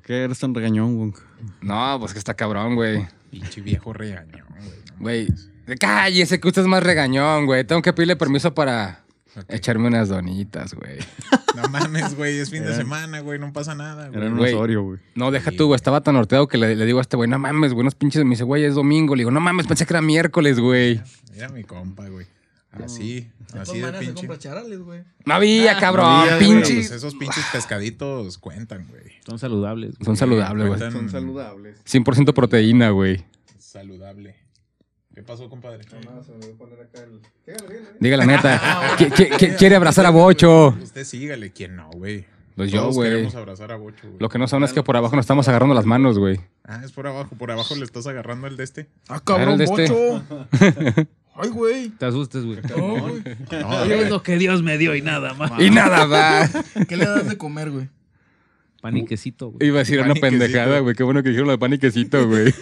qué eres tan regañón, Wong? No, pues que está cabrón, güey. Pinche viejo regañón, Güey, cállese que usted es más regañón, güey. Tengo que pedirle permiso para echarme unas donitas, güey. No mames, güey, es fin de semana, güey, no pasa nada, güey. Era un Güey. Osorio, güey. No, deja tú, güey. Estaba tan norteado que le digo a este güey, no mames, güey, unos pinches. Me dice, güey, es domingo. Le digo, no mames, pensé que era miércoles, güey. Mira mi compa, güey. Así De de todas maneras se pinche. compra charales, güey. No había, cabrón. no había, pinche. Pues esos pinches pescaditos cuentan, güey. Son saludables. Son saludables, güey. Cuentan Son saludables. 100% proteína, güey. saludable. ¿Qué pasó, compadre? No, se me voy a poner acá el... Diga la neta. Quiere abrazar a Bocho. Usted sígale. ¿Quién no, güey? Pues yo, Todos güey. queremos abrazar a Bocho, güey. Lo que no saben es que por abajo nos estamos agarrando las manos, güey. Ah, es por abajo. Por abajo le estás agarrando el de este. Ah, Era cabrón, el de este. Bocho. Ay, güey. Te asustes, güey. No, güey. No, Es lo que Dios me dio y nada más. Y nada, va. ¿Qué le das de comer, güey? Paniquecito, güey. Iba a decir una Paniquecito. pendejada, güey. Qué bueno que dijeron lo de paniquecito, güey.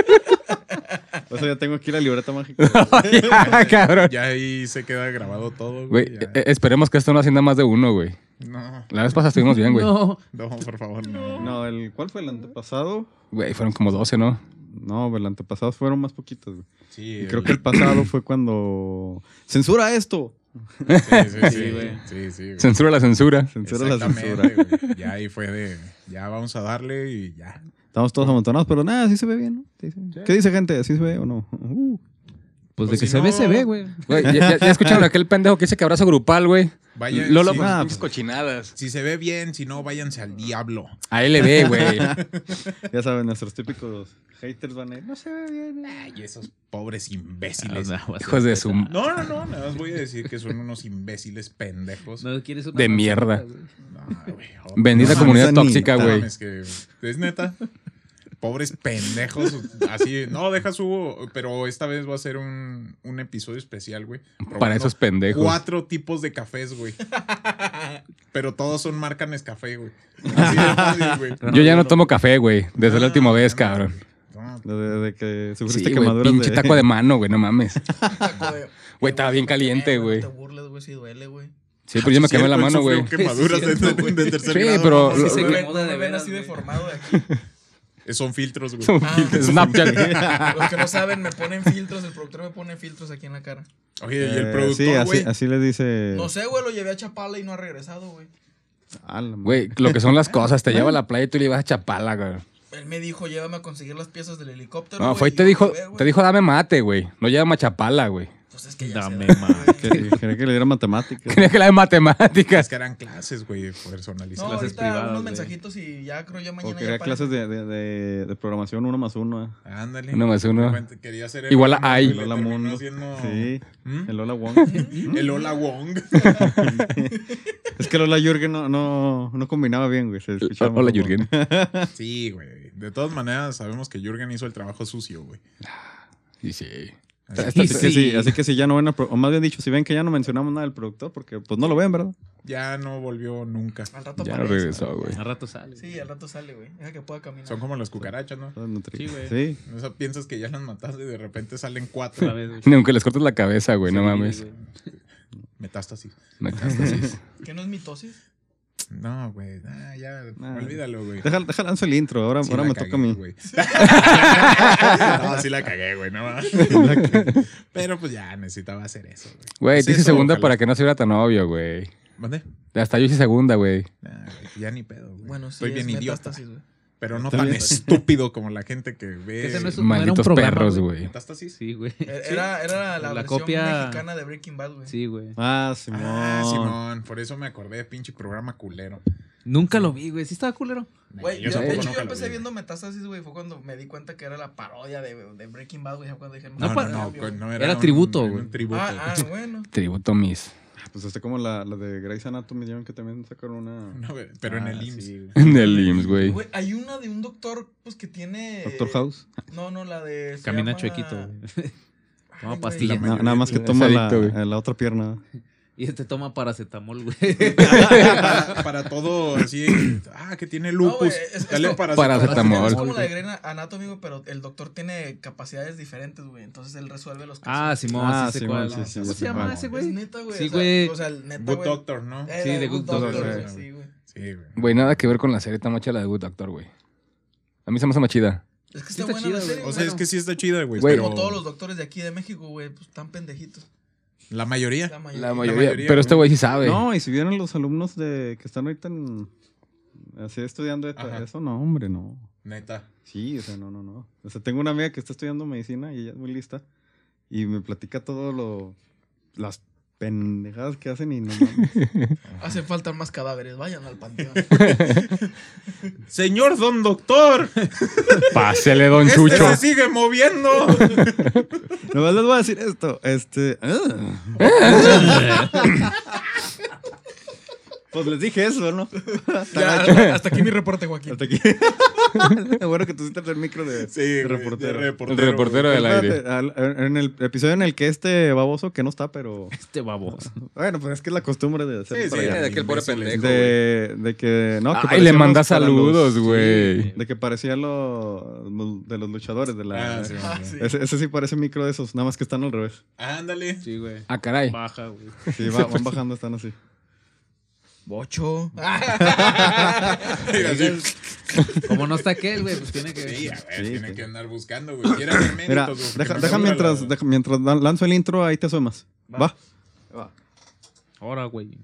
O sea, ya tengo aquí la libreta mágica. Ya, cabrón. ya ahí se queda grabado todo, Güey, güey. ya. esperemos que esto no hacienda más de uno, güey. No, La vez pasada estuvimos bien, güey. No. no, por favor, no. No, ¿cuál fue el antepasado? Güey, fueron como 12, ¿no? No, el antepasado fueron más poquitos, güey. Sí, Y creo que el pasado fue cuando... ¡Censura esto! Sí, sí, sí, Sí, güey. sí, sí, güey. Censura la censura. Censura la censura. Exactamente, güey. Ya ahí fue de... Ya vamos a darle y ya. Estamos todos amontonados, pero nada, sí se ve bien, ¿no? Sí, sí. ¿Qué dice gente? ¿Sí se ve o no? Pues de Pues que si se no- ve, se ve, güey. Güey, ya escucharon a aquel pendejo que dice que abrazo grupal, güey. Vaya, Lolo, sí, pues, ah, pinches pues. cochinadas. Si se ve bien, si no, váyanse al diablo. A LB, güey. Ya saben, nuestros típicos haters van a ir, no se ve bien. Ay, esos pobres imbéciles. Hijos de su... No, nada más voy a decir que son unos imbéciles pendejos. No quieres una De manzana, mierda. güey. No, güey. Bendita No, comunidad manzanita. tóxica, güey. Es que es neta. Pobres pendejos. Así. No, deja su. Pero esta vez va a ser un episodio especial, güey. Para probando esos pendejos. 4 tipos de cafés, güey. Pero todos son marca Nescafé, güey. Así de fácil, güey. Yo ya no tomo café, güey. Desde la última vez, cabrón. No, De que Sí, sufriste güey, quemaduras pinche taco de mano, güey, no mames. Taco de- Güey, estaba bien caliente, güey. No te burles, güey, si duele, güey. Sí, pero yo me quemé la cierto, él mano, güey. sufrió quemaduras Sí, es cierto, de tercer Sí, grado. pero- ¿no? Sí, se No me quemó ven- de no me ven veras, así güey. deformado de aquí. Son filtros, güey. Son Ah, filtros, Snapchat. Los que no saben, me ponen filtros. El productor me pone filtros aquí en la cara. Oye, y el Sí, productor, así, güey. así le dice... No sé, güey, lo llevé a Chapala y no ha regresado, güey. Ah, la Güey, lo que son las cosas. Te lleva a la playa y tú le ibas a Chapala, güey. Él me dijo, llévame a conseguir las piezas del helicóptero. No, güey, fue y yo te lo dijo, llevé, güey. te dijo dame mate, güey. No llévame a Chapala, güey. Pues es que ya Dame se da, más. güey. Quería que le diera matemáticas. Quería que la de Es matemáticas. que eran clases, güey, No, personalizadas. clases ahorita privadas, unos güey. mensajitos y ya creo ya O mañana quería ya clases de programación 1+1. Ándale. 1 más 1. Quería hacer Igual a Elon Ai. Musk y le Lola terminó Mundo. haciendo- Sí, ¿Mm? el Lola Wong. El Lola Wong. Es que Lola Jürgen no combinaba bien, güey. Se escuchaba Hola, mejor, Jürgen. Sí, güey. De todas maneras, sabemos que Jürgen hizo el trabajo sucio, güey. Y sí. Así Así que si ya no ven, o más bien dicho, si ven que ya no mencionamos nada del productor, porque pues no lo ven, ¿verdad? ya no volvió nunca. Al rato Ya no aparece. regresó, güey. Al rato sale. Sí, al rato sale, güey. Deja que pueda caminar. Son como las cucarachas, ¿no? Sí, güey. Sí. O sea, piensas que ya las mataste y de repente salen Otra 4. vez, güey. Ni aunque les cortes la cabeza, güey, no Sí, mames. güey. Metástasis. Metástasis. ¿Qué no es mitosis? No, güey. Ya, Nah. olvídalo, güey. Deja lanzo el intro, ahora Sí me la toca a cagué, mí. güey. No, sí la cagué, güey. No. Pero pues ya necesitaba hacer eso, güey. Güey, Pues dice eso, segunda ojalá. para que no se viera tan obvio, güey. ¿Mande? Hasta yo hice segunda, güey. Nah, güey, ya ni pedo, güey. Bueno, sí, Estoy bien es idiota. metástasis, güey. Pero no Está tan bien. estúpido como la gente que ve. Ese no es un Malditos programa, perros, güey. güey. ¿Metástasis? Sí, güey. Era la La versión copia- mexicana de Breaking Bad, güey. Sí, güey. Ah, Simón. Ah, Simón. Por eso me acordé de pinche programa culero. Nunca lo vi, güey. Sí estaba culero. Güey, Yo de tampoco hecho nunca yo lo empecé vi. viendo Metástasis, güey. Fue cuando me di cuenta que era la parodia de Breaking Bad, güey. Ya cuando dije, No, pa- no, Era tributo, era güey. un tributo. Bueno. Tributo mis. Pues como la de Grey's Anatomy, ya ven que también sacaron una... No, güey, pero en el Ah, IMSS. sí, güey. En el IMSS, güey. Güey, hay una de un doctor, pues que tiene. Doctor House. No, la de. se Camina llama- chuequito, güey. Ay, Toma güey. pastillas. Nada más que Es toma adicto, güey. la otra pierna. Y este toma paracetamol, güey. Para todo así. Que tiene No, lupus. güey, es Dale como- Paracetamol. Es como la de Grey Anatomy, güey, pero el doctor tiene capacidades diferentes, güey. Entonces él resuelve los casos. Ah, Simón, Ah, sí sé Simón, cuál. sí, sí, ¿Cómo sí, se llama Simón. ese, Es güey? neta, güey. Sí, o sea, güey. O sea, el neta, Good güey. Doctor, ¿no? Era Sí, de Good Doctor, güey. sí. Sí, güey. Sí, güey. Güey, nada que ver con la serie tan macha la de Good Doctor, güey. A mí se me hace más chida. Es que Sí está está buena la chida, serie, O sea, es bueno, que sí está chida, güey. Güey. Pero como todos los doctores de aquí de México, güey, pues están pendejitos. la mayoría. La mayoría. La mayoría. mayoría, Pero este güey. güey sí sabe. No, y si vieran los alumnos que están ahorita así estudiando Ajá. eso, no, hombre, no. Neta. Sí, o sea, no. O sea, tengo una amiga que está estudiando medicina y ella es muy lista y me platica las pendejadas que hacen y no mames. Hacen falta más cadáveres, vayan al panteón. Señor don doctor, Pásele, don este Chucho. se sigue moviendo. Nomás les voy a decir esto, pues les dije eso, ¿no? Ya, hasta aquí mi reporte, Joaquín. Hasta aquí. Bueno que tú hiciste el micro de, Sí, de güey, reportero. de El reportero del aire. Espérate, en el episodio en el que este baboso, que no está, pero... Este baboso. Bueno, pues es que es la costumbre de hacer Sí, para sí, allá. de aquel pobre imbéciles. pendejo. De que... No, que Ay, le parecíamos manda para saludos, los- güey. De que parecían de los luchadores de la... Ah, sí, Ah, sí. sí. Ese sí parece micro de esos, nada más que están al revés. Ándale. Sí, güey. Ah, caray. Baja, güey. Sí, van bajando, están así. Bocho. Mira, sí. Como no está aquel, güey, pues tiene que... Sí, a ver, Sí, tiene sí. que andar buscando, güey. Quiere hacer méritos, Mira, güey, porque deja no le dura mientras, la- mientras lanzo el intro, ahí te asomas. Va. Ahora, güey.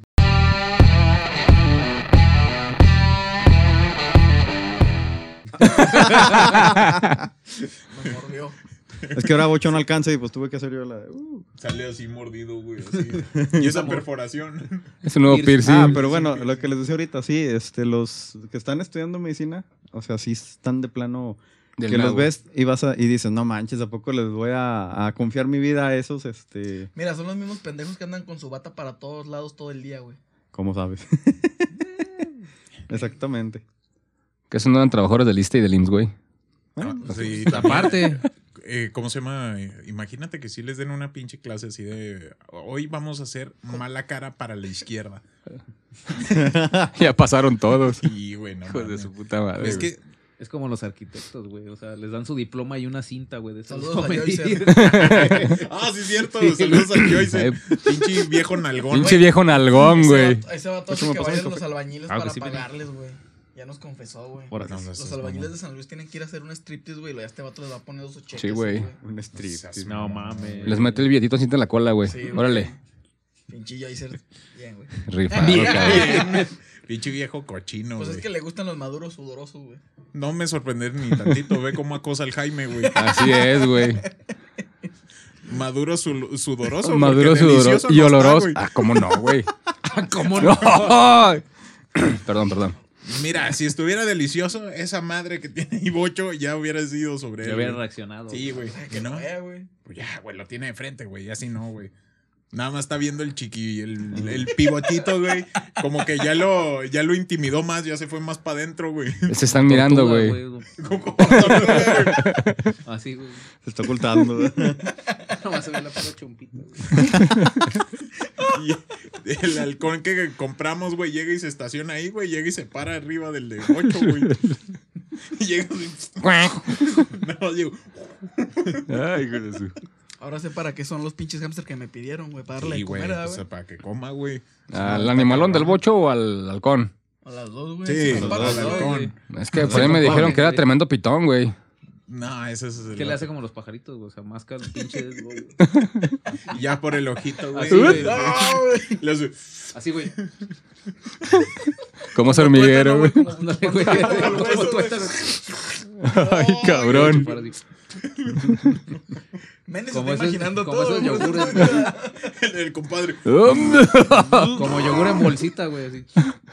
Me mordió. Es que ahora Bocho no alcanza y pues tuve que hacer yo la de... Sale así mordido, güey. Así. Y esa perforación. Es un nuevo piercing. Ah, pero bueno, lo que les decía ahorita, sí, los que están estudiando medicina, o sea, sí están de plano Del que los nabo. ves y y dices, no manches, ¿a poco les voy a confiar mi vida a esos, Mira, son los mismos pendejos que andan con su bata para todos lados todo el día, güey. ¿cómo sabes? Exactamente. Que son eran trabajadores del ISSSTE y del IMSS, güey. Sí, Aparte, ¿cómo se llama? Imagínate que si les den una pinche clase así de... Hoy vamos a hacer mala cara para la izquierda. Ya pasaron todos. Y, güey, no Hijos de mames. su puta madre. Es güey. que... es como los arquitectos, güey. O sea, les dan su diploma y una cinta, güey. De esas Saludos a para Joyce. medir. Ah, sí, es cierto. Saludos a Joyce. Pinche viejo nalgón. Pinche viejo nalgón, güey. Ese vato hace Eso me que pasó en vayan el los café. albañiles Ah, que para sí, mira. pagarles, güey. Ya nos confesó, güey. Ahora No, no, Los seas albañiles mamón. de San Luis tienen que ir a hacer un striptease, güey. Y luego ya este vato les va a poner sus cheques. Sí, güey. Un strip. No mames. Les mete el billetito así en la cola, güey. Sí, güey. Órale. Pinche Joycer. Bien, güey. Rifado, cabrón. Pinche viejo cochino, Pues güey. es que le gustan los maduros sudorosos, güey. No me sorprender ni tantito. Ve cómo acosa al Jaime, güey. Así es, güey. Maduro sudoroso. Maduro, porque sudoroso delicioso y no está, oloroso. güey. Ah, ¿cómo no, güey? ¿Cómo no? No. Perdón. Mira, si estuviera delicioso, esa madre que tiene ahí Bocho ya hubiera sido sobre Yo él. hubiera güey. reaccionado. Sí, güey. Que ¿No? no vea, güey. Pues ya, güey, lo tiene de frente, güey. Así no, güey. Nada más está viendo el el pivotito, güey. Como que ya lo intimidó más, ya se fue más para adentro, güey. Se están mirando, Tortuga, güey. Como tortuga, güey. Así, güey. Se está ocultando. Nomás se ve la pura chompita, güey. Y el halcón que compramos, güey, llega y se estaciona ahí, güey. Llega y se para arriba del de 8, güey. Y llega así. No, digo. Ay, hijo de su. Ahora sé para qué son los pinches hamsters que me pidieron, güey. Para darle Sí, de güey. comer, O güey. sea, para que coma, güey. ¿Al animalón del bocho o al halcón? A las dos, güey. Sí, Para al las dos, halcón. Es que por ahí me dijeron que era güey. tremendo pitón, güey. No, ese es el. ¿Qué le hace como los pajaritos, güey? O sea, masca el pinche... güey. Ya por el ojito, güey. Así, güey. No, güey. Le hace- Así, güey. Como ese hormiguero, güey. Ándale, güey. Como Eso, tuétano. Ay, cabrón. Para así. Méndez se Como está esos- imaginando como todo. esos güey. yogures, güey. el compadre. Como yogur en bolsita, güey. Así.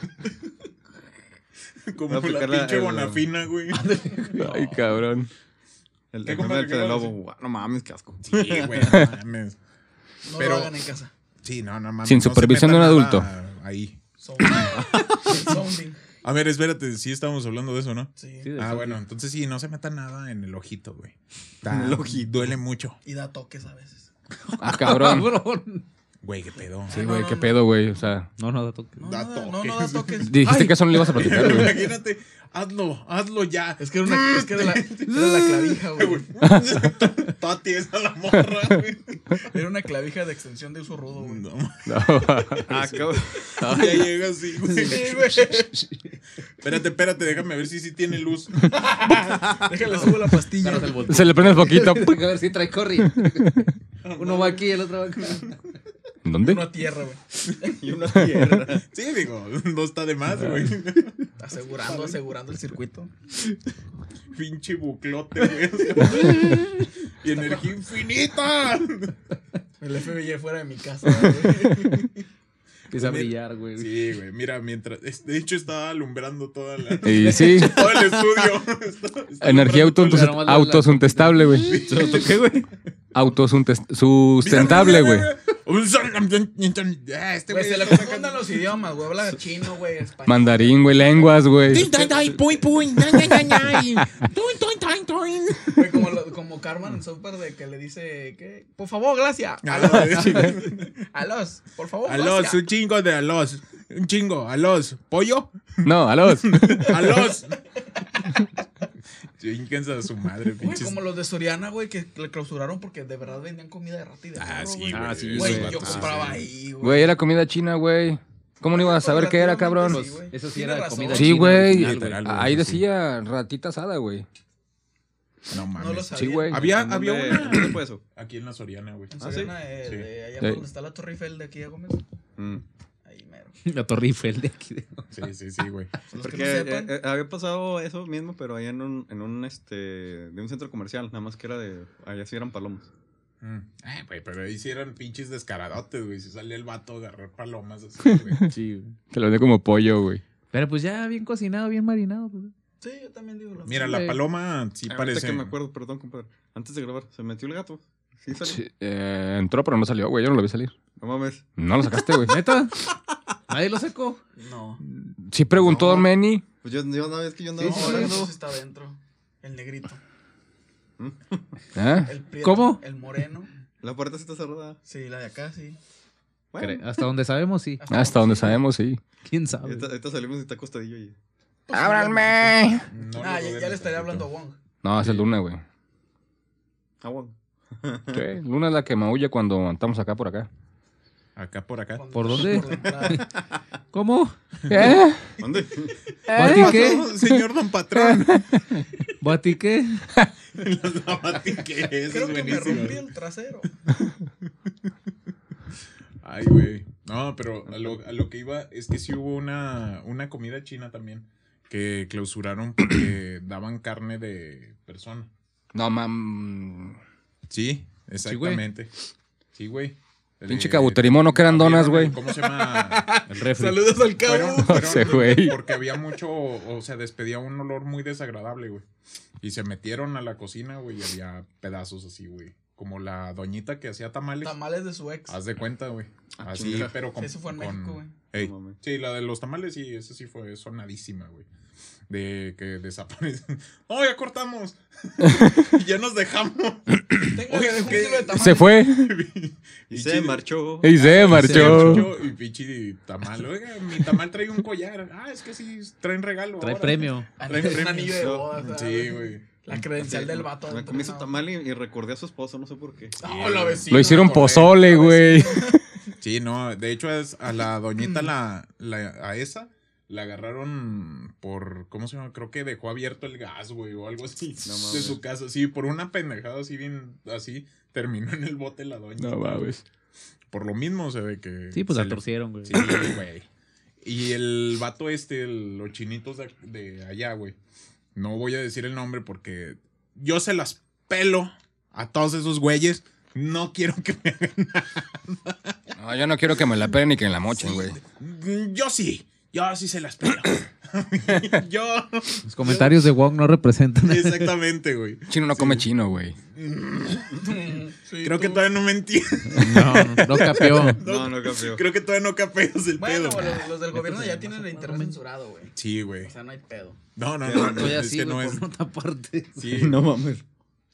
Como Voy a la aplicar la- pinche el- bonafina, güey. Ay, cabrón. El ¿Qué, meme compadre, del qué Fede vas a Lobo. Guau, no mames, qué asco. Sí, güey, no mames. No Pero- lo hagan en casa. Sí, no mames. Sin no se supervisión meta de un nada adulto. Ahí. Sounding. A ver, espérate, sí estábamos hablando de eso, ¿no? Sí. Sí, de Ah, eso, bueno, güey. entonces sí, no se meta nada en el ojito, güey. En el ojito. Duele mucho. Y da toques a veces. Ah, cabrón. Cabrón. Güey, qué pedo. Sí, güey, qué pedo, güey. O sea, No, da toque. Da toques. No da toques. dijiste Ay, que eso no le ibas a platicar, güey. Imagínate, hazlo ya. Es que era la clavija, güey. Toda tiesa la morra, güey. Era una clavija de extensión de uso rudo, güey. No, Ah, cabrón. ya llega así, güey. Sí, güey. Espérate, déjame ver si sí tiene luz. Déjale, subo la pastilla. Agarras el botón. Se le prende el foquito. A ver si trae corriente. Uno va aquí, el otro va acá. ¿Dónde? Uno a tierra, güey. Y una tierra. Sí, digo, no está de más, güey. Asegurando el circuito. Pinche buclote, güey. Y energía infinita. El FBI fuera de mi casa, güey. Empieza a brillar, güey. Sí, güey, mira, mientras... De hecho, estaba alumbrando toda la... Y sí, todo el estudio. Está energía alumbrando autosustentable, güey. ¿Qué, güey? Autosustentable, güey. Este Güey, güey se le confundan los idiomas, güey. Habla chino, güey, español. Mandarín, güey, lenguas, güey. Güey, como Carmen en Super de que le dice, ¿qué? Por favor, gracias. Alos, por favor, Alos, gracias. un chingo de alos. Un chingo, alos. ¿Pollo? No, a los. ¡Alos! Chinguense a su madre, Güey, pinches. como los de Soriana, güey, que le clausuraron porque de verdad vendían comida de rata y de Ah, perro, sí, güey. güey. sí, Güey, esos yo vatos, compraba sí. ahí, güey. Güey, era comida china, güey. ¿Cómo no ibas a saber qué era, cabrón? Sí, güey. Eso sí Tienes era razón. comida Sí, china güey. original, Literal, güey. Ahí sí. decía ratita asada, güey. No mames. No lo sabía. Sí, güey. Había ¿Dónde una fue eso? aquí en la Soriana, güey. En ¿Ah, sí? Soriana, Sí. de allá Sí. por donde está la Torre Eiffel de aquí a Gómez. Mm. Ahí mero. La Torre Eiffel de aquí. Sí, güey. Los Porque que no sepan. había pasado eso mismo, pero allá en un de un centro comercial, nada más que era allá sí eran palomas. Ay, güey, pero ahí sí eran pinches descaradotes, güey. Si salía el vato a agarrar palomas así, güey. Sí, güey. Te lo vendí como pollo, güey. Pero pues ya bien cocinado, bien marinado. Pues. Sí, yo también digo lo Mira, mismo. la paloma sí Ahorita parece. que me acuerdo, perdón, compadre. Antes de grabar, se metió el gato. Sí salió. Sí, entró, pero no salió, güey. Yo no lo vi salir. No mames. No lo sacaste, güey. ¿Neta? ¿Nadie lo sacó? No. Sí preguntó No. Don Meni. Pues yo una vez que yo andaba No, jugando. eso está adentro. El negrito. ¿Eh? El prieto. ¿Cómo? El moreno. La puerta sí está cerrada. Sí, la de acá, sí. Bueno, Hasta donde sabemos, sí. Hasta donde sí. sabemos, sí. ¿Quién sabe? ahorita salimos y está acostadillo ahí. ¡Ábranme! No Ah, lo ya duden le un estaría poquito. hablando a Wong. No, es el Luna, güey. Agua. Sí, Luna es la que maulla cuando estamos acá por acá. Acá por acá. Cuando ¿Por estás dónde? por la entrada. ¿Cómo? ¿Eh? ¿Dónde? ¿Bati qué? No, señor don patrón. ¿Bati qué? La batique, eso Creo es que me buenísimo. rompí el trasero. Ay, güey. No, pero a lo que iba es que sí hubo una comida china también que clausuraron porque daban carne de persona. No, mam. Sí, exactamente. Sí, güey. Pinche cabuterimono que eran donas, güey. ¿Cómo se llama? El refri. Saludos al cabo. Fueron sé, güey. porque había mucho, o sea, despedía un olor muy desagradable, güey. Y se metieron a la cocina, güey, y había pedazos así, güey. Como la doñita que hacía tamales. Tamales de su ex. Haz de cuenta, güey. Así, chinga. pero con... Eso fue en con- México, güey. Ey, No mames. sí, la de los tamales, sí, esa sí fue sonadísima, güey. De que desaparecen. ¡Oh, ya cortamos! Ya nos dejamos. Tengo Oye, un ¿qué? kilo de tamales. Se fue Y se marchó. y se marchó. Y pinche tamal. Oiga, mi tamal trae un collar. Ah, es que sí, traen regalo. Trae ahora. premio. Trae Un premio. anillo de boda. Sí, güey. La credencial del vato. Me adentro, comí su ¿no? tamal y recordé a su esposo, no sé por qué. Oh, la vecina. Lo hicieron me acordé. pozole, güey. Sí, no, de hecho a la doñita, a esa, la agarraron por, ¿cómo se llama? Creo que dejó abierto el gas, güey, o algo así, No de mames. su casa. Sí, por una pendejada así bien, así, terminó en el bote la doña. No mames. Por lo mismo se ve que... Sí, pues se la le- torcieron, güey. Sí, güey. Y el vato los chinitos de allá, güey. No voy a decir el nombre porque yo se las pelo a todos esos güeyes. No quiero que me No, yo no quiero que me la peguen ni que me la mochen, güey. Yo sí se las pelo. Yo. Los comentarios de Wong no representan. Exactamente, güey. Chino no come chino, güey. Sí, Creo que tú. todavía no me entiendes. No capeó. No campeó. Creo que todavía no capeas el Bueno, pedo. los del gobierno ya tienen el internet censurado, güey. Sí, güey. O sea, no hay pedo. No, Estoy es así, que güey, no es. por otra parte. Sí. No mames.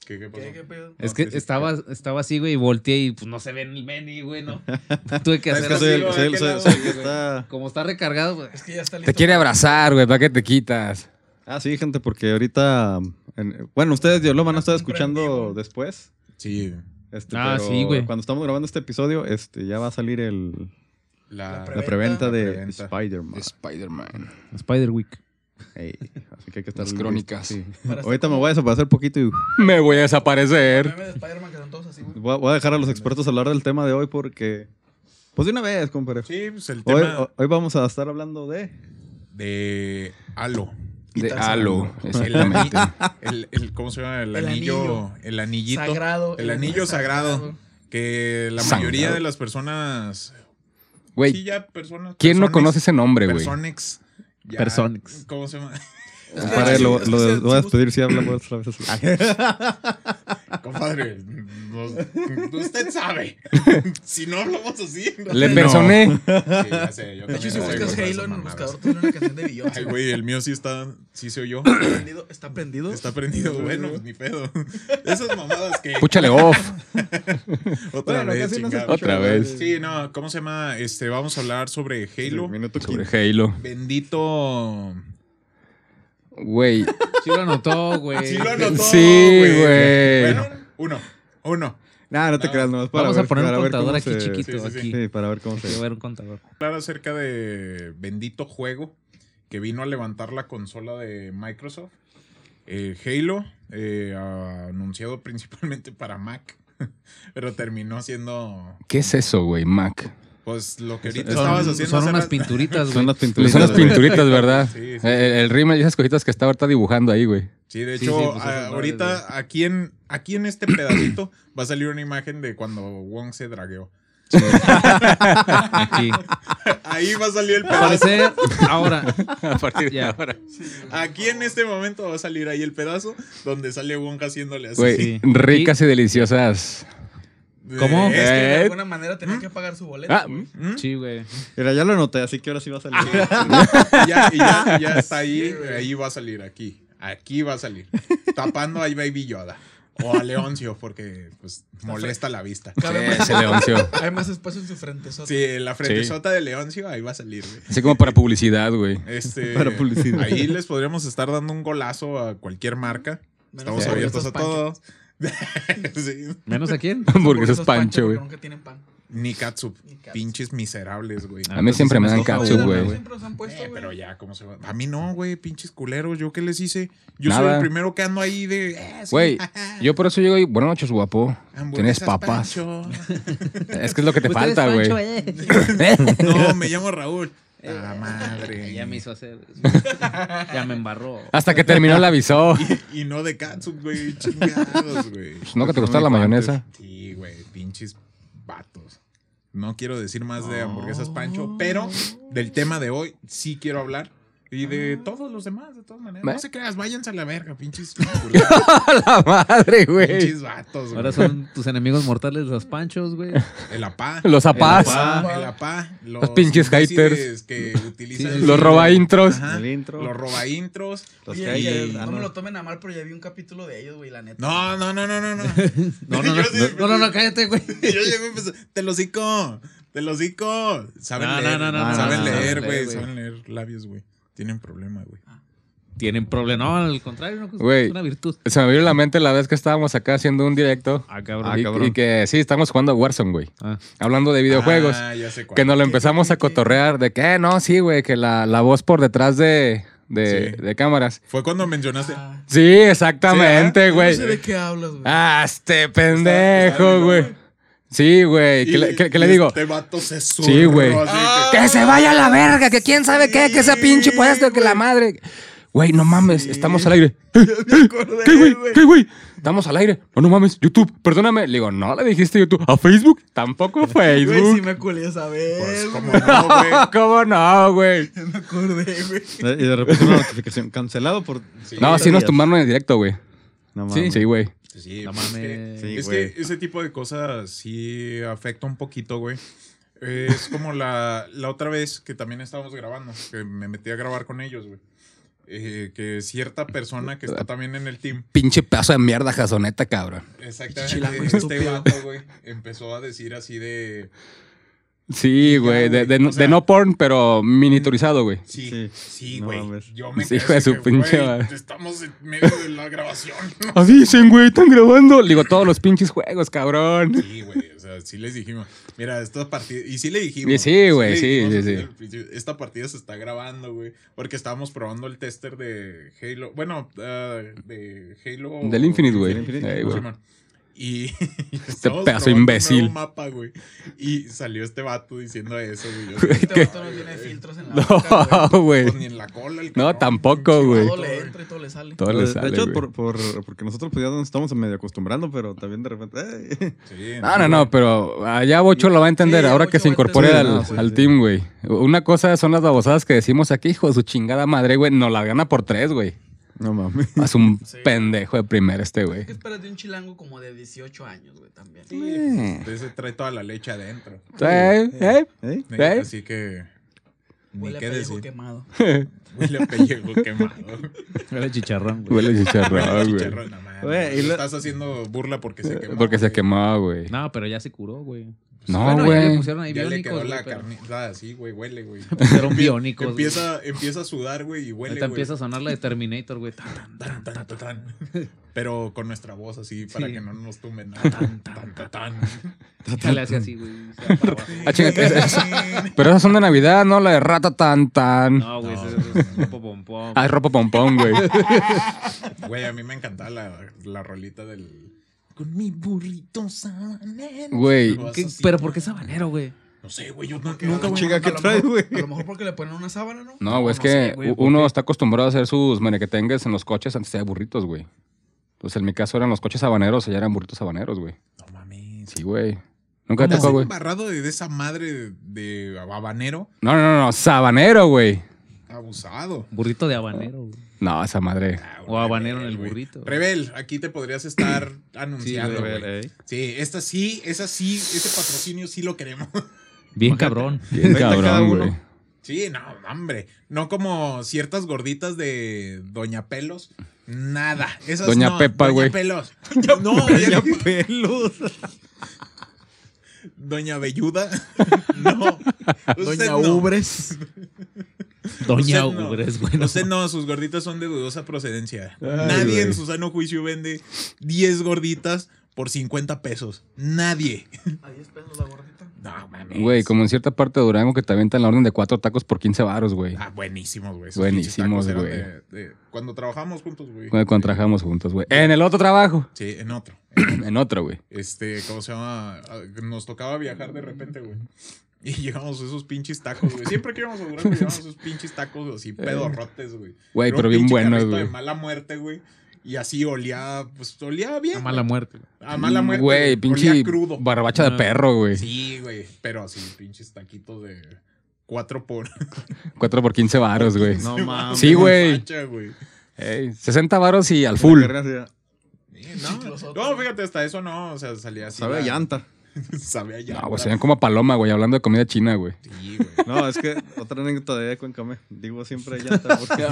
¿Qué pasó? ¿Qué pedo? Es No, que sí, sí, estaba así, güey, y volteé y pues no se ve ni Benny, güey, ¿no? Tuve que Es hacer que así, soy güey. el- soy- soy el que está... Como está recargado, pues. Es que ya está listo. Te quiere para- abrazar, güey, ¿para qué te quitas? Ah, sí, gente, porque ahorita... bueno, ustedes yo lo van a estar Un escuchando prendido. después. Sí, Ah, Pero sí, güey. Cuando estamos grabando este episodio, ya va a salir la la preventa de preventa. Spider-Man. Spider-Man. Spider-Week. Ey, así que hay que estar Las listos, crónicas. sí. Para estar Ahorita me como- voy a desaparecer poquito y Me voy a El desaparecer. meme de Spider-Man que son todos así, güey. voy a dejar a los expertos hablar del tema de hoy porque... Pues de una vez, compadre. Sí, pues el Hoy, tema hoy vamos a estar hablando de... de Halo. De Tarzán. Halo, El, exactamente. ¿cómo se llama? El El anillo. anillo. El anillito. Sagrado. El anillo sagrado. Que la Sagrado. mayoría de las personas. Sí, Güey, ya personas. ¿quién no personex, conoce ese nombre, güey? Personex. ya- Personex. ¿Cómo se llama? Compadre, sí, lo es que voy a despedir si habla otra vez así. Compadre, usted sabe. Si no hablamos así. Le no. personé. Sí, ya sé, yo De hecho, también si sé buscas cosas Halo en el mamadas. buscador, tiene una canción de Beyoncé. Ay, güey, el mío sí está. Sí se oyó. ¿Prendido? ¿Está prendido? Está prendido. Bueno, pues ni pedo. Esas mamadas que. Púchale off. Otra Bueno, vez, casi no se chingado. Otra vez. Sí, no, ¿cómo se llama? Vamos a hablar sobre Halo. Minuto Sobre 15. Halo. Bendito. Güey. Sí lo anotó, güey. Sí lo anotó, Sí, güey. Bueno, uno. Nah, no te creas, no. Vamos a poner un para ver contador cómo aquí se- chiquito, sí, sí, aquí. Sí, para ver cómo Aquí va a se... haber un contador. Hablar acerca de bendito juego que vino a levantar la consola de Microsoft. Halo, anunciado principalmente para Mac, pero terminó siendo, ¿Qué es eso, güey? Mac. pues, lo que ahorita estabas haciendo. Son hace unas rato. pinturitas, Son güey. las pinturitas. Son las güey. pinturitas, ¿verdad? Sí, sí. El rímel y esas cositas que está ahorita dibujando ahí, güey. Sí, de Sí, hecho, sí, pues esas ahorita madres, aquí en este pedacito va a salir una imagen de cuando Wong se dragueó. Aquí. Ahí va a salir el Al pedazo. parecer, ahora. A partir Ya. ahora. Aquí en este momento va a salir ahí el pedazo donde sale Wong haciéndole así. Güey, Sí. ricas y deliciosas. ¿Cómo? Es que de ¿Eh? alguna manera tenía que pagar su boleto, Ah, güey. Sí, güey. Mira, ya lo anoté, así que ahora sí va a salir. Ya está ahí, ahí va a salir, aquí. Aquí va a salir. Tapando a Baby Yoda. O a Leoncio, porque pues molesta la vista. Cabe más- ese Leoncio. Hay más espacio en su frente. Sí, la frentezota de Leoncio, ahí va a salir, güey. Así como para publicidad, güey. Para publicidad. Ahí les podríamos estar dando un golazo a cualquier marca. Estamos Sí. abiertos a todo. Pancho. Sí. ¿Menos a quién? Porque eso es Esos Pancho, güey. porque nunca tienen pan. Ni Katsup. Ni catsup. Pinches miserables, güey. A mí siempre me dan catsup, güey. Siempre los han puesto, güey. Pero ya, ¿cómo se va? A mí no, güey, pinches culeros. ¿Yo qué les hice? Yo Nada. soy el primero que ando ahí de. Sí, Güey, jaja. yo por eso llego y, buenas noches, guapo. Tienes Hamburguesas papas. Pancho. Es que es lo que te falta, güey. No, me llamo Raúl. Ah, madre. Ya me hizo hacer. Ya me embarró. Hasta que terminó la avisó. Y no de catsup, güey. Chingados, güey. ¿No que te gusta la mayonesa? Sí, güey. Pinches vatos. No quiero decir más de hamburguesas Pancho, pero del tema de hoy sí quiero hablar. Y de todos los demás, de todas maneras. No se creas, váyanse a la verga, pinches. la madre, güey. Pinches vatos, güey. Ahora son tus enemigos mortales los panchos, güey. El apá. Los zapás. El apá. Los pinches imbéciles haters. que utilizan. Sí, Los roba intros. Ajá, El intro. Los roba intros. Los Oye, haters. no me lo tomen a mal, pero ya vi un capítulo de ellos, güey, la neta. No. No, no, no. Yo sí- No, cállate, güey. Yo ya me empecé. Te lo cico. Saben No, leer. no, no, no, saben no, leer, no, güey. güey. Saben leer labios, güey. Tienen problema, güey. Tienen problema. No, al contrario, no, Güey. es una virtud. Se me vino a la mente la vez que estábamos acá haciendo un directo. Ah, cabrón. Y, cabrón. y que sí, estamos jugando a Warzone, güey. Ah. Hablando de videojuegos. Ah, ya sé cuál. Que nos lo empezamos a cotorrear de que, no, sí, güey, que la voz por detrás de Sí. cámaras. Fue cuando mencionaste. Ah, Sí, exactamente, Sí, no güey. sé de qué hablas, güey. Ah, este Está bien, pendejo, ¿no, güey. güey? Sí, güey. ¿Qué le digo? Este vato se Sí, güey. Que se vaya a la verga, que quién sabe qué, que ese pinche puesto, que la madre. Güey, no mames, estamos al aire. Me acordé, ¿Qué, güey? ¿Qué, güey? Estamos al aire. No, no mames, YouTube, perdóname. Le digo, no le dijiste YouTube. ¿A Facebook? Tampoco Güey, sí Facebook. me culé a saber. Pues, ¿cómo güey. no, güey? ¿Cómo no, güey? Me acordé, güey. Y de repente una notificación. Cancelado por... No, sí nos días. tumbaron en directo, güey. No Sí. mames. Sí, güey. Sí, No pues, mames. Sí, es güey. que ese tipo de cosas sí afecta un poquito, güey. Es como la otra vez que también estábamos grabando, que me metí a grabar con ellos, güey. que cierta persona que está también en el team. Pinche pedazo de mierda, Jasoneta, cabrón. Exactamente. Este estúpido. vato, güey, empezó a decir así de... Sí, güey. güey, o sea- De no porn, pero miniaturizado, güey. Sí, No güey. mames. Yo me Sí, quedé hijo de así su que, pinche güey, madre. estamos en medio de la grabación. Avisen, güey, están grabando. Le digo, todos los pinches juegos, cabrón. Sí, güey, o sea, sí les dijimos. Mira, esta partida... Y sí le dijimos. Y sí, güey, le sí, dijimos sí, desde sí. el principio, esta partida se está grabando, güey. Porque estábamos probando el tester de Halo. Bueno, de Halo... Del Infinite, güey. Del Infinite. Ey, güey. Simón. Y Este estábamos pedazo probando un imbécil. nuevo mapa, güey. Y salió este vato diciendo eso, güey. Yo Güey, así, Este vato no tiene filtros en la boca, No, güey. pues, ni en la cola. El No, cabrón, tampoco, pinche güey. Todo vato, le entra y todo le sale. Todo le De sale, hecho, güey. porque nosotros pues ya nos estamos medio acostumbrando, pero también de repente... Sí, No, pero allá Bocho lo va a entender Sí, ahora Bocho que se va a incorpore entender. al, Sí, no, al sí, team, güey. Una cosa son las babosadas que decimos aquí, hijo de su chingada madre, güey. Nos la gana por 3, güey. No mames. Es un Sí. pendejo de primera este, güey. ¿Qué esperas de un chilango como de 18 años, güey, también? Ese trae toda la leche adentro. ¿Eh? Así que... Ni Huele a qué pellejo decir. quemado. Huele a pellejo quemado. Era chicharrón, güey. Huele chicharrón, güey. Chicharrón, no mames. Güey, y Tú la- estás haciendo burla porque se quemó. Porque se güey. quemó, güey. No, pero ya se curó, güey. No, Bueno, ya le güey. pusieron ahí Ya le quedó biónicos, la güey, pero carnita así, güey, huele, güey. pusieron biónicos. güey. Empieza a sudar, güey, y huele, Ahorita güey. empieza a sonar la de Terminator, güey. Tan, tan, Tan, tan, tan. Pero con nuestra voz así, para Sí. que no nos tumben nada. Tan, tan, tan. Ya le hacía así, güey. se va para abajo. Ah, chinga, pero esas son de Navidad, ¿no? La de rata tan tan. No, güey, No. ese es ropa pompón. Ah, es ropa pompón, güey. Güey, a mí me encantaba la rolita del... Con mi burrito sabanero. Güey. Vas ¿Qué? así, ¿Pero por qué sabanero, güey? No sé, güey, yo nunca, Nunca, güey. chica, ¿qué A lo trae, mejor- güey? A lo mejor porque le ponen una sábana, ¿no? No, güey, es no que sé, güey, ¿por uno qué? está acostumbrado a hacer sus menequetengues en los coches antes de burritos, güey. Entonces, en mi caso eran los coches habaneros, allá eran burritos habaneros, güey. No mames. Sí, güey. Nunca te ¿Cómo tocó, has güey. embarrado de esa madre de habanero? No, sabanero, güey. Abusado. Burrito de habanero, güey. No, esa madre. O habanero en el güey. burrito. Rebel, aquí te podrías estar anunciando, güey, güey. Sí, esa sí, ese patrocinio sí lo queremos. Bien cabrón. Bien 20 cada cabrón, uno. güey. Sí, no, hombre. No como ciertas gorditas de Doña Pelos. Nada. Esas Doña no. Pepa, güey. Doña Pelos. No, Doña, pelos. Doña Belluda. No. Usted Doña no. Ubres. Doña Usted no. Ubres, güey. no. Usted no, sus gorditas son de dudosa procedencia. Ay, Nadie güey. en su sano juicio vende 10 gorditas por 50 pesos. Nadie. A 10 pesos la gordita. No, mames. Güey, como en cierta parte de Durango que te avientan la orden de 4 tacos por 15 varos, güey. Ah, buenísimos, güey. Esos Buenísimos, pinches tacos güey. eran cuando trabajamos juntos, güey. Cuando trabajamos juntos, güey. En el otro trabajo. Sí, en otro. En otro, güey. ¿Cómo se llama? Nos tocaba viajar de repente, güey. Y llevamos esos pinches tacos, güey. Siempre que íbamos a Durango llevamos esos pinches tacos así pedorrotes, güey. Güey, Era un pero bien pinche buenos, carrito güey. de mala muerte, güey. Y así olía, pues olía bien. A mala muerte. A mala muerte. Güey, Olía pinche crudo. barbacha de Ah. perro, güey. Sí, güey. Pero así, pinches taquitos de 4 por... 4 por 15 varos, güey. No mames. Sí, güey. Facha, güey. Ey, 60 varos y al full. No, no, fíjate, hasta eso no. O sea, salía así. Sabe a llanta. Sabe a llanta. No, güey, se ven como a paloma, güey, hablando de comida china, güey. Sí, güey. No, es que otra anécdota de Cuencame. Digo siempre llanta porque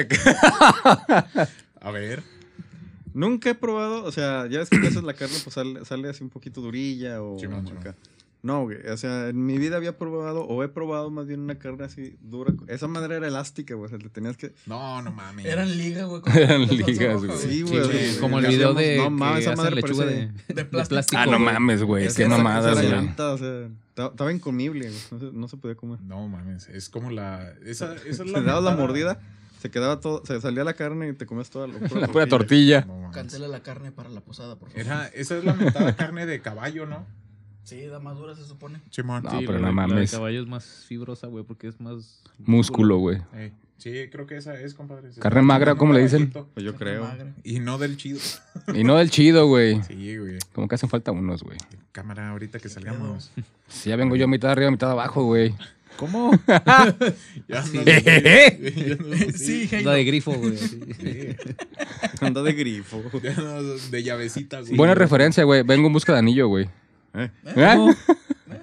A ver. nunca he probado, o sea, ya ves que a veces la carne pues sale así un poquito durilla o Simón, acá. No, güey, o sea, en mi vida había probado, o he probado más bien una carne así dura. Esa madre era elástica, güey, o sea, te tenías que... No, no mames. Eran ligas, güey. Eran ligas, güey. Sí, Sí, güey. güey, o como el sea, video hacíamos- de No mames, que esa hacen madre lechuga parece... De plástico. Ah, no güey. mames, güey. Esa- Qué esa- mamadas, esa era güey. llanta, o sea, estaba incomible, güey, no se podía comer. No mames. Es como la. Esa es la. Le dabas la mentada- mordida, se quedaba todo, se salía la carne y te comías toda La pura tortilla. No mames. Cancela la carne para la posada, por favor. Esa es la mentada carne de caballo, ¿no? Sí, da más dura, se supone. Simón. No, Sí, pero la no de- la de mames. caballo es más fibrosa, güey, porque es más... Músculo, güey. Sí, creo que esa es, compadre. Se Carne está magra, tomando ¿cómo un le dicen? caballito. Pues yo creo. Magre. Y no del chido. Y no del chido, güey. Sí, güey. Como que hacen falta unos, güey. Cámara, ahorita que salgamos. Si ya vengo yo mitad arriba, mitad abajo, güey. ¿Cómo? Ya Sí. andas ya andas así. Sí, La Halo. de grifo, güey. así. Sí. Anda de grifo. Ya andas de llavecita, güey. Buena referencia, güey. Vengo en busca de anillo, güey. ¿Eh? ¿Eh?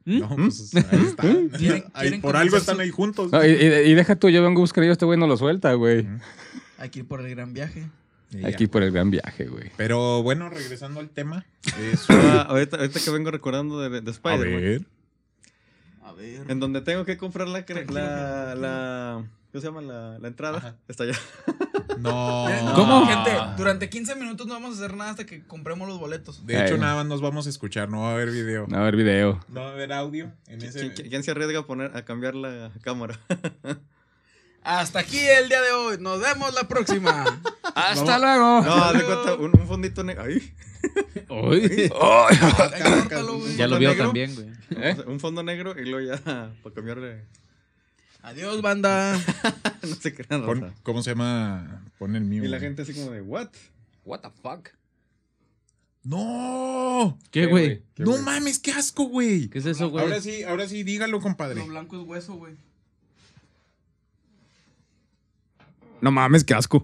No, pues ahí están. ¿Quieren Por algo comenzar están su- ahí juntos. No, y deja tú, yo vengo a buscar yo, este güey no lo suelta, güey. Hay que ir por el gran viaje. Y ya. Aquí por el gran viaje, güey. Pero bueno, regresando al tema. Ahorita que vengo recordando de A Spider-Man. ver. A ver. En donde tengo que comprar Tranquilo. ¿cómo se llama? La entrada. Ajá. Está allá. No. ¿Cómo? Gente, durante 15 minutos no vamos a hacer nada hasta que compremos los boletos. De hecho, Ey. nada más nos vamos a escuchar, no va a haber video. A ver, video. No va a haber audio en ese. ¿Quién se arriesga a cambiar la cámara? Hasta aquí el día de hoy. Nos vemos la próxima. ¡Hasta luego! No, haz de cuenta, un fondito negro. Ahí. Uy. Córtalo, güey. Ya lo vio negro. también, güey. ¿Eh? O sea, un fondo negro y luego ya para cambiarle. Adiós, banda. No se crean, raza. ¿Cómo se llama? Pon el mío. Y la güey. gente así como de, ¿what? What the fuck? ¡No! ¿Qué, güey? No mames, qué asco, güey. ¿Qué es eso, güey? Ahora sí, dígalo, compadre. Lo blanco es hueso, güey. No mames, qué asco.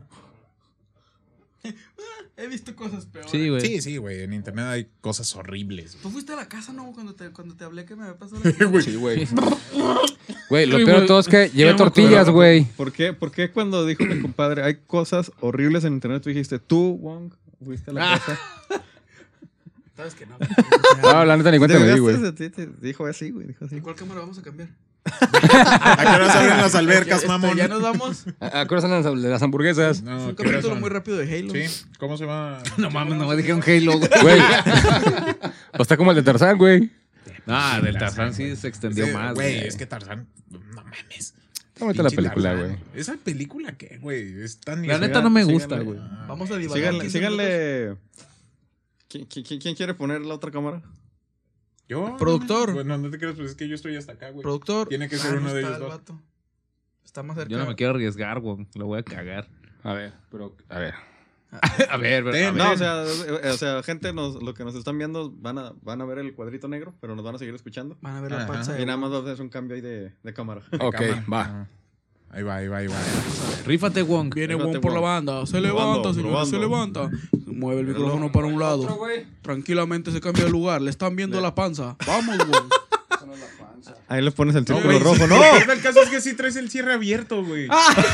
He visto cosas peores. Sí, güey. Sí, güey, en internet hay cosas horribles. Tú fuiste a la casa, ¿no? Cuando te hablé que me había pasado Sí, güey. Güey, lo Uy, peor de güey. todo es que llevé Pero- tortillas, güey. ¿Por qué cuando dijo mi compadre hay cosas horribles en internet tú dijiste, tú, Wong, fuiste a la casa? ¿Sabes que no? No, la neta ni cuenta me di, güey. Dijo así, güey, dijo así. ¿En cuál cámara vamos a cambiar? ¿A qué hora salen las albercas, mamón? Ya nos vamos. ¿A qué hora salen las hamburguesas? No, Un ¿qué horas capítulo son? muy rápido de Halo. Sí, ¿cómo se llama? No mames, no me dijeron Halo, güey. Güey. O está como el de Tarzán, güey. Ah, del Tarzán sí se extendió Sí, más, güey. güey. Es que Tarzán, no mames. Está bonita la Pinche película, Tarzán. güey. ¿Esa película qué, güey? Es tan La neta no me síganle. gusta, güey. Vamos a divagar. Síganle. 15 minutos. síganle. ¿Quién quiere poner la otra cámara? ¿Yo? Productor. Bueno, no te creas, pues es que yo estoy hasta acá, güey. Productor. Tiene que ser Ah, uno no de está ellos el dos. vato. Está más cerca. Yo no me quiero arriesgar, güey. Lo voy a cagar. A ver, pero... A ver. A ver, Ten, No, o sea, gente, lo que nos están viendo van a ver el cuadrito negro, pero nos van a seguir escuchando. Van a ver la Ajá. panza. Y nada más va a hacer un cambio ahí de cámara. Ok, Cámara. va. Ajá. Ahí va. Rífate, Wong. Viene Fíjate, Wong por la Wong. banda. Se Probando, levanta, señores. Se probando. levanta. Mueve el micrófono para un lado. güey. Tranquilamente se cambia de lugar. Le están viendo la panza. Vamos, Wong. Ahí le pones el No, círculo güey, rojo, sí, ¡no! lo peor del caso es que sí traes el cierre abierto, güey.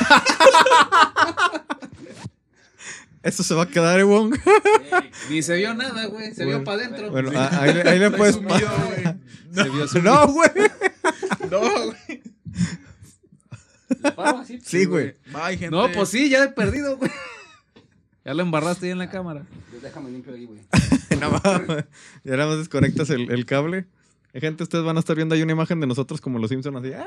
Eso se va a quedar, Wong. Ni se vio nada, güey. Se vio para adentro. Bueno, ahí le puedes. Sumido, güey. Se vio su... No, güey. No, güey. Sí, güey. Bye, gente. No, pues sí, ya he perdido, güey. Ya lo embarraste ahí en la cámara. Déjame limpio ahí, güey. No mames. Y ahora más desconectas el cable. Gente, ustedes van a estar viendo ahí una imagen de nosotros como los Simpsons así. ¡Ah!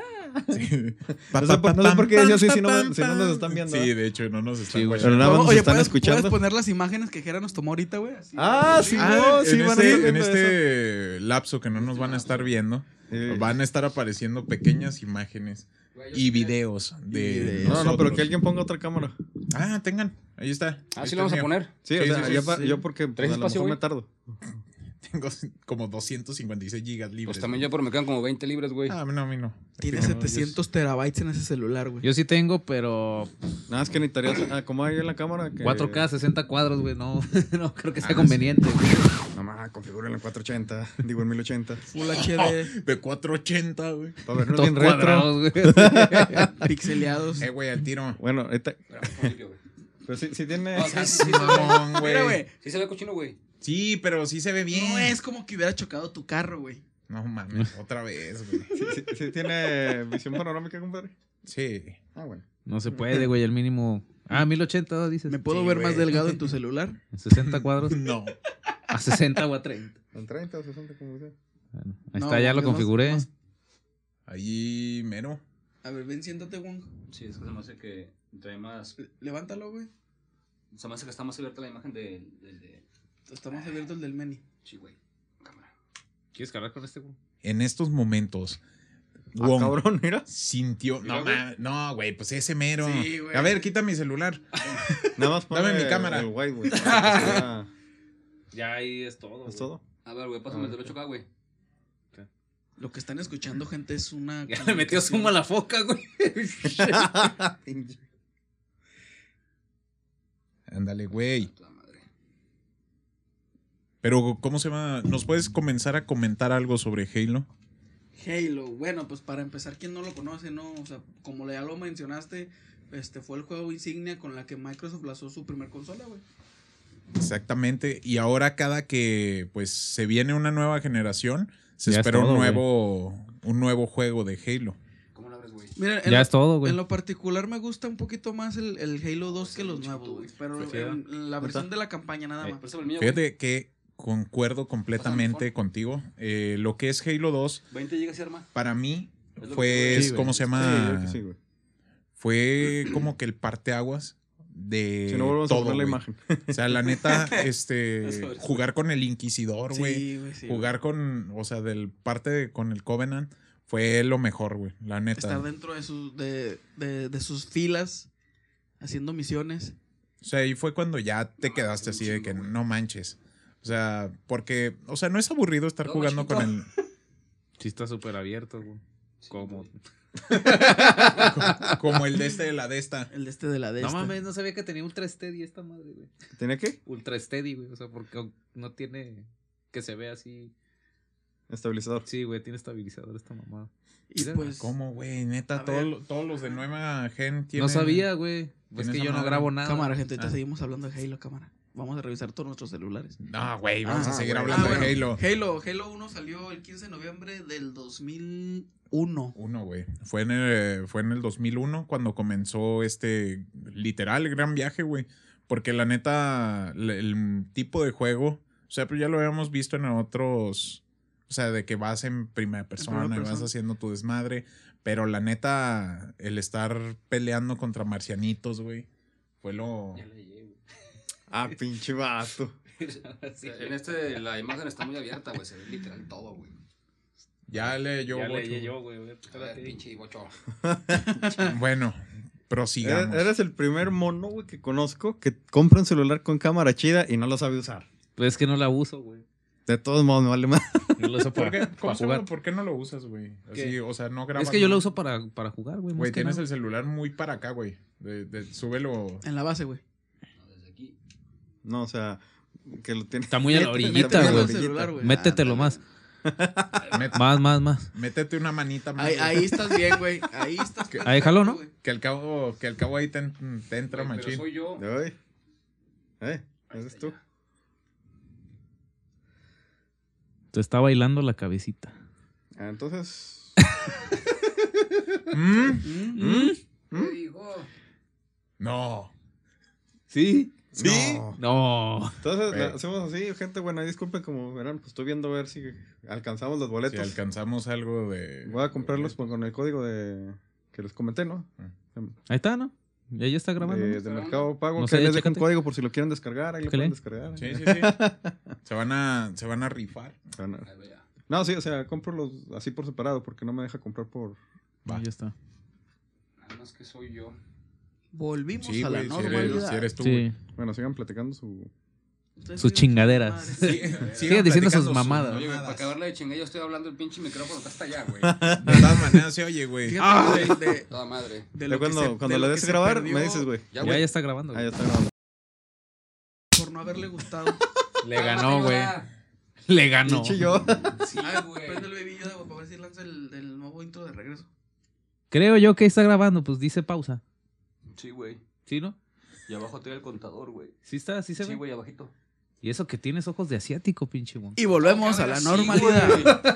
No sé por qué decía así si no nos están viendo. Sí, de hecho, no nos están Sí, güey. Pero nada más nos Oye, están ¿puedes escuchando. poner las imágenes que Jera nos tomó ahorita, güey? Así. Ah, sí, no, sí, en van a estar en viendo este lapso que no nos van a estar viendo, Sí. van a estar apareciendo pequeñas imágenes y videos de No, pero nosotros. que alguien ponga otra cámara. Ah, tengan, ahí está. Ah, Ahí sí está lo vamos el a mío. poner. Sí, Sí, o sea, sí, sí. yo porque pues, ¿Traes a lo espacio, mejor güey? me tardo. Tengo como 256 gigas libres. Pues también güey. yo, pero me quedan como 20 libres, güey. Ah, no, a mí no. Tiene No, 700 terabytes en ese celular, güey. Yo sí tengo, pero Nada más que necesitarías. Como hay en la cámara. Que... 4K, 60 cuadros, güey. No, no creo que sea conveniente. Mamá, configúrenlo en 480. Digo en 1080. Full HD, De 480, güey. Para vernos Todos bien retro. cuadrados, güey. pixeleados. Güey, al tiro. Bueno, ahorita. Limpio, güey. Pero sí tiene. Mamón, güey. Mira, güey. Sí se ve cochino, güey. Sí, pero sí se ve bien. No es como que hubiera chocado tu carro, güey. No mames, otra vez, güey. Sí tiene visión panorámica, compadre. Sí. Ah, bueno. No se puede, güey. El mínimo. Ah, 1080, dices. ¿Me puedo Sí, ver güey. más delgado en tu celular? 60 cuadros. No. A 60 o a 30. En 30 o 60, como sea. Bueno, ahí No, está, ya lo más- configuré. más- Ahí, mero. A ver, ven, siéntate, Wong. Sí, es que se me hace que trae más... Levántalo, güey. Se me hace que está más abierta la imagen de... Está más abierto el del Meni. Sí, güey. Cámara. ¿Quieres cargar con este, güey? En estos momentos, Ah, Wong cabrón, mira. sintió. No, no, güey, pues ese mero. Sí, güey. A ver, quita mi celular. Nada más pone Dame mi cámara. El white, güey. para que se vea- Ya ahí es todo. ¿Es todo? A ver, güey, pásame el del 8K, güey. Lo que están escuchando, gente, es una. Ya le metió zoom a la foca, güey. Ándale, güey. La madre. Pero, ¿cómo se llama? ¿Nos puedes comenzar a comentar algo sobre Halo? Halo, bueno, pues para empezar, quien no lo conoce, ¿no? O sea, como ya lo mencionaste, fue el juego insignia con la que Microsoft lanzó su primer consola, güey. Exactamente. Y ahora cada que pues se viene una nueva generación, se Ya es espera todo, un nuevo juego de Halo. ¿Cómo lo abres, güey? Mira, Ya es todo, güey. En lo particular me gusta un poquito más el Halo 2 que los nuevos, güey. Pero en la versión de la campaña nada más. Préstame el mío, güey. Fíjate que concuerdo completamente contigo. Lo que es Halo 2, 20 gigas y arma. para mí, Es lo fue, que- Sí, güey. ¿cómo se Sí, llama? yo creo que sí, güey. Fue como que el parteaguas de Si no volvemos a todo, poner la güey. imagen. O sea, la neta, ver. jugar con el Inquisidor, güey. Sí, güey, sí. Jugar con, o sea, con el Covenant fue lo mejor, güey. La neta. Estar dentro de sus filas, haciendo misiones. O sea, ahí fue cuando ya te quedaste así de que no manches. O sea, porque, o sea, no es aburrido estar No, jugando machito. con el. Sí está súper abierto, güey. Como... Como el de la de esta. El de la de No esta. mames, no sabía que tenía Ultra Steady esta madre, güey. ¿Tiene qué? Ultra Steady, güey. O sea, porque no tiene... Que se vea así... Estabilizador. Sí, güey, tiene estabilizador esta mamada. Y pues, ¿Cómo, güey? Neta, A ver. todos los de nueva gen tienen. No sabía, güey. Es tiene que esa yo no madre. grabo nada. cámara, gente, ahorita Ah. seguimos hablando de Halo, cámara. Vamos a revisar todos nuestros celulares. No, güey, vamos a seguir güey. hablando bueno, de Halo. Halo 1 salió el 15 de noviembre del 2001. Uno, güey. Fue en el 2001 cuando comenzó literal, gran viaje, güey. Porque la neta, el tipo de juego, o sea, pues ya lo habíamos visto en otros, o sea, de que vas en primera persona y vas persona. haciendo tu desmadre. Pero la neta, el estar peleando contra marcianitos, güey, fue lo... Ya le llegué, güey. Ah, pinche vato. En la imagen está muy abierta, güey. Se ve literal todo, güey. Ya leyó, Ya bocho, leí güey. yo, güey. A ver, Espérate. pinche bocho. Bueno, prosigamos. Eres el primer mono, güey, que conozco que compra un celular con cámara chida y no lo sabe usar. Pues es que no la uso, güey. De todos modos, me vale más. No lo uso ¿Por para, qué? para jugar. ¿Por qué no lo usas, güey? Así, ¿Qué? o sea, no grabas. Es que yo lo nada. uso para jugar, güey. Güey, más que tienes nada. el celular muy para acá, güey. Súbelo. En la base, güey. No, desde aquí. No, o sea, que lo tiene. Está muy a la orillita, Métele güey. al celular, güey. Métetelo más. Met- Más. Métete una manita más. Ahí estás bien, güey. Ahí estás perfecto, Ahí jaló, ¿no? güey. Que al cabo ahí te entra Güey, pero machín. soy yo. De hoy. ¿Ese es tú? Te está bailando la cabecita. Ah, entonces. ¿Qué dijo? No. ¿Sí? ¿Sí? No. No. Entonces, Güey. hacemos así, gente. Bueno, disculpen, como verán, pues estoy viendo a ver si alcanzamos los Si boletos. alcanzamos algo de. Voy a comprarlos con el código que les comenté, ¿no? Ahí está, ¿no? Ya está grabando. De ¿no? Mercado Pago. No que sé, les dejo un chécate. código por si lo quieren descargar. Ahí lo Chécale. pueden descargar. Sí, sí, sí. se van a rifar. Bueno, Ahí va ya. no, sí, o sea, compro los así por separado porque no me deja comprar por. Va. Ya está. Nada más que soy yo. Volvimos Sí, a la güey, normalidad. si eres tú, güey. Sí. Bueno, sigan platicando su. Ustedes Sus siguen- chingaderas. Madre. Sigue diciendo sus platicando mamadas. Oye, güey, para acabarle de chingar, yo estoy hablando el pinche micrófono que está allá, güey. De todas maneras se oye, güey. Fíjate, de Toda madre. de Ya lo que cuando se- cuando de le lo des que a se grabar, perdió me dices, güey. Ya, Ya güey. está grabando. Ah, ya güey. está grabando. Por no haberle gustado. Le ganó, güey. Le ganó. Pinche yo. Sí, güey. Prende el baby Yoda, güey, para ver si lanza el nuevo intro de regreso. Creo yo que está grabando, pues dice pausa. Sí, güey. ¿Sí, no? Y abajo te el contador, güey. Sí está, sí se Sí, ve. güey, abajito. Y eso que tienes ojos de asiático, pinche güey. Y volvemos a la Sí, normalidad.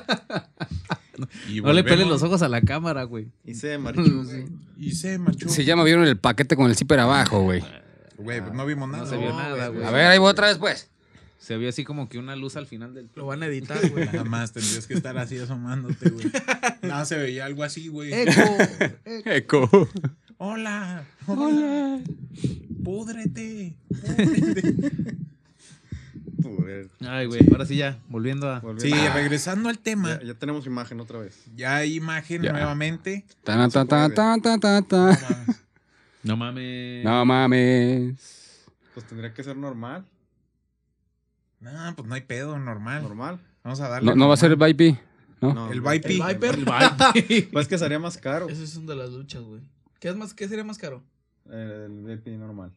güey. Y No le peles volvemos. los ojos a la cámara, güey. Y se marchó. Y se machó. Se llama, vieron el paquete con el zipper abajo, güey. Güey, pues no vimos nada. No se vio nada, güey. A ver, ahí voy otra vez, pues. Se vio así como que una luz al final del... Lo van a editar, güey. Nada más tendrías que estar así asomándote, güey. Nada, se veía algo así, güey. Eco. Hola. Hola. Púdrete. Púdrete. Joder. Ay, güey, ahora sí ya, volviendo a... Sí, regresando al tema. Ya tenemos imagen otra vez. Ya hay imagen Ya. nuevamente. Ta, ta, ta, ta, ta, ta, ta. No mames. No mames. Pues tendría que ser normal. No, pues no hay pedo, normal. Normal. Vamos a darle. No va a ser el normal. VIP. ¿no? No, El no. VIP. El Viper. Pues que sería más caro. Esas son de las luchas, güey. ¿Qué sería más caro? El VIP normal.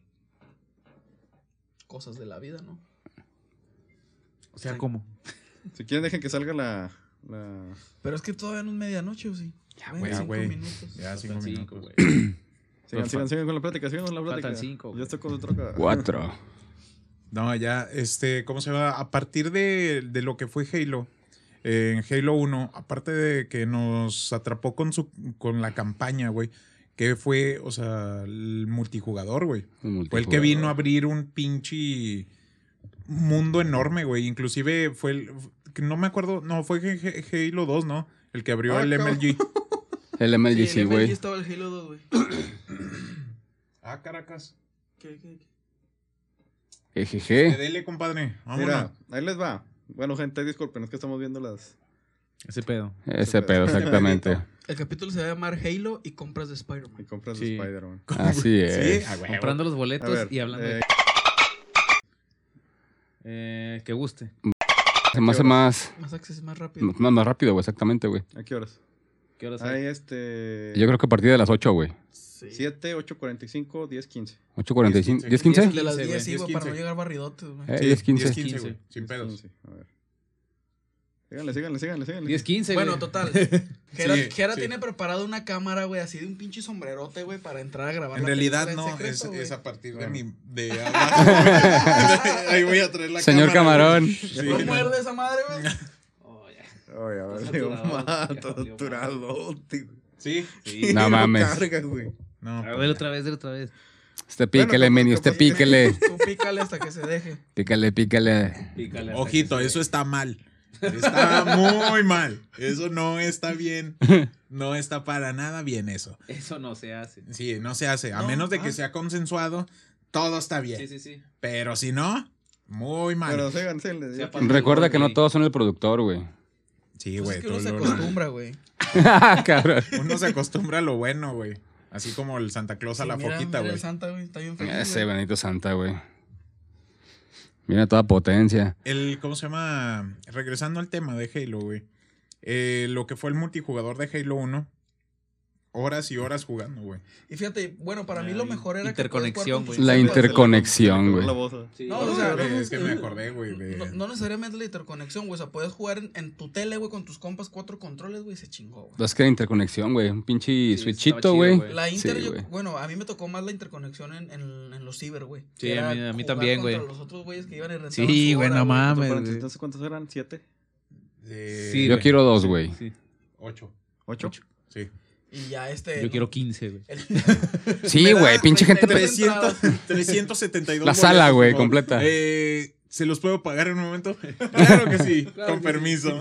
Cosas de la vida, ¿no? O sea, ¿cómo? Si quieren, dejen que salga Pero es que todavía no es medianoche, ¿o sí? Ya, Ven, güey. 5 güey. minutos. Ya, 5 Faltan minutos. güey. Sigan con la plática, sigan con la plática. Faltan 5, güey. Yo estoy con su troca. 4. No, ya, ¿cómo se va? A partir de lo que fue Halo, en Halo 1, aparte de que nos atrapó con la campaña, güey, que fue, o sea, el multijugador, güey. Fue el que vino a abrir un pinche mundo enorme, güey. Inclusive fue no me acuerdo, no, fue Halo 2, ¿no? El que abrió el MLG. El MLG, Sí, sí, en MLG güey. estaba el Halo 2, güey. Caracas. ¿Qué? Ejeje. Dele, compadre. Vámonos. Mira, ahí les va. Bueno, gente, disculpen, es que estamos viendo las... Ese pedo. Ese pedo, exactamente. El capítulo se va a llamar Halo y compras de Y Spider-Man. compras Sí. de Spider-Man. Así es. Sí, a huevo. Comprando los A boletos ver, y hablando. Que guste. Se me hace más Más rápido. rápido, güey, exactamente, güey. ¿A qué horas? ¿Qué horas Hay hay? Yo creo que a partir de las 8, güey. Sí. 7, 8:45, 10:15. 8:45. 10, ¿10:15? El de las 15, 10, sí, güey, 10, para no 15. llegar barridotes, güey. 10:15. 10-15, güey. Sin pedos. 15. A ver. Síganle. 10-15, Bueno, güey. total. Jera tiene preparado una cámara, güey, así de un pinche sombrerote, güey, para entrar a grabar En la realidad película en no, secreto, güey. es a partir de Bueno. de abajo. Ahí voy a traer la Señor cámara, Camarón. güey. Sí, ¿No no. muerde esa madre, güey? Oh, ya. Oye, a ver, Está digo, saturado, ya torturado. Sí. Sí. No mames. Carga, güey. No, A ver, otra vez. Este píquele, Bueno, meni, usted píquele. Tú pícale hasta que se deje. Pícale. Pícale hasta ojito, que se eso está mal. Está muy mal. Eso no está bien. No está para nada bien eso. vea. Eso no se hace. Sí, no se hace. A No, menos de que sea consensuado, todo está bien. Sí. Pero si no, muy mal. Pero síganse. Sí, aparte- Recuerda que no todos son el productor, güey. Sí, Pues güey. es que uno todo se lo- acostumbra, güey. Cabrón. Uno se acostumbra a lo bueno, güey. Así como el Santa Claus a Sí, la mira, foquita, mira güey. el Santa, güey, está bien feliz, Ese güey. Benito Santa, güey. Mira toda potencia. ¿Cómo se llama? Regresando al tema de Halo, güey. Lo que fue el multijugador de Halo 1. Horas y horas jugando, güey. Y fíjate, bueno, para mí lo mejor era que puedes jugar interconexión, con tus güey. La compas. interconexión, güey. La voz. Sí. No, o sea, Es que me acordé, güey. No necesariamente la interconexión, güey. O sea, puedes jugar en tu tele, güey, con tus compas 4 controles, güey, y se chingó, güey. Es que la interconexión, güey. Un pinche Sí, switchito, estaba chido, güey. güey. La Inter, Sí, güey. bueno, a mí me tocó más la interconexión en los ciber, güey. Sí, Que era a mí jugar también, güey. contra los otros güeyes que iban y rentaban Sí, su güey, hora, no mames. Entonces, ¿cuántos eran? ¿7? Sí, Yo güey. quiero 2, güey. Sí. 8. ¿8? Sí. Y ya Yo quiero 15, güey. Sí, Me da güey. Pinche gente. 372 La sala, boletos, güey, por favor. completa. ¿Se los puedo pagar en un momento? Claro que sí, con permiso.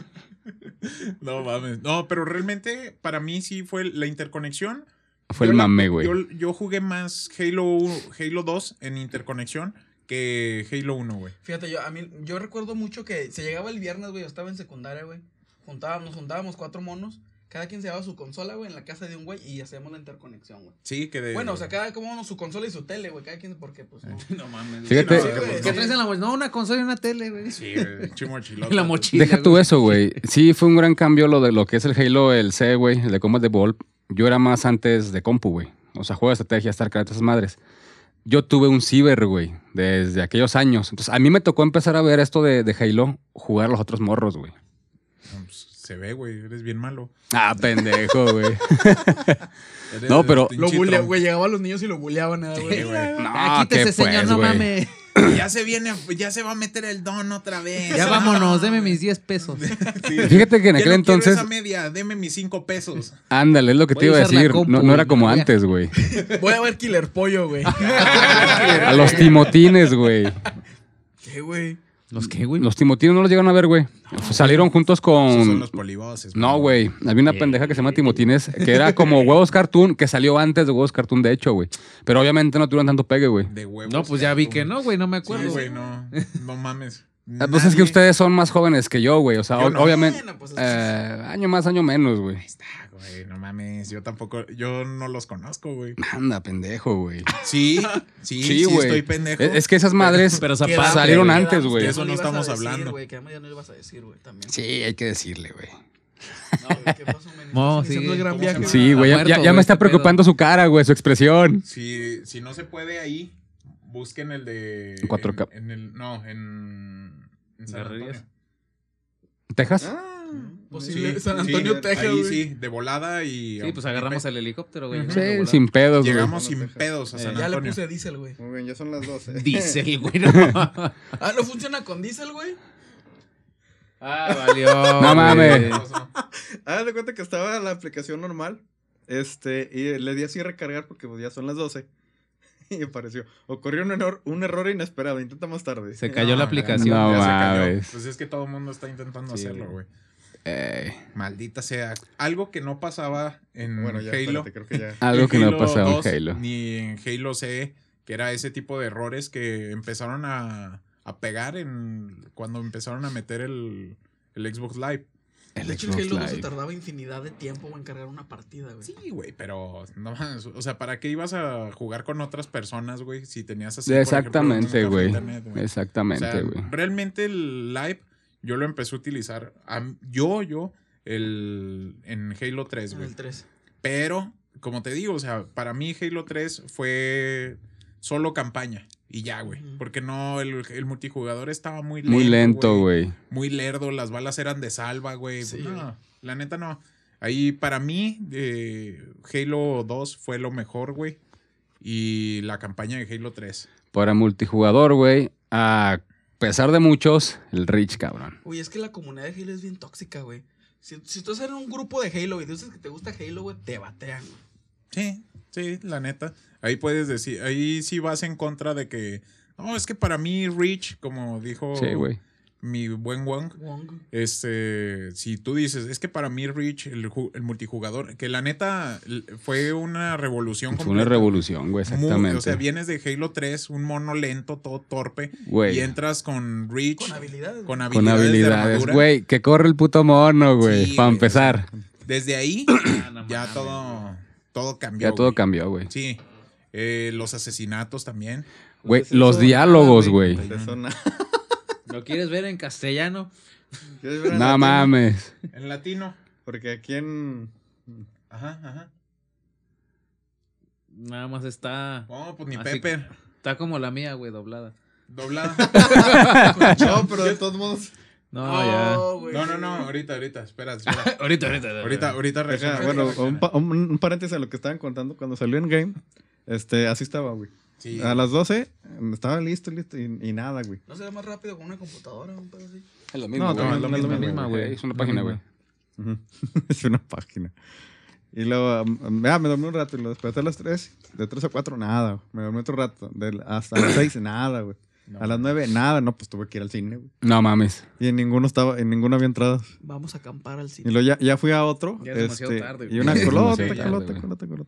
No mames. No, pero realmente para mí sí fue la interconexión. Fue el mame, güey. Yo jugué más Halo 2 en interconexión que Halo 1, güey. Fíjate, yo recuerdo mucho que se llegaba el viernes, güey, yo estaba en secundaria, güey. Nos juntábamos 4 monos. Cada quien se llevaba su consola, güey, en la casa de un güey y hacíamos la interconexión, güey. Sí, que de... Bueno, o sea, cada uno su consola y su tele, güey. Cada quien, porque, pues, no. No mames. Fíjate. Sí, no, güey, ¿Qué sí. traes en la mochila? No, una consola y una tele, güey. Sí, chimochilota. La mochila. Deja tú eso, güey. Sí, fue un gran cambio lo de lo que es el Halo, el C, güey, el de Combat Evolved. Yo era más antes de compu, güey. O sea, juego de estrategia, StarCraft, esas madres. Yo tuve un ciber, güey, desde aquellos años. Entonces, a mí me tocó empezar a ver esto de Halo, jugar a los otros morros, güey. No, pues, se ve, güey, eres bien malo. Ah, pendejo, güey. Eres No, pero- pinche Lo bulea, tronco. güey. Llegaban los niños y lo buleaban, güey. Sí, güey. No, Quítese, ¿qué señor, pues, no güey? mames. Ya se va a meter el don otra vez. Ya vámonos, deme mis 10 pesos. Sí. Fíjate que en Ya aquel no entonces, quiero esa media, deme mis 5 pesos. ándale, es lo que Voy te a iba a usar la decir. compu, No era güey, como me voy a- antes, güey. Voy a ver Killer Pollo, güey. A los timotines, güey. ¿Qué, güey? ¿Los qué, güey? Los timotines no los llegaron a ver, güey. Salieron juntos Esos son con... los poliboses. No, güey. Había una pendeja que se llama Timotines, que era como Huevos Cartoon, que salió antes de Huevos Cartoon, de hecho, güey. Pero obviamente no tuvieron tanto pegue, güey. De huevos. No, pues ya vi que no, güey, no me acuerdo. Sí, güey, no. No mames. Pues es que ustedes son más jóvenes que yo, güey. O sea, Yo no. obviamente... Bueno, pues, año más, año menos, güey. Ahí está, güey, no mames. Yo tampoco, yo no los conozco, güey. Anda, pendejo, güey. Sí, sí, güey. estoy pendejo. Es que esas madres Pero ¿qué Zapata, salieron güey. antes, güey. De eso no le ibas a estamos decir, hablando. güey, que ya no le ibas a decir, güey, también. Sí, hay que decirle, güey. No, güey, ¿qué pasó, men? No, ¿Estás iniciando sí, el gran ¿cómo viaje, se llama? güey? Sí, güey. muerto, Ya güey, me está este preocupando su cara, güey, su expresión. Si no se puede ahí, busquen el de... 4K. En San ¿Guerrerías? Antonio. ¿Texas? Posible San Antonio, Texas, ahí güey. sí, de volada y... Sí, pues agarramos el helicóptero, güey. Sí, sin pedos, güey. Llegamos sin pedos a San Ya le Antonio. puse diésel, güey. Muy bien, ya son las 12. Diesel, güey. No. ¿No funciona con diésel, güey? Valió. No mames. Haz de cuenta que estaba la aplicación normal. Y le di así a recargar porque pues, ya son las 12. Y apareció. Ocurrió un error inesperado. Intenta más tarde. Se cayó la aplicación. No Ya se cayó. mames. Pues es que todo el mundo está intentando Sí, hacerlo, güey. Maldita sea. Algo que no pasaba en Bueno, ya, Halo. espérate, creo que ya. Algo en que no Halo pasaba 2, en Halo. Ni en Halo CE, que era ese tipo de errores que empezaron a pegar cuando empezaron a meter el Xbox Live. El De hecho, el Xbox Halo 2 se Live. tardaba infinidad de tiempo en cargar una partida, güey. Sí, güey, pero no más. O sea, ¿para qué ibas a jugar con otras personas, güey? Si tenías así. Exactamente, por ejemplo, un güey. café internet, güey. O Exactamente, sea, güey. realmente el Live yo lo empecé a utilizar. En Halo 3, En güey. el 3. Pero, como te digo, o sea, para mí Halo 3 fue solo campaña. Y ya, güey. Ujú. Porque no, el multijugador estaba muy lento. Muy lento, güey. Muy lerdo, las balas eran de salva, güey. Sí, No, güey. la neta no. Ahí, para mí, Halo 2 fue lo mejor, güey. Y la campaña de Halo 3. Para multijugador, güey, a pesar de muchos, el Rich, cabrón. Uy, es que la comunidad de Halo es bien tóxica, güey. Si tú estás en un grupo de Halo y dices que te gusta Halo, güey, te batean, güey. Sí, la neta. Ahí puedes decir, ahí sí vas en contra de que, no, es que para mí Reach, como dijo Sí, güey. mi buen Wong, Wong. si tú dices, es que para mí Reach, el multijugador, que la neta fue una revolución Fue una completa. revolución, güey, exactamente. O sea, vienes de Halo 3, un mono lento, todo torpe, Güey. y entras con Reach, Con habilidades. con güey. Con habilidades de habilidades, armadura. güey. Que corre el puto mono, güey. Sí, para güey, empezar. Desde ahí, no ya mames, todo cambió. Ya todo güey. cambió, güey. Sí. Los asesinatos también. Güey, Pues los eso, diálogos, güey. De zona. ¿Lo quieres ver en castellano? ¿Quieres ver en No latino? mames. En latino. Porque aquí en. Ajá. Nada más está. Oh, pues ni Así Pepper. Está como la mía, güey, doblada. Doblada. No, pero de todos modos. No, No, güey. No, ahorita. Espera. Ahorita. Ahorita reacciona. Bueno, un paréntesis a lo que estaban contando. Cuando salió en Game, así estaba, güey. Sí. A las 12 estaba listo y nada, güey. ¿No será más rápido con una computadora o un pedo así? Es lo No, güey. no, es lo mismo, misma, güey. Es una página, güey. Ujú. Es una página. Y luego, me dormí un rato y lo desperté a las 3. De 3 a 4, nada. Me dormí otro rato. Hasta las 6, nada, güey. A las 9, nada. No, pues tuve que ir al cine, güey. No mames. Y en ninguno había entradas. Vamos a acampar al Y cine. luego ya fui a otro. Ya es demasiado tarde, Y güey. una Ya es colota. demasiado tarde,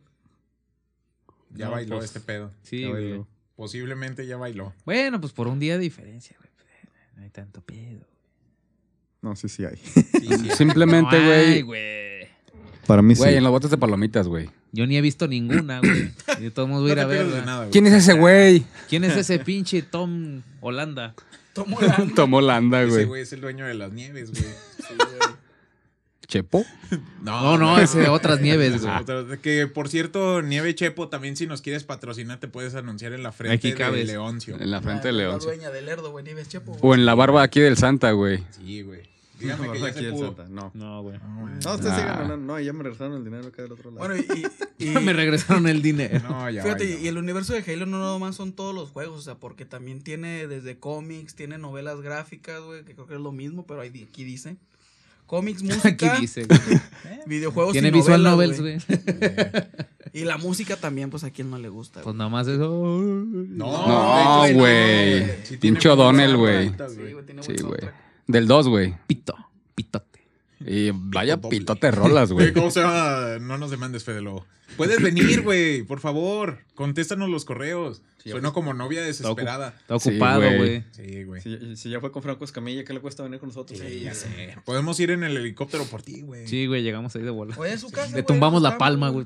Ya No, bailó pues, este pedo. Sí, Ya güey. bailó. Posiblemente ya bailó. Bueno, pues por un día de diferencia, güey. No hay tanto pedo. No, sí hay. Sí. Simplemente, No hay, güey. güey. Para mí Güey, en los botes de palomitas, güey. Yo ni he visto ninguna, güey. Y de todos modos voy a ir No a te pierdes de verla. nada, güey. ¿Quién es ese güey? ¿Quién es ese pinche Tom Holanda? Tomo la... Tomó Holanda, Ese güey. güey es el dueño de las nieves, güey. ¿Chepo? No, güey. ese de otras nieves, Ese güey. otro- Que por cierto, Nieve Chepo, también si nos quieres patrocinar, te puedes anunciar en la frente Aquí de cabes. Leoncio. En la frente de La León. dueña del Lerdo, güey. Nieves Chepo. O en la barba aquí del Santa, güey. Sí, güey. Dígame que ya Aquí se el pudo. Santa. No. No, güey. No, ustedes sigan. No, ya me regresaron el dinero acá del otro lado. Bueno, y Me regresaron el dinero. No, ya fíjate, bailó. y el universo de Halo no nomás son todos los juegos, o sea, porque también tiene desde cómics, tiene novelas gráficas, güey, que creo que es lo mismo, pero aquí dice. Cómics, música, Aquí dice, güey. videojuegos Tiene y visual novelas, novels, güey. güey. Y la música también, pues a quien no le gusta, Pues güey. nada más eso. No, de hecho, güey. Sí tiene Pinche muy O'Donnell, buena güey. rolita, Sí, güey, tiene Sí, buen güey. soundtrack. Del 2, güey. Pitote. Y vaya doble. pitote rolas, Güey, güey. ¿cómo se llama? No nos demandes, Fede Lobo. Puedes venir, güey, por favor. Contéstanos los correos. Suena como novia desesperada. Está Sí, ocupado, güey. güey. Sí, güey. Si ya fue con Franco Escamilla, ¿qué le cuesta venir con nosotros? Sí, ya sé. Podemos ir en el helicóptero por ti, güey. Sí, güey, llegamos ahí de bola. Oye, a su casa, Le güey, tumbamos nos la vamos, palma, güey.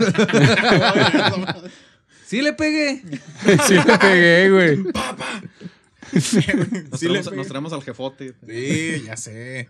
Sí le pegué. Sí le pegué, güey. Sí, Nos traemos al jefote. Sí, ya sé.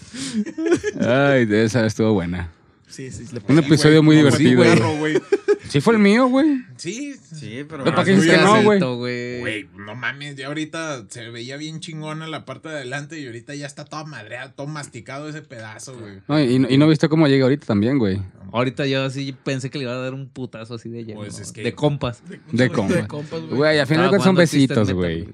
Ay, esa estuvo buena. Sí, le Un episodio muy Como divertido, perro, güey. Sí fue el mío, güey. Sí. Sí, pero... ¿Para qué es dices que no, güey? Güey, no mames, ya ahorita se veía bien chingona la parte de adelante y ahorita ya está todo madreado, todo masticado ese pedazo, güey. No, y no viste cómo llegué ahorita también, güey. Ahorita yo así pensé que le iba a dar un putazo así de lleno. Pues es que- De compas. De compas. De compas, güey. Güey, al final de cuentas son besitos, güey.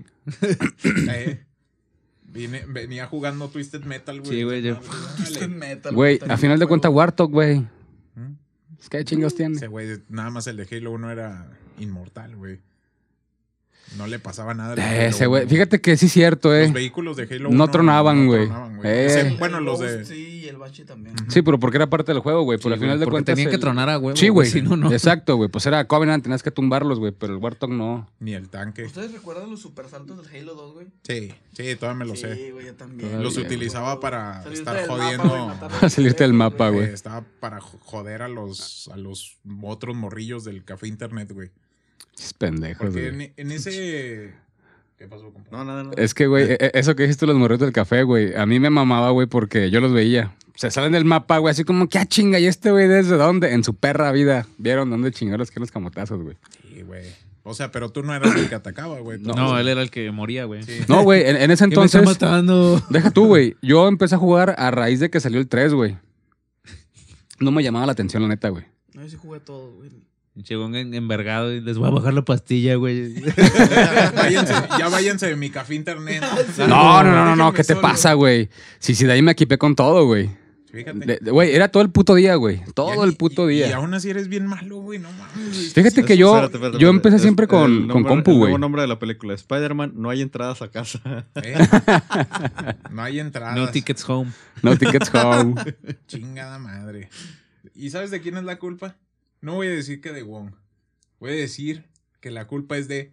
Venía jugando Twisted Metal, güey. Sí, güey, yo- Twisted Metal. Güey, también a final de juego. cuentas Warthog, güey. ¿Mm? Es que chingos tiene. Ese güey, nada más el de Halo 1 era inmortal, güey. No le pasaba nada. al de Halo Ese, güey. 1. Fíjate que sí es cierto, Los vehículos de Halo 1 No tronaban, güey. Ese, El bueno, los de... Ghost, sí, y el Banshee también. Sí, pero porque era parte del juego, güey. Pero al Sí, final güey, de porque cuentas. tenían que el- tronar a huevo. Sí, güey. Si no, no. Exacto, güey. Pues era Covenant, tenías que tumbarlos, güey. Pero el Warthog no. Ni el tanque. ¿Ustedes recuerdan los super saltos del Halo 2, güey? Sí, todavía me lo sé. Sí, güey, yo también. Todavía, Los güey. utilizaba para Salirte estar del mapa, jodiendo. güey, matar a Para los salirte del pendejos, mapa, güey. Estaba para joder a los otros morrillos del café internet, güey. Es pendejos, Porque güey. en ese... ¿Qué pasó, compa? No, nada, nada. Es que, güey, eso que dijiste los morritos del café, güey. A mí me mamaba, güey, porque yo los veía. Se salen del mapa, güey, así como, ¿qué chinga? ¿Y este güey desde dónde? En su perra vida. ¿Vieron dónde chingaron los camotazos, güey? Sí, güey. O sea, pero tú no eras el que atacaba, güey. No, él era el que moría, güey. Sí. No, güey, en ese ¿Qué me está entonces. matando? Deja tú, güey. Yo empecé a jugar a raíz de que salió el 3, güey. No me llamaba la atención, la neta, güey. No, yo sí jugué todo, güey. Llegó envergado y les voy a bajar la pastilla, güey. Ya váyanse de mi café internet. No. ¿Qué te solo. pasa, güey? Sí, de ahí me equipé con todo, güey. Fíjate. Güey, era todo el puto día, güey. Todo Ya el ni- puto Y día. aún así eres bien malo, güey. No mames, güey. Fíjate que Espérate, yo empecé Es siempre el con nombre- compu, El güey. nuevo nombre de la película, Spider-Man, no hay entradas a casa. ¿Eh? No hay entradas. No tickets home. No tickets home. Chingada madre. ¿Y sabes de quién es la culpa? No voy a decir que de Wong. Voy a decir que la culpa es de...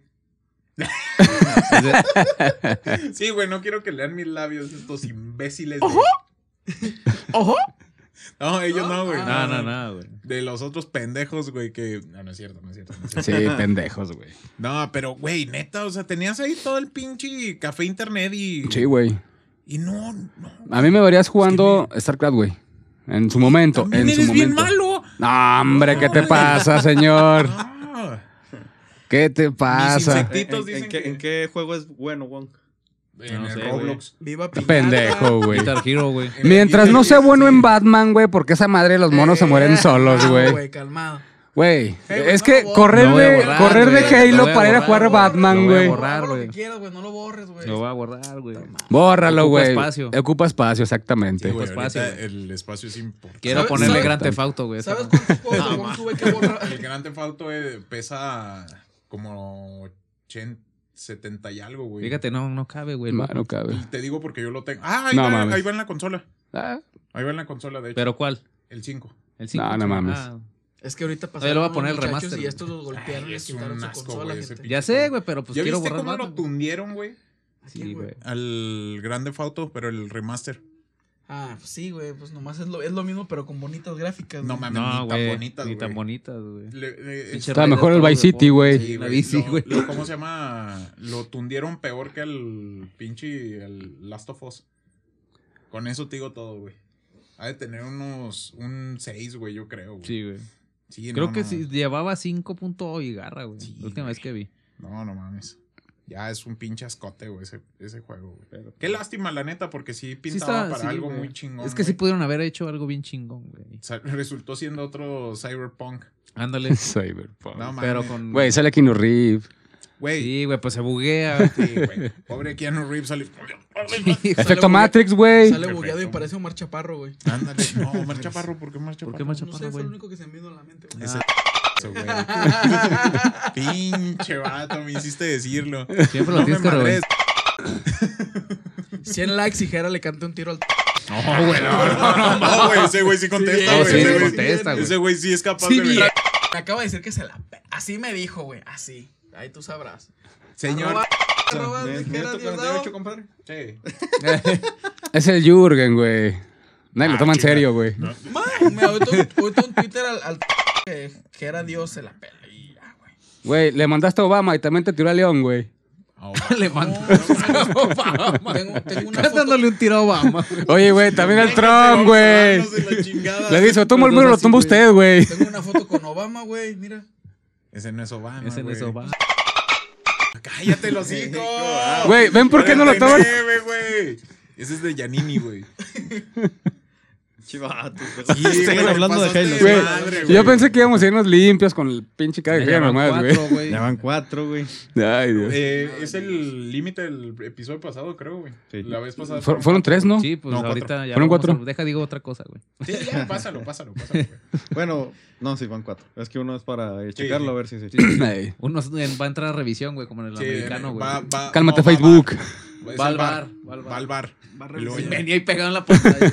Sí, güey, no quiero que lean mis labios estos imbéciles. ¡Ojo! No, ellos no, güey. No, güey. De los otros pendejos, güey, que... No es cierto. Sí, pendejos, güey. No, pero, güey, neta, o sea, tenías ahí todo el pinche café internet y... Sí, güey. Y no. A mí me verías jugando StarCraft, güey. En su momento. También En su eres bien momento. malo. No, hombre, ¿qué te pasa, señor? Ah, ¿Qué te mis pasa? insectitos dicen que... ¿En qué juego es bueno, Wong? En No el sé, Roblox. Viva Piñata. Pendejo, güey. Guitar Hero, güey. Mientras no sea bueno Sí. en Batman, güey, porque esa madre de los monos se mueren solos, Calmado, güey. calmado. Güey, güey, es no que lo correr No voy a de borrar, correr de güey. Halo Lo voy a para ir a borrar, jugar güey. Batman, Lo voy a güey. borrar, Borra lo güey. que quieras, güey. No lo borres, güey. Lo voy a borrar, güey. Bórralo, Ocupa güey. espacio. Ocupa espacio, exactamente. Sí, güey, espacio, ahorita güey. el espacio es importante. Quiero ¿Sabes- ponerle sabes- Grand Theft Auto, güey. ¿Sabes cuántos juegos de Wong tuve que borrar? El Grand Theft Auto pesa como 70 y algo, güey. Fíjate, no cabe, güey. No cabe. Y te digo porque yo lo tengo. Ah, ahí, No va, mames. ahí va en la consola. Ah, Ahí va en la consola, de hecho. ¿Pero cuál? El 5. ¿El 5? No mames. Es que ahorita Oye, pasaron le voy a unos poner el muchachos remaster, y estos los golpearon y les es quitaron un su asco, consola, güey, ese gente. Ya sé, güey, pero pues ¿Ya quiero viste borrar cómo lo Batman. tundieron, güey? Sí, güey. Al Grand Theft Auto, pero el remaster. Ah, pues sí, güey. Pues nomás es lo mismo, pero con bonitas gráficas. No güey. mames, No, ni tan güey. bonitas, Ni güey. tan bonitas, güey. Pinche Está Red mejor Dead el Vice todo City, de güey. Sí, La güey, bici, güey. ¿Cómo se llama? Lo tundieron peor que el pinche el Last of Us. Con eso te digo todo, güey. Ha de tener un 6, güey, yo creo, güey. Sí, güey. Sí, Creo no, que no. sí, llevaba 5 puntos y garra, güey. Sí, La última güey. vez que vi. No mames. Ya es un pinche ascote, güey, ese juego, güey. Qué lástima, la neta, porque sí pintaba está- para sí, algo güey. muy chingón. Es que sí güey. pudieron haber hecho algo bien chingón, güey. Resultó siendo otro Cyberpunk. Ándale. Cyberpunk. No mames. Pero con... Güey, sale Keanu Reeves. Güey. Sí, güey, pues se buguea. Sí, güey. Pobre Keanu Reeves sale. Efecto Matrix, güey. Sale bugueado y parece Omar Chaparro, güey. Ándale. No, Omar Chaparro, ¿por qué Omar Chaparro? ¿Por qué Omar No sé, Chaparro, fue güey? lo único que se me vino a la mente, güey. Ese eso, güey. Pinche vato, me hiciste decirlo. Siempre lo No me tienes que madres. rever. 100 likes y Jera le canta un tiro al... No, güey, no. No, güey, ese güey sí contesta, No, güey. sí, ese güey contesta, güey. Ese güey sí es capaz Sí, de ver. bien. Me acaba de decir que se la... Así me dijo, güey. Así. Ahí tú sabrás. Señor. Arroba ¿De Jera ¿Minuto Diosdado. 48, compadre? Sí. Es el Jürgen, güey. Nadie lo toma en chinga. serio, güey. Me ahorita un Twitter al que era Dios se la pela. Y ya, güey. Güey, le mandaste a Obama y también te tiró a León, güey. Le mando. Tengo una foto. Dándole un tiro a Obama. Oye, güey, también al Trump, güey. Le dice, toma el muro, lo tumba usted, güey. Tengo una foto con Obama, güey. Mira. Ese no es Obama, Ese no es güey. Obama. ¡Cállate los hocico! Güey, ¿ven por qué no lo toman? 49, güey. Ese es de Giannini, güey. Chivato. Sí, Siguen güey, hablando de pasaste Halo. Güey, madre, yo pensé que íbamos a irnos limpios con el pinche cara de Ya Halo van nomás, güey. 4, güey. Ya van 4, güey. Ay, Dios. Es el límite del episodio pasado, creo, güey. Sí. La vez pasada. Fueron 3, ¿no? Sí, pues No, ahorita ya. Fueron vamos 4. Deja, digo otra cosa, güey. Sí, ya, pásalo, güey. Bueno, no, sí, van 4. Es que uno es para checarlo sí. a ver si sí. Ay. Uno va a entrar a revisión, güey, como en el Sí, americano, güey. Cálmate, no, Facebook. Es Va al el bar. Va al bar. Va a Y luego revisar. ya- Venía ahí pegado en la pantalla.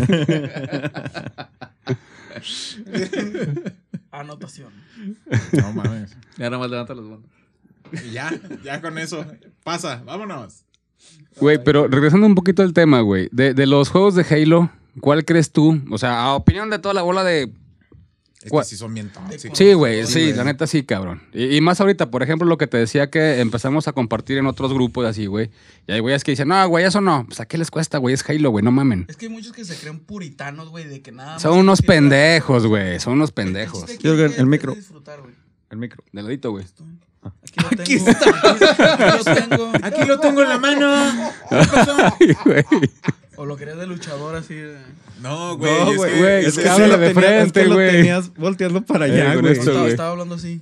Anotación. No mames. Ya nada más levanta los manos. Y ya con eso. Pasa, vámonos. Güey, pero regresando un poquito al tema, güey. De los juegos de Halo, ¿cuál crees tú? O sea, a opinión de toda la bola de... Es ¿Cuál? que sí son bien tóxicos. Sí, güey, Sí, sí, güey. la neta sí, cabrón. Y más ahorita, por ejemplo, lo que te decía que empezamos a compartir en otros grupos así, güey. Y hay güeyes que dicen, no, güey, eso no. Pues, ¿a qué les cuesta, güey? Es Halo, güey, no mamen. Es que hay muchos que se creen puritanos, güey, de que nada más. Son unos quieren- pendejos, güey. Son unos pendejos. chiste aquí Jürgen, es el micro. disfrutar, güey. El micro. De ladito, güey. Aquí lo tengo. Aquí lo tengo. Aquí lo tengo en la mano. Ay, güey. O lo querías de luchador así. No, güey. No, es güey, que- güey, es es que háblale lo de tenías- frente, es que lo güey. tenías volteando para allá, con güey. esto, güey. Estaba hablando así.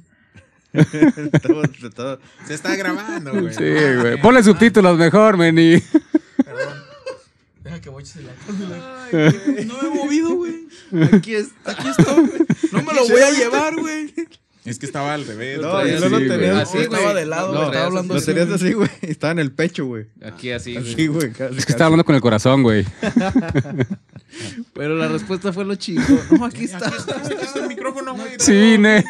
Estaba- se está grabando, güey. Sí, güey. Ponle subtítulos mejor, Meni. Perdón. Deja que Boche se la calme. No me he movido, güey. Aquí estoy, güey. No me lo voy a llevar, güey. Es que estaba al revés. No, güey. y no lo Sí, güey. tenías. Así, güey. Estaba de lado, No, güey. Estaba traías hablando Lo así. tenías así, güey. Estaba en el pecho, güey. Aquí así, güey. Así, güey. casi, Es que estaba hablando con el corazón, güey. Pero la respuesta fue lo chido. No, aquí está. Aquí está el micrófono, güey. Sí, ne.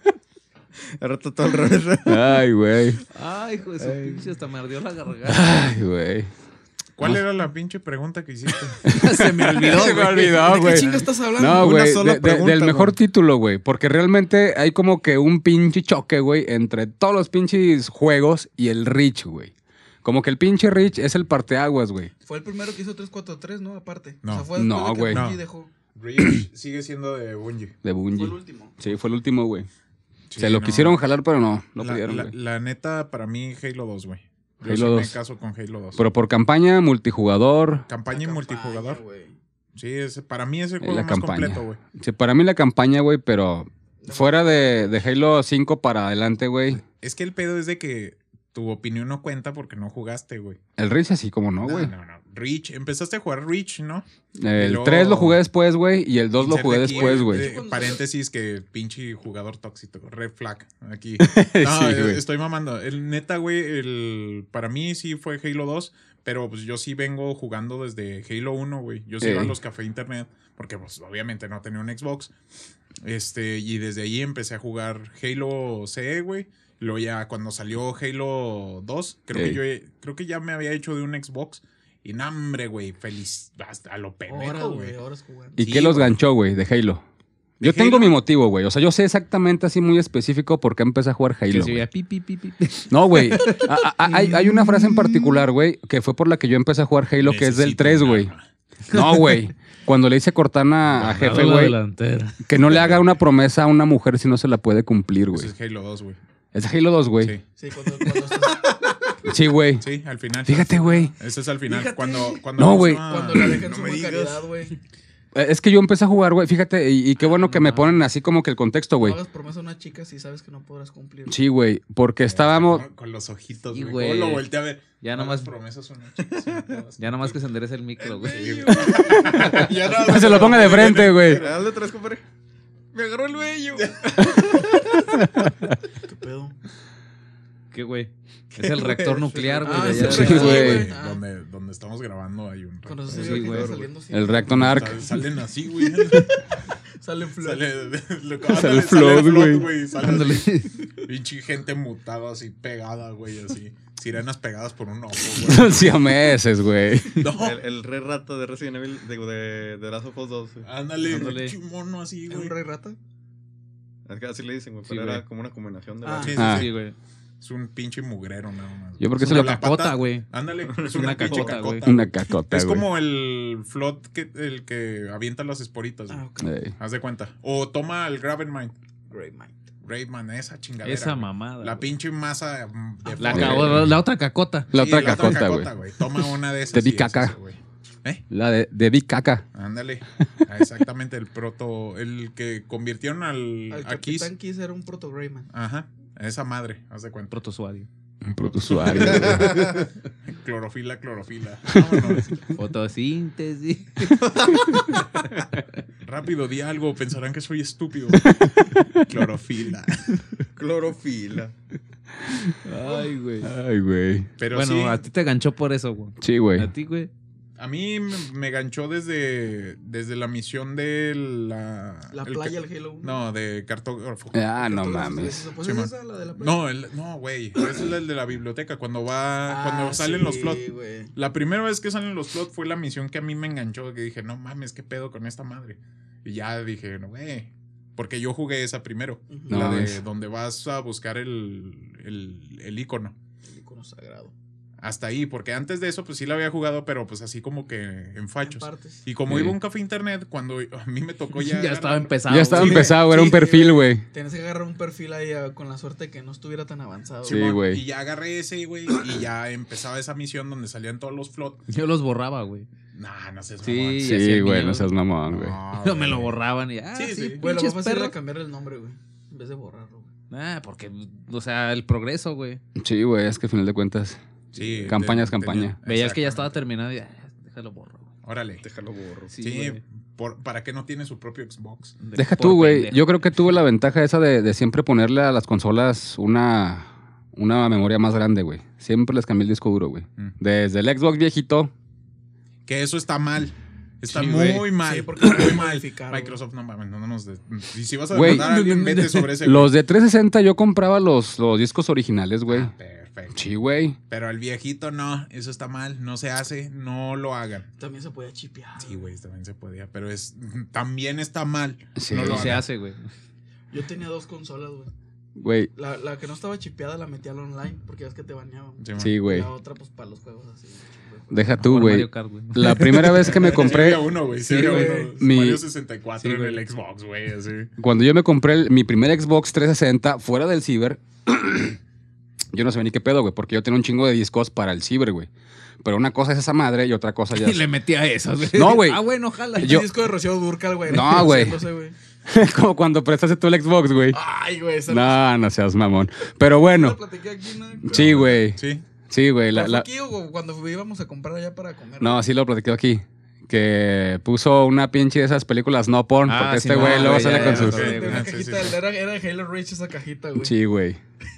Al rato todo al revés. Ay, güey. Ay, hijo de su pinche, hasta me ardió la garganta. Ay, güey. ¿Cuál era la pinche pregunta que hiciste? Se me olvidó, Se me güey. olvidó, ¿De güey. qué chinga estás hablando? No, Una güey, sola pregunta, del mejor güey. título, güey. Porque realmente hay como que un pinche choque, güey, entre todos los pinches juegos y el Reach, güey. Como que el pinche Reach es el parteaguas, güey. Fue el primero que hizo 343, ¿no? Aparte. No. O sea, fue No, después de que güey. Bungie No. dejó. Reach sigue siendo de Bungie. De Fue el Bungie. último. Sí, fue el último, güey. Sí, Se lo no. quisieron jalar, pero no pudieron, la, güey. la neta, para mí, Halo 2, güey. Yo Halo sí me 2. caso con Halo 2. Pero por campaña, multijugador. Campaña y multijugador. güey. Sí, para mí es el juego La más campaña. completo, güey. Sí, para mí la campaña, güey, pero fuera de Halo 5 para adelante, güey. Es que el pedo es de que tu opinión no cuenta porque no jugaste, güey. El Reach así como no, güey. No. Reach. Empezaste a jugar Reach, ¿no? El luego- 3 lo jugué después, güey, y el 2 lo Inserte jugué aquí, después, güey. Paréntesis que pinche jugador tóxico. Red flag. Aquí. Sí, No, güey. estoy mamando. El neta, güey, para mí sí fue Halo 2, pero pues yo sí vengo jugando desde Halo 1, güey. Yo sí iba a los cafés internet, porque pues obviamente no tenía un Xbox. Y desde ahí empecé a jugar Halo CE, güey. Luego ya cuando salió Halo 2, creo que ya me había hecho de un Xbox. Y no, hombre, güey, feliz. Hasta a lo Horas, pendejo, güey. güey. Horas jugando. ¿Y Sí, qué los güey. ganchó, güey, de Halo? Yo ¿De tengo Halo? mi motivo, güey. O sea, yo sé exactamente así muy específico por qué empecé a jugar Que Halo. se güey. veía pi, pi, pi, pi, pi. No, güey. Hay una frase en particular, güey, que fue por la que yo empecé a jugar Halo, que es del Necesito 3, un güey. arma. No, güey. Cuando le dice Cortana a jefe, Guardado la güey, delantera. que no le haga una promesa a una mujer si no se la puede cumplir, güey. Ese es Halo 2, güey. Es Halo 2, güey. Sí, Sí, cuando estás. Sí, güey. sí, al final. Fíjate, güey. Ese es al final. Fíjate. Cuando No, güey. Cuando la dejan No su me digas. caridad, güey. Es que yo empecé a jugar, güey. Fíjate, y qué bueno que me ponen así como que el contexto, No güey. hagas promesa a una chica si sabes que no podrás cumplir. Sí, güey. Porque estábamos... Con los ojitos, Y, güey. güey, ¿Cómo lo volteé a ver? ya No nomás- hagas promesas a una chica, si no te vas a- Ya nomás que se enderece el micro, güey. Sí, güey. Ya no, Se lo ponga de frente, güey. Dale otra vez, compadre. Me agarró el vello. ¿Qué pedo? ¿Qué, güey? Es el reactor nuclear, güey. Ah, de ese allá. Sí, reactor, güey. Ah. Donde estamos grabando hay un... Cuando reactor. se Sí, güey. saliendo así. El Reactor Arc. Salen así, güey. Salen flores. Sale el float, güey. Ándale. Pinche gente mutada así, pegada, güey, así. Sirenas pegadas por un ojo, güey. Sí, a meses, güey. No. El rey rata de Resident Evil, de Last of Us 2. güey. Ándale, Ándale. pinche mono así, ¿Es güey. un rey rata? Es que así le dicen, güey. Sí, Pero güey. era como una combinación de Ah. las- Sí, sí, Ah. sí. Sí, güey. Es un pinche mugrero nada más. Yo porque Es se una lo... La cacota, pata- güey. Ándale, es Una una pinche cacota, güey. cacota. Una cacota, Es güey. como el flot, el que avienta las esporitas, güey. Ah, ok. Ey. Haz de cuenta. O toma el Gravenmind. Great mind. Rayman, esa chingadera. Esa güey. mamada. La güey. pinche masa de La, forma. la otra cacota. La Sí, otra cacota, güey. Toma una de esas. De y Big es Caca. eso, güey. La de Big Caca. Ándale. Exactamente, el que convirtieron El a Kiss. Capitán Kiss era un proto Rayman. Ajá, esa madre, haz de cuenta. Protozoario. Un protozoario. Clorofila. Vámonos. Fotosíntesis. Rápido, di algo, pensarán que soy estúpido. Clorofila. Clorofila. Ay, güey. Ay, güey. Pero Bueno, sí, a ti te ganchó por eso, güey. Sí, güey. A ti, güey. a mí me ganchó desde la misión de La playa, el Halo 1. No, de cartógrafo. Ah, no Entonces, mames. ¿pues Sí, es man. esa, la de la playa? No, güey. Es el de la biblioteca. Cuando salen los flot. Güey. La primera vez que salen los flot fue la misión que a mí me enganchó. Que dije, no mames, ¿qué pedo con esta madre? Y ya dije, no, güey. Porque yo jugué esa primero. Ujú. No, La de es- donde vas a buscar el icono. El icono sagrado. Hasta ahí. Porque antes de eso, pues sí la había jugado, pero pues así como que en En fachos. partes. Y como Sí. iba a un café internet, cuando a mí me tocó ya. Ya estaba agarrarlo. empezado. Ya estaba Sí, empezado, era sí, un perfil, güey. Tienes que agarrar un perfil ahí con la suerte que no estuviera tan avanzado. Sí, Simón, güey. Y ya agarré ese, güey. Y ya empezaba esa misión donde salían todos los flot. Yo los borraba, güey. Nah, no sé. Sí. Sí, hacía güey, mío. no seas mamón, güey. No me lo borraban y Sí, sí. Güey, lo pinches más fácil era perros. cambiar el nombre, güey. En vez de borrarlo, güey. Porque, o sea, el progreso, güey. Sí, güey, es que al final de cuentas. Sí, Campaña es campaña. Veías que ya estaba Exactamente. terminado y déjalo borro. güey. Órale. Déjalo borro. Sí, güey. ¿para qué no tiene su propio Xbox? Deja Por tú, güey. pendejo. Yo creo que tuve la ventaja esa de siempre ponerle a las consolas una memoria más grande, güey. Siempre les cambié el disco duro, güey. Mm. Desde el Xbox viejito. Que eso está mal. Está Sí, muy güey. mal. Sí, porque lo muy pueden mal. modificar, güey. Microsoft, no mames, no nos. Y si vas a Güey. demandar a alguien, vete sobre ese. Los de 360 yo compraba los discos originales, güey. Ah, perfecto. Sí, güey. Pero al viejito no, eso está mal. No se hace, no lo hagan. También se podía chipear. Sí, güey, también se podía. Pero también está mal. Sí. No lo No se hagan. hace, güey. Yo tenía 2 consolas, güey. Güey. La que no estaba chipeada la metía al online porque ves que te baneaban. Sí, man. Sí, güey. La otra, pues, para los juegos así. Deja tú, Jugar güey. Mario Kart, güey. La primera vez que me Sí compré, había uno, güey. Sí, Sí, había güey. uno. Mi- Mario 64 Sí, en güey. el Xbox, güey, así. cuando yo me compré mi primer Xbox 360 fuera del ciber, yo no sabía ni qué pedo, güey, porque yo tenía un chingo de discos para el ciber, güey. Pero una cosa es esa madre y otra cosa ya Y es... le metía esas, güey. No, güey. Ah, bueno, jala. Yo- El disco de Rocío Dúrcal, güey. No, güey. Haciéndose, como cuando prestaste tú el Xbox, güey. Ay, güey. esa No, no seas mamón. Pero la bueno, platiqué aquí, ¿no? sí, güey. Sí. Sí, güey. ¿Pero fue aquí o cuando íbamos a comprar allá para comer? No, así lo platiqué aquí. Que puso una pinche de esas películas no porn, Ah, porque sí, este no, güey luego güey, sale ya, con ya, sus... ok. De una Sí, cajita, sí. era de Halo Reach esa cajita, güey. Sí, güey.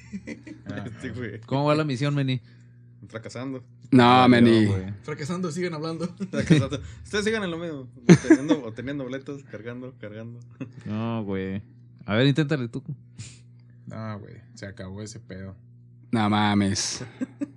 Sí, güey. ¿Cómo va la misión, Meni? Fracasando. No, meni. güey. Fracasando, siguen hablando. Fracasando. Ustedes sigan en lo mismo. Teniendo boletos, cargando. No, güey. A ver, inténtale tú. No, güey. Se acabó ese pedo. No mames.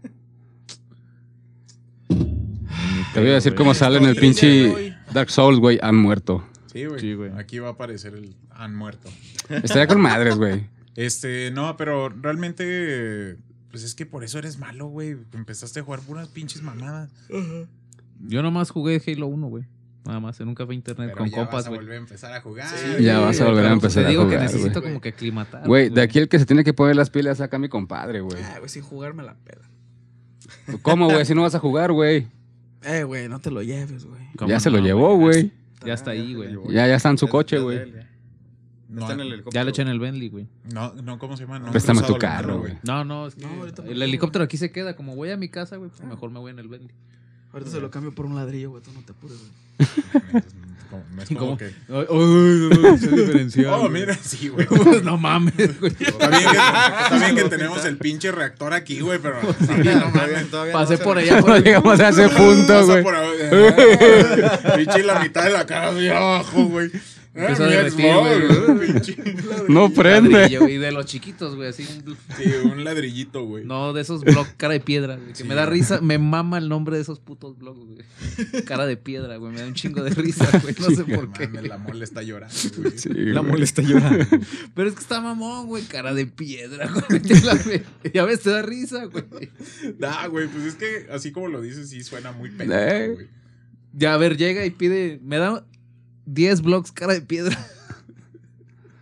Te voy a decir cómo sale en el pinche Dark Souls, güey. Han muerto. Sí, güey. Sí, güey. Aquí va a aparecer el han muerto. Estaría con madres, güey. No, pero realmente, pues es que por eso eres malo, güey. Empezaste a jugar puras pinches mamadas. Yo nomás jugué Halo 1, güey. Nada más, en un café internet Pero con ya compas, vas a güey. volver a empezar a jugar. Sí, Ya vas a volver a empezar Te a digo jugar, que necesito güey. como que aclimatar. Güey, de aquí el que se tiene que poner las pilas acá mi compadre, güey. Ah, güey, sin jugarme la peda. ¿Cómo, güey? Si no vas a jugar, güey. Güey, no te lo lleves, güey. ¿Cómo Ya se lo no, llevó, güey. Ya está ahí, güey. Ya está en su coche, güey. No, Está en el helicóptero. Ya lo eché en el Bentley, güey. no, ¿cómo se llama? No han Préstame cruzado tu el carro, metro, güey. No, es que No, ahorita me el lo helicóptero aquí se queda. Como voy a mi casa, güey, pues mejor me voy en el Bentley. Ahorita se lo cambio por un ladrillo, güey. Tú no te apures, güey. No es como que. se diferencia. Oh, mira, sí, güey. No mames, güey. Está bien que tenemos el pinche reactor aquí, güey, pero también no mames. Pasé por allá. No llegamos a ese punto, Pasa güey. por ahí. Pinche la mitad de la cara así abajo, güey. Empieza a Mi derretir, Xbox, güey. pinche. No prende. Ladrillo, y de los chiquitos, güey, así. Sí, un ladrillito, güey. No, de esos blogs cara de piedra, güey. Que Sí. me da risa, me mama el nombre de esos putos blogs, güey. Cara de piedra, güey. Me da un chingo de risa, güey. No sé por qué. Mames, la mole está llorando, güey. Sí, La güey. mole está llorando. Pero es que está mamón, güey. Cara de piedra, güey. Ya ves, te da risa, güey. Nah, güey, pues es que así como lo dices, sí suena muy pendejo, güey. Ya, a ver, llega y pide. Me da 10 blogs cara de piedra.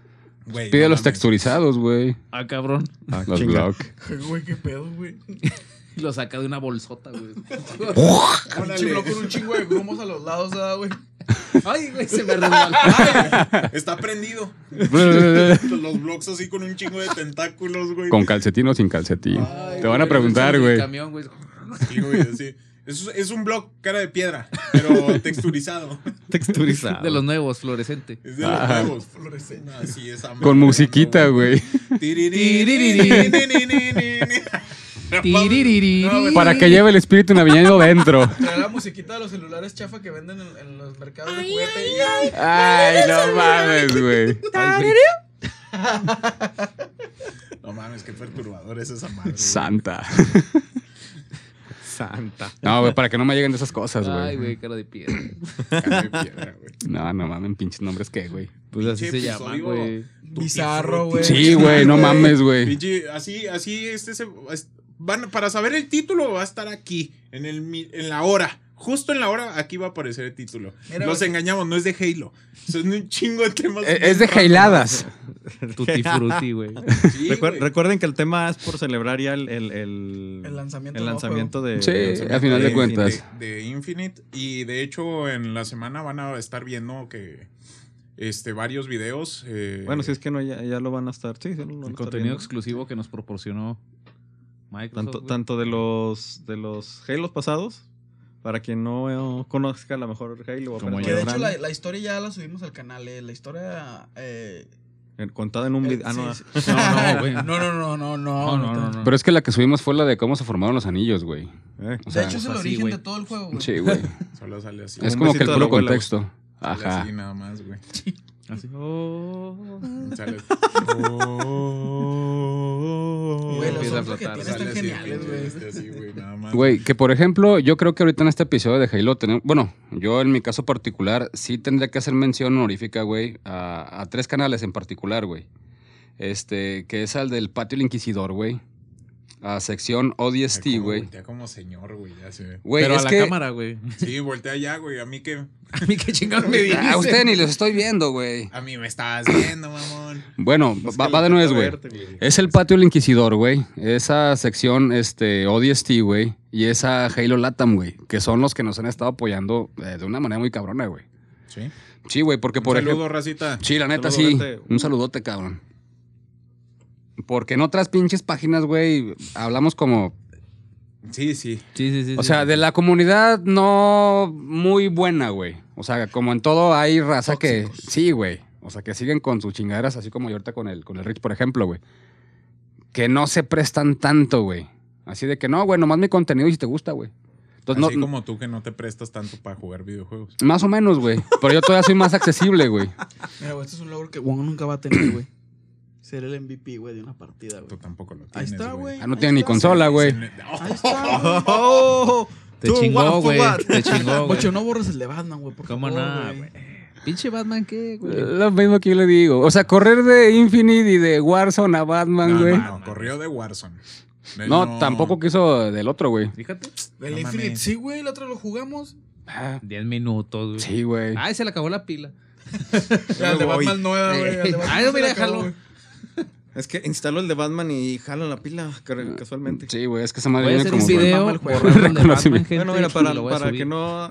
Güey, Pide no los mames. texturizados, güey. Ah, cabrón. Los chinga. block. Güey, qué pedo, güey. Y lo saca de una bolsota, güey. Pinche bloque con un chingo de grumos a los lados, ¿verdad, güey? Ay, güey, se me resbaló. Está prendido. Los blocks así con un chingo de tentáculos, güey. ¿Con calcetín o sin calcetín? Ay, Te van a güey, preguntar, el güey. camión, güey. Sí, güey, así. Es un block cara de piedra, pero texturizado. Texturizado. De los nuevos, fluorescente. Es de los Ajá. nuevos. Así es. Con musiquita, güey. Tiririri. No, güey. Para que lleve el espíritu navideño dentro. Trae la musiquita de los celulares chafa que venden en los mercados de juguete. Ay, no mames, güey. Ay, güey. No mames, qué perturbador es esa madre. güey. Santa. Santa. No, güey, para que no me lleguen de esas cosas, Ay, güey. güey, cara de piedra. Cara de piedra, güey. No, no mames, pinches nombres que, güey. Pues así Pinche se llama, episodio güey. Bizarro, güey. Sí, güey, no mames, güey. Pinche, así, para saber el título va a estar aquí, en la hora. Justo en la hora, aquí va a aparecer el título. Mira, Los güey. engañamos, no es de Halo. Son un chingo de temas. Es de jailadas. Tutti frutti, güey. Sí, güey. Recuerden que el tema es por celebrar ya el lanzamiento el del lanzamiento de. Sí, lanzamiento a final de de cuentas. De Infinite. Y de hecho, en la semana van a estar viendo que varios videos. Bueno, si es que no, ya lo van a estar. Sí, sí, lo van a El estar contenido viendo. exclusivo que nos proporcionó Microsoft. güey. Tanto de los Halos pasados, para quien no conozca a lo mejor Halo. Como Que yo. de hecho la historia ya la subimos al canal. La historia. Contada en un video. sí, No. sí. No, güey. No. Pero es que la que subimos fue la de cómo se formaron los anillos, güey. Eh. O De sea, hecho, es el así, origen güey. de todo el juego, güey. sí, güey. Solo sale así. Es Un como que el besito de la puro abuela, contexto. Sale Ajá. así nada más, güey. Así. Oh. Sale. Güey, los Empieza a otros que flotar, tiene están Sale así, geniales, güey. así, güey, nada más. Güey, que por ejemplo, yo creo que ahorita en este episodio de Halo tenemos. Bueno, yo en mi caso particular sí tendría que hacer mención honorífica, güey, a 3 canales en particular, güey. Que es al del Patio del Inquisidor, güey. A sección ODST, Como güey. Voltea como señor, güey, ya se ve. Güey, Pero es a la que. cámara, güey. Sí, voltea allá, güey. A mí que. A mí qué chingados me dices. A ustedes ni los estoy viendo, güey. A mí me estabas viendo, mamón. Bueno, Es va que va de le nuez, toca güey. verte, güey. Es el Patio del Inquisidor, güey. Esa sección, ODST, güey. Y esa Halo Latam, güey. Que son los que nos han estado apoyando de una manera muy cabrona, güey. Sí. Sí, güey, porque por Un saludo, ejemplo. racita. Sí, la neta, Saludo, sí. vente. Un saludote, cabrón. Porque en otras pinches páginas, güey, hablamos como. Sí. O sea, de la comunidad no muy buena, güey. O sea, como en todo hay raza que. Sí, güey. O sea, que siguen con sus chingaderas, así como yo ahorita con el Rich, por ejemplo, güey. Que no se prestan tanto, güey. Así de que no, güey, nomás mi contenido y si te gusta, güey. Entonces, Así no, como tú que no te prestas tanto para jugar videojuegos. más o menos, güey. Pero yo todavía soy más accesible, güey. Mira, güey, este es un logro que Wong nunca va a tener, güey. Ser el MVP, güey, de una partida, Tú güey. tampoco lo tienes. Ahí está, güey. Ah, no Ahí tiene ni está. consola, güey. Ahí está. Oh, Te tú, chingó, what, güey. what? Te chingó, güey. Bocho, no borres el de Batman, güey, por ¿Cómo favor, no, güey? Pinche Batman, ¿qué, güey? Lo mismo que yo le digo. O sea, correr de Infinite y de Warzone a Batman, güey. No, corrió de Warzone. Él No, tampoco quiso del otro, güey. Fíjate. El No Infinite, mames. sí, güey, el otro lo jugamos. 10 minutos, güey. Sí, güey. Ay, se le acabó la pila. Ya, el de voy. Batman no, güey. el de Batman Ay, no, se mira, le acabó, déjalo. güey. Es que instaló el de Batman y jala la pila casualmente. Sí, güey, es que esa madre Voy a viene hacer un como. video, Mama el juego. borrando el de Batman, Reconocimiento. gente, Bueno, mira, y lo voy a para subir. que no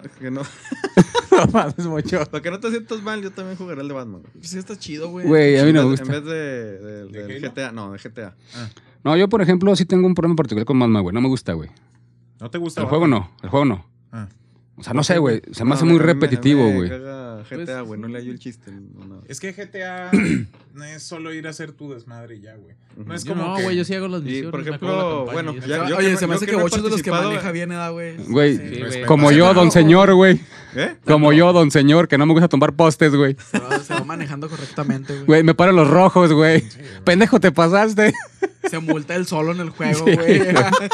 No mames, mucho. para que no te sientas mal, yo también jugaré el de Batman. güey. Sí, está chido, güey. Güey, a mí no me En gusta. vez del ¿De Halo? GTA, no, de GTA. No, yo, por ejemplo, sí tengo un problema particular con Batman, güey. No me gusta, güey. ¿No te gusta? El juego no, el juego no. Ah. O sea, no sé, güey. Se me hace No, muy a mí me- repetitivo, me güey. caga GTA, güey, no le hallo el chiste. No. Es que GTA no es solo ir a hacer tu desmadre y ya, güey. No es Yo como no, que... güey, yo sí hago las Y, misiones. por me ejemplo, acabo la campaña bueno, y ya. ya- yo Oye, que se me no- hace yo que que no he Bocho es de los que participado- maneja bien, ¿edad, güey? Güey, Sí, güey. como yo, don señor, güey. ¿Eh? Como yo, don señor, que no me gusta tomar postes, güey. Se va manejando correctamente, güey. Güey, me paran los rojos, güey. Pendejo, te pasaste. Se multa él solo en el juego, Sí, güey.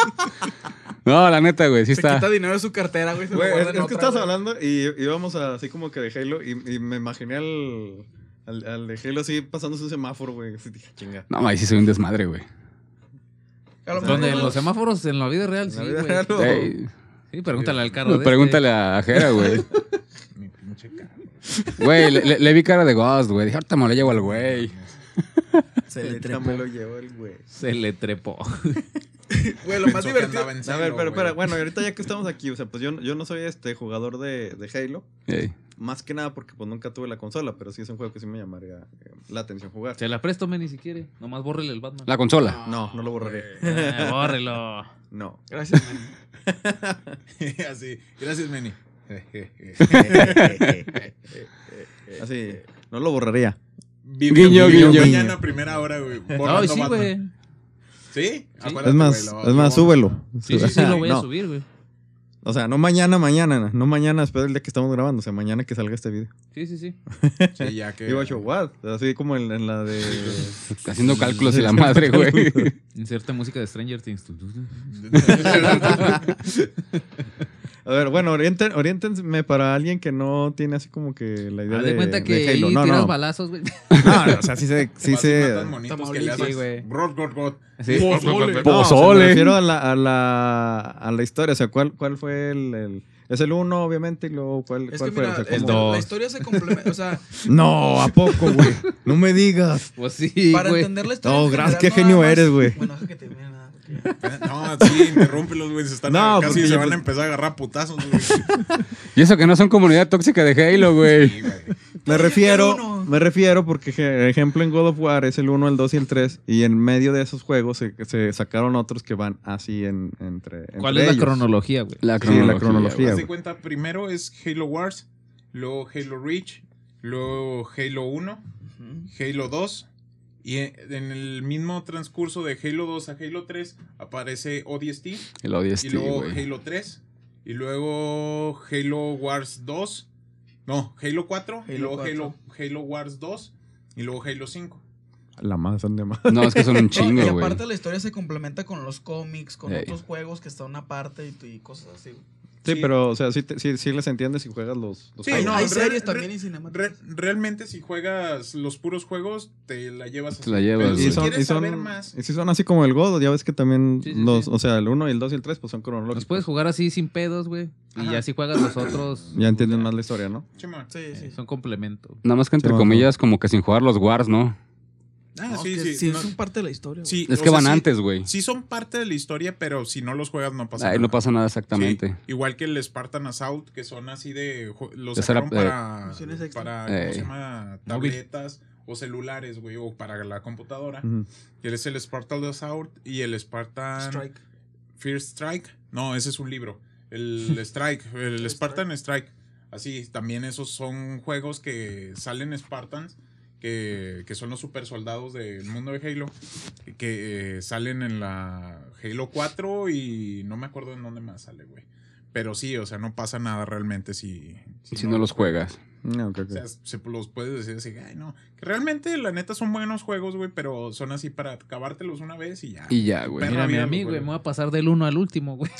No, la neta, güey, sí Se está. quita dinero de su cartera, güey. se lo Güey, guarda es en que otra, estabas güey. hablando y íbamos así como que de Halo y me imaginé al de Halo así pasándose un semáforo, güey. Así dije, chinga. No, ahí sí soy un desmadre, güey. A lo mejor Donde en no- los semáforos en la vida real, En sí, la vida güey. real, no. Ey, Sí, pregúntale al carro de pregúntale a Jera, güey. Mi pinche carro. Güey, le vi cara de Ghost, güey. Dije, ahorita me lo llevo al güey. Se le Ya trepó. me lo llevó el güey. Se le trepó. Güey, lo más Pensó que divertido. andaba en A celo, ver, pero güey. bueno, ahorita ya que estamos aquí, o sea, pues yo no soy jugador de Halo. Ey. Más que nada porque pues nunca tuve la consola, pero sí es un juego que sí me llamaría la atención jugar. Se la presto, men, ni siquiera. Nomás bórrele el Batman. La consola. No lo borraré. Bórrelo. No. Gracias, man. Así. Gracias, Manny. Así, no lo borraría. Guiño, Video guiño. mañana, primera hora, güey. No, borrando y sí, Batman. güey. ¿Sí? Acuérdate, Es más, güey, es más, súbelo. Sí, lo voy a No, subir, güey. o sea, no mañana después del día que estamos grabando, o sea, mañana que salga este video. Sí. Sí, ya que. Digo, what? Así como en la de... Haciendo cálculos y la madre, güey. Inserte música de Stranger Things. A ver, bueno, oriéntenme para alguien que no tiene así como que la idea Haz de cuenta que de Halo. ahí No, tiras no. balazos, güey. No, o sea, sí se... Sí, se... monitos que le Sí, haces. güey. God. Sí. Pozole. No, Pozole. me refiero a la historia. O sea, ¿cuál fue el... Es el 1, obviamente, y luego ¿cuál Es fue? que mira, O sea, el ¿cómo? dos. la historia se complementa. O sea, No, ¿a poco, güey? No me digas. Pues sí, para güey. entender la historia. No, en gracias, general, qué no genio nada más- eres, güey. Bueno, deja que termine nada. No, sí, interrúmpelos, güey. Se están No, casi porque se yo, van a pues- empezar a agarrar putazos, güey. Y eso que no son comunidad tóxica de Halo, güey. Sí, güey. Me refiero porque, ejemplo, en God of War es el 1, el 2 y el 3. Y en medio de esos juegos se sacaron otros que van así entre ¿Cuál es la ellos. cronología, güey? La Sí, cronología. la cronología. Haz de güey. cuenta, primero es Halo Wars, luego Halo Reach, luego Halo 1, Halo 2. Y en el mismo transcurso de Halo 2 a Halo 3 aparece ODST. El ODST, Y luego güey. Halo 3. Y luego Halo Wars 2. No, Halo 4. y Halo luego 4. Halo Wars 2. Y luego Halo 5. La más, son de más. No, es que son un No, y chingo, güey. aparte la historia se complementa con los cómics, con Ey. otros juegos que están aparte y cosas así. güey. Sí, Sí. pero, o sea, sí les entiendes si juegas los Sí, hay juegos. no, hay re- series re- también y cinemáticas. Realmente si juegas los puros juegos, te la llevas así. Te la llevas, Pero güey. si Y son, quieres y son, saber más. y sí son así como el God, ya ves que también Sí. o sea, el 1 y el 2 y el 3 pues son cronológicos. Los puedes jugar así sin pedos, güey. Y Ajá. ya si juegas los otros. Ya entienden más la historia, ¿no? Simón. Sí, sí. Son complemento. Nada más que entre Sí, comillas, como que sin jugar los Wars, ¿no? Ah, No, sí, que sí. sí, no- son parte de la historia. güey. sí, Es o que sea, van sí- antes, güey. Sí son parte de la historia, pero si no los juegas no pasa Ahí nada. no pasa nada exactamente. Sí, igual que el Spartan Assault, que son así de... Los De sacaron setup, para... Misiones extra. para ¿cómo Ey. se llama? Tabletas o celulares, güey, o para la computadora. Ujú. Que es el Spartan Assault y el Spartan... Strike. First Strike. No, ese es un libro. El Strike, el El Spartan Strike. Así, también esos son juegos que salen Spartans, que son los super soldados del mundo de Halo, que salen en la Halo 4 y no me acuerdo en dónde más sale, güey. Pero sí, o sea, no pasa nada realmente si Si no los juegas. No, ok, ok. O sea, se los puedes decir así, ay, no. Que realmente, la neta, son buenos juegos, güey, pero son así para acabártelos una vez y ya. Y ya, güey. Perra Mira, mi vida, amigo, güey. güey, me voy a pasar del 1 al último, güey.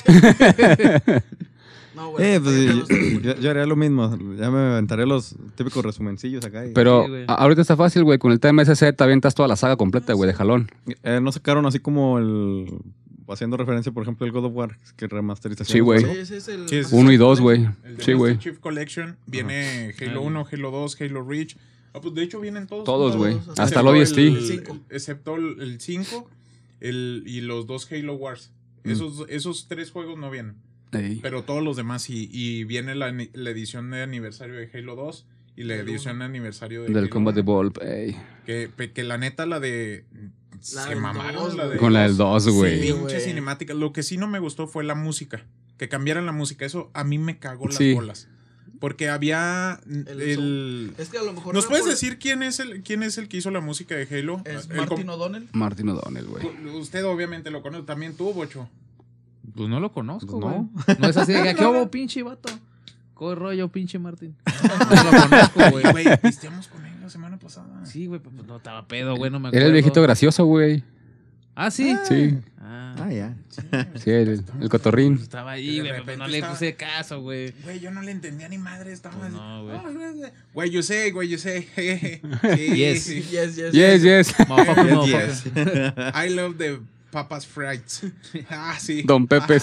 No, güey. Pues, ya no estoy- yo haría lo mismo. Ya me aventaré los típicos resumencillos acá. Pero Sí, güey. ahorita está fácil, güey. Con el TMSC te avientas toda la saga completa, güey, de jalón. No sacaron así como haciendo referencia, por ejemplo, el God of War, que remasterización. Sí, güey. Sí, ese es el. Sí, ese es 1 y 2, güey. El de Sí, güey. Master Chief Collection viene Halo 1, Halo 2, Halo Reach. Ah, pues de hecho vienen todos. Todos, güey. Todos, Hasta el Excepto ODST. El 5. Excepto el 5 y los dos Halo Wars. Esos tres juegos no vienen. Ey. Pero todos los demás sí. Y viene la edición de aniversario de Halo 2 y la edición de aniversario de Del Halo Combat 1. Evolve, ey. Que la neta, la de... La se del mamaron dos, la de... güey. Con la del 2, güey. Sí, Pinche güey. cinemática. Lo que sí no me gustó fue la música. Que cambiaran la música. Eso a mí me cagó las Sí. bolas. Porque había el... Es que a lo mejor. ¿Nos era puedes por- decir quién es el que hizo la música de Halo? Es El Martin O'Donnell. Martin O'Donnell, güey. Usted obviamente lo conoce. También tú, Bocho. Pues no lo conozco, Pues güey. no. No es así de que, ¿qué hubo, pinche vato? ¿Qué rollo, pinche Martín? No lo conozco, güey. Güey, pisteamos con él la semana pasada. Sí, güey, pues no estaba pedo, güey, no me acuerdo. Era el viejito gracioso, güey. Ah, sí. Sí. Ah, Ya. Sí, el cotorrín. pues estaba Y ahí, de güey, repente pues no le estaba- puse caso, güey. Güey, yo no le entendía ni madre. Estaba Pues así, no, güey. "Oh, güey, yo sé, güey, yo sé. Sí, Yes. sí. Yes, yes. Yes, yes. Motherfucker, Yes, motherfucker. I love the papas frites. Ah, sí. Don Pepes.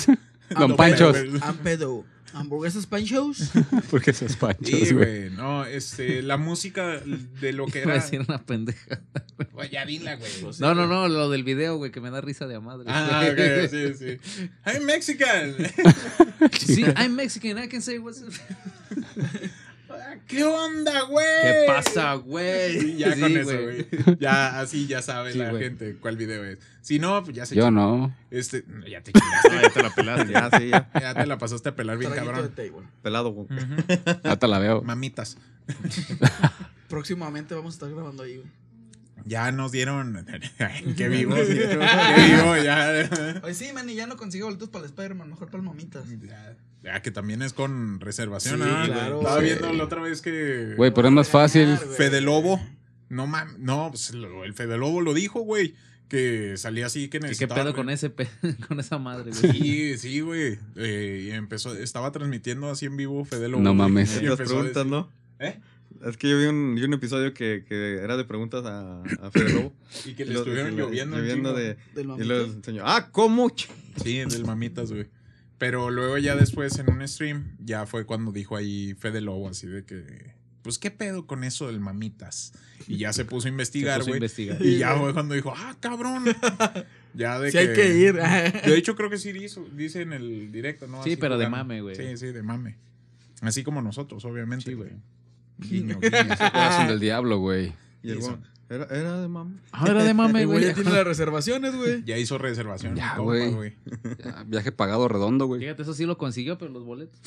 Don Panchos. Ampedo. ¿Hamburguesas Panchos? Porque esos panchos, Sí, güey. güey. No, la música de lo que Iba a era. decir una pendeja. Güey, ya dila, güey. No, lo del video, güey, que me da risa de a madre. Ah, ok, sí. I'm Mexican. Sí, I'm Mexican, I can say what's up. ¿Qué onda, güey? ¿Qué pasa, güey? Sí, ya Sí, con eso, güey. Ya, así ya sabe Sí, la güey. gente cuál video es. Si no, pues ya se Yo chingó. no. Ya te chingaste. No, ya te la pelaste. Ya, sí, ya. Ya te la pasaste a pelar bien, Traguito de cabrón. té, güey. Pelado, güey. Ahorita la veo. Mamitas. Próximamente vamos a estar grabando ahí, güey. Ya nos dieron. Qué vivo. Qué vivo, ya. Oye, sí, man, y ya no consigo boletos para el Spider-Man, mejor para el Mamitas. Ya, que también es con reservación. Sí, ¿ah? claro, Estaba sí. viendo la otra vez que. Güey, pero es más fácil. Fede Lobo. No mames. No, pues el Fede Lobo lo dijo, güey. Que salía así que ¿Y qué necesitaba. pedo con con esa madre, güey? Sí, sí, güey. Y estaba transmitiendo así en vivo Fede Lobo. No güey, mames. y Las empezó a preguntas, decir- ¿no? ¿Eh? Es que yo vi un episodio que era de preguntas a Fede Lobo. Y que Y le lo- estuvieron y lo- lloviendo. un lloviendo chingo. de... Del Y Mamitas. les enseñó, ¿cómo? Sí, del Mamitas, güey. Pero luego ya después en un stream, ya fue cuando dijo ahí Fede Lobo, así de que, pues, ¿qué pedo con eso del Mamitas? Y ya se puso a investigar, güey. Y ya fue cuando dijo, cabrón. Ya de Sí hay que ir. De hecho, creo que sí dice en el directo, ¿no? Sí, Así pero de jugando. mame, güey. Sí, de mame. Así como nosotros, obviamente. Sí, güey. Guiño, Corazón del diablo, güey. Y el Eso. güey, era de mami. Ahora de mame, El güey güey. ya tiene las reservaciones, güey. Ya hizo reservación. Ya, mi compa, güey. Ya, viaje pagado redondo, güey. Fíjate, eso sí lo consiguió, pero los boletos.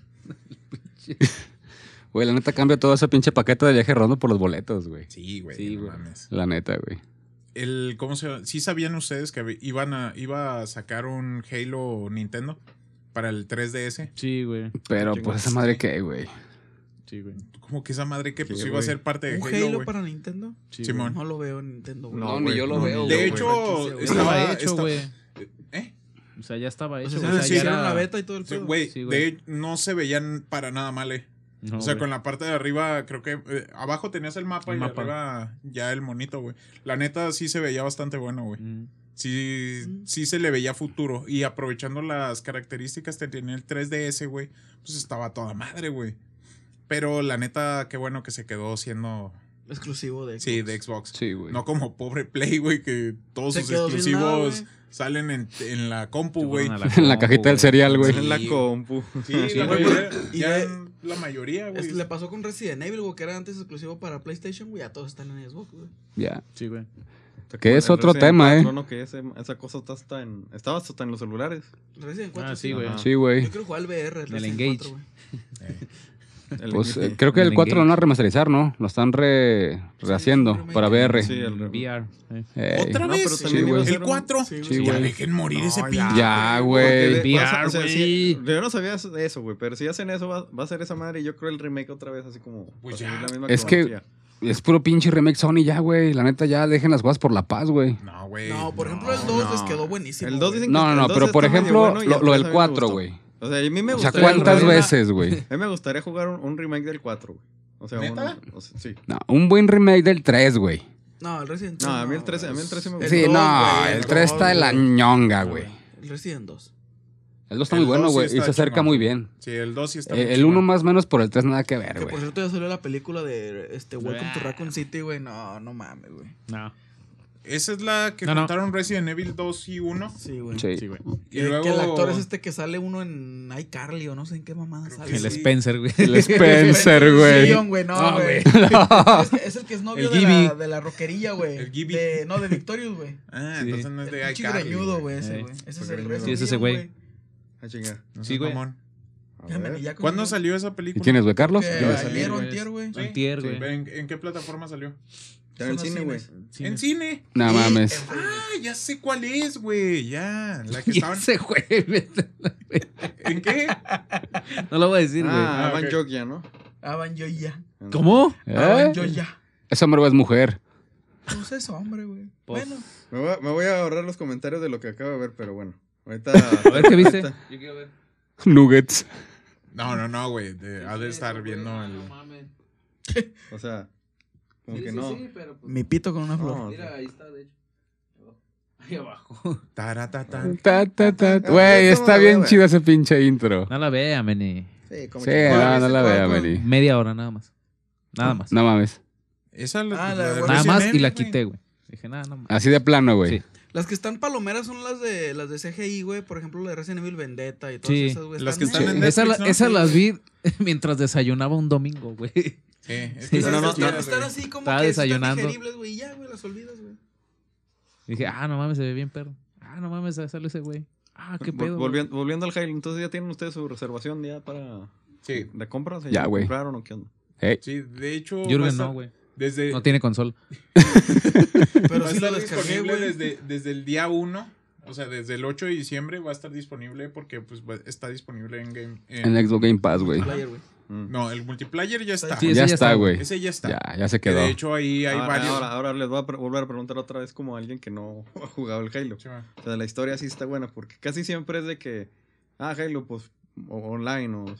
Güey, la neta cambia todo ese pinche paquete de viaje redondo por los boletos, güey. Sí, güey. Sí, no güey. mames. La neta, güey. ¿Cómo se llama? ¿Sí sabían ustedes que iba a sacar un Halo Nintendo para el 3DS? Sí, güey. Pero, Chingón. pues, esa madre qué, güey. Sí, güey. ¿Cómo que esa madre que pues Sí, iba a güey. ser parte de ¿Un Halo, Halo güey? para Nintendo? Sí, Simón. No lo veo en Nintendo, güey. No, ni güey, yo lo veo, De güey. hecho, Franquicia, güey. Estaba hecho, güey. ¿Eh? O sea, ya estaba O hecho. sea, güey. sí, ya hicieron era- la beta y todo el Sí, pedo. güey, Sí, güey. no se veían para nada mal, No, o sea, güey. con la parte de arriba, creo que abajo tenías el mapa El y mapa. arriba ya el monito, güey. La neta sí se veía bastante bueno, güey. Mm. Sí se le veía futuro. Y aprovechando las características que tenía el 3DS, güey, pues estaba a toda madre, güey. Pero la neta, qué bueno que se quedó siendo, Exclusivo de Xbox. sí, de Xbox. Sí, güey. No como pobre Play, güey, que todos Se sus quedó sin exclusivos nada, güey. salen en la compu, Se güey. fueron a En la cajita del cereal, güey. En la Sí. compu. Sí, Sí, la güey. mayoría, Y ya de- la mayoría, güey. Le pasó con Resident Evil, güey, que era antes exclusivo para PlayStation, güey. Ya todos están en Xbox, güey. Ya. Sí, güey. Que es El otro Resident tema, 4, ¿no? Que esa cosa estaba hasta en los celulares. Resident 4. Ah, sí, güey. Ajá. Sí, güey. Yo quiero jugar al VR, el El Resident Engage. 4, güey. Pues creo que el 4 lo van a remasterizar, ¿no? Lo están rehaciendo remake. para VR. Sí, el VR. Ey. ¿Otra No, vez? pero Sí, también iba a güey. ser ¿El 4? Sí, Sí, Ya güey. dejen morir ese No, pinche. Ya, Porque güey. VR, sí, güey. yo no sabía eso, güey. Pero si hacen eso, va a ser esa madre. Y yo creo el remake otra vez, así como. Pues para seguir ya. la misma Es que- cronología. Es puro pinche remake Sony ya, güey. La neta, ya dejen las cosas por la paz, güey. No, güey. No, por ejemplo, el 2 les quedó buenísimo. El 2 güey. dicen No, el no, 2 pero por está medio ejemplo, bueno y el lo 3 a del mí me 4, gustó. güey. O sea, a mí me O sea, gustaría. ¿cuántas jugar veces, güey? A mí me gustaría jugar un remake del 4, güey. O sea, ¿Neta? sí. No, un buen remake del 3, güey. No, el Resident No, a mí el 3 me gusta. Sí, dos, no, güey, el 3 está de la ñonga, güey. El Resident 2. El 2 está El muy bueno, 2 sí güey. Y está se acerca chingón. muy bien. Sí, el 2 sí está El muy 1 chingón. más o menos por el 3 nada que ver, Que por güey. cierto ya salió la película de Welcome to Raccoon City, güey. No mames, güey. No. Esa es la que No, no. contaron Resident Evil 2 y 1. Sí, güey. Sí. Sí, güey. Y Que luego. el actor es que sale uno en iCarly o no sé en qué mamada Creo sale. que El sí. Spencer, güey. El Spencer, güey. Leon, güey, no, No, güey. güey. Es el que es novio El de Gibby. de la rockería, güey. El Gibby. No, de Victorious, güey. Ah, Sí. entonces no es de El pinche iCarly. greñudo, güey, ese, Eh. güey. Ese es Porque el el Resident Sí, es ese Evil, güey. Ah, chinga. No Sí, seas güey. mamón. A Ya me ver. ya con ¿Cuándo mi- salió esa ¿Y película? quién es, güey? ¿Carlos? Que ¿Quién es? salió, ayer o güey. antier, güey. Sí. Antier, güey. ¿En qué plataforma salió? Está en el Son los cine, güey. cines. Sí, En cine. No Y mames. en Facebook. Ah, ya sé cuál es, güey. Ya. La que Y estaban. ese güey. ¿En qué? No lo voy a decir, güey. Ah, Ah, Van ok. Jokia, ¿no? Aban Joya. ¿Cómo? Aban ¿Eh? Joya. Ese hombre es mujer. Pues es hombre, güey. Pues, Bueno. Me voy a ahorrar los comentarios de lo que acabo de ver, pero bueno. Ahorita. A ver, ¿qué viste? ahorita- Yo quiero ver. Nuggets. No, güey. Ha de estar viendo No el. mames. O sea, como Sí, que sí, no. sí, pero pues, Mi pito con una flor. No, mira, ahí está, de hecho. Ahí abajo. Taratatán. Güey, está bien güey. chido ese pinche intro. No la vea, Meni. Sí, como Sí, que- no la vea, Meni. Media hora nada más. Nada más. No mames. Esa Ah, la de de Nada Resident más y Evil, la güey. quité, güey. Dije, nada, no más. Así de plano, güey. Sí. Las que están palomeras son las de CGI, güey. Por ejemplo, la de Resident Evil Vendetta y todas Sí. esas, güey. Las que están bien. en Netflix, ¿no? Esas Sí. las vi mientras desayunaba un domingo, güey. Sí, es Sí. que No, no, esas no, chidas, Están güey. así como Estaba que desayunando. están digeribles, güey. Y ya, güey, las olvidas, güey. Dije, no mames, se ve bien perro. No mames, sale ese güey. Qué pedo. güey. Volviendo al Halo, entonces ya tienen ustedes su reservación ya para Sí, de compra. ¿O sea, Ya, güey. ¿Compraron o qué onda? Hey. sí, de hecho. va a Jürgen estar no, güey. Desde, No tiene consola. Pero va a sí lo estar descargué, disponible güey. desde el día 1. O sea, desde el 8 de diciembre va a estar disponible porque pues está disponible en Game. En Xbox Game Pass, güey. Player, güey. No, el multiplayer ya está. Sí, Ya ese está, güey. Ese ya está. Ya se Que quedó. de hecho ahí hay varios. Ahora les voy a volver a preguntar otra vez como alguien que no ha jugado el Halo. Sí, va. O sea, la historia sí está buena porque casi siempre es de que, Halo, pues, online o...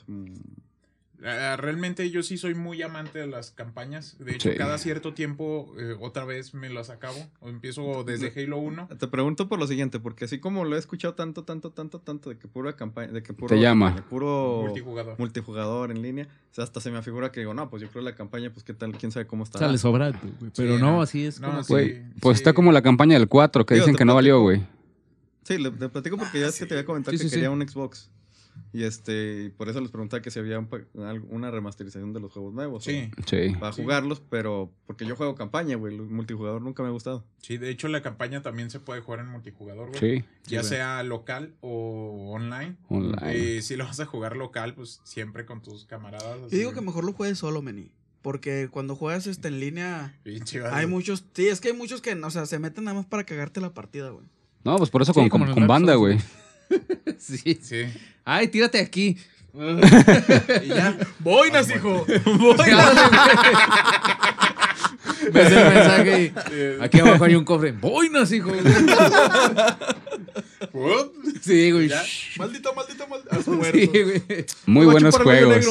Realmente yo sí soy muy amante de las campañas. De hecho, Sí. cada cierto tiempo otra vez me las acabo. O empiezo desde Halo 1. Te pregunto por lo siguiente, porque así como lo he escuchado tanto de que pura campaña, de que puro... Te llama. de puro Multijugador. multijugador en línea, o sea, hasta se me afigura que digo, no, pues yo creo la campaña, pues qué tal, quién sabe cómo está. Sale sobrando, güey. Pero Sí, no, no. así es No, como sí. Güey, pues sí. está como la campaña del 4 que Digo, dicen te que no valió, platico. güey. Sí, le platico porque ya es que te había comentado Sí, que sí, sí. quería un Xbox. Y por eso les preguntaba que si había una remasterización de los juegos nuevos. Sí, Sí. Para Sí. jugarlos, pero porque yo juego campaña, güey. El multijugador nunca me ha gustado. sí, de hecho la campaña también se puede jugar en multijugador, güey. Sí. Ya güey. sea local o online. Online. Si lo vas a jugar local, pues siempre con tus camaradas. Yo digo que mejor lo juegues solo, Meni. Porque cuando juegas en línea, Pinche hay vato. muchos. Sí, es que hay muchos que, o sea, se meten nada más para cagarte la partida, güey. No, pues por eso Sí, con, como con, en el con Dark banda, Souls, güey. Sí. Sí. Ay, tírate aquí. Y ya. ¡Boinas, hijo! Ves el mensaje y aquí abajo hay un cofre. Boinas, hijo. Up. Sí, güey. Ya. Maldito. Has muerto. Sí, güey. Muy buenos juegos.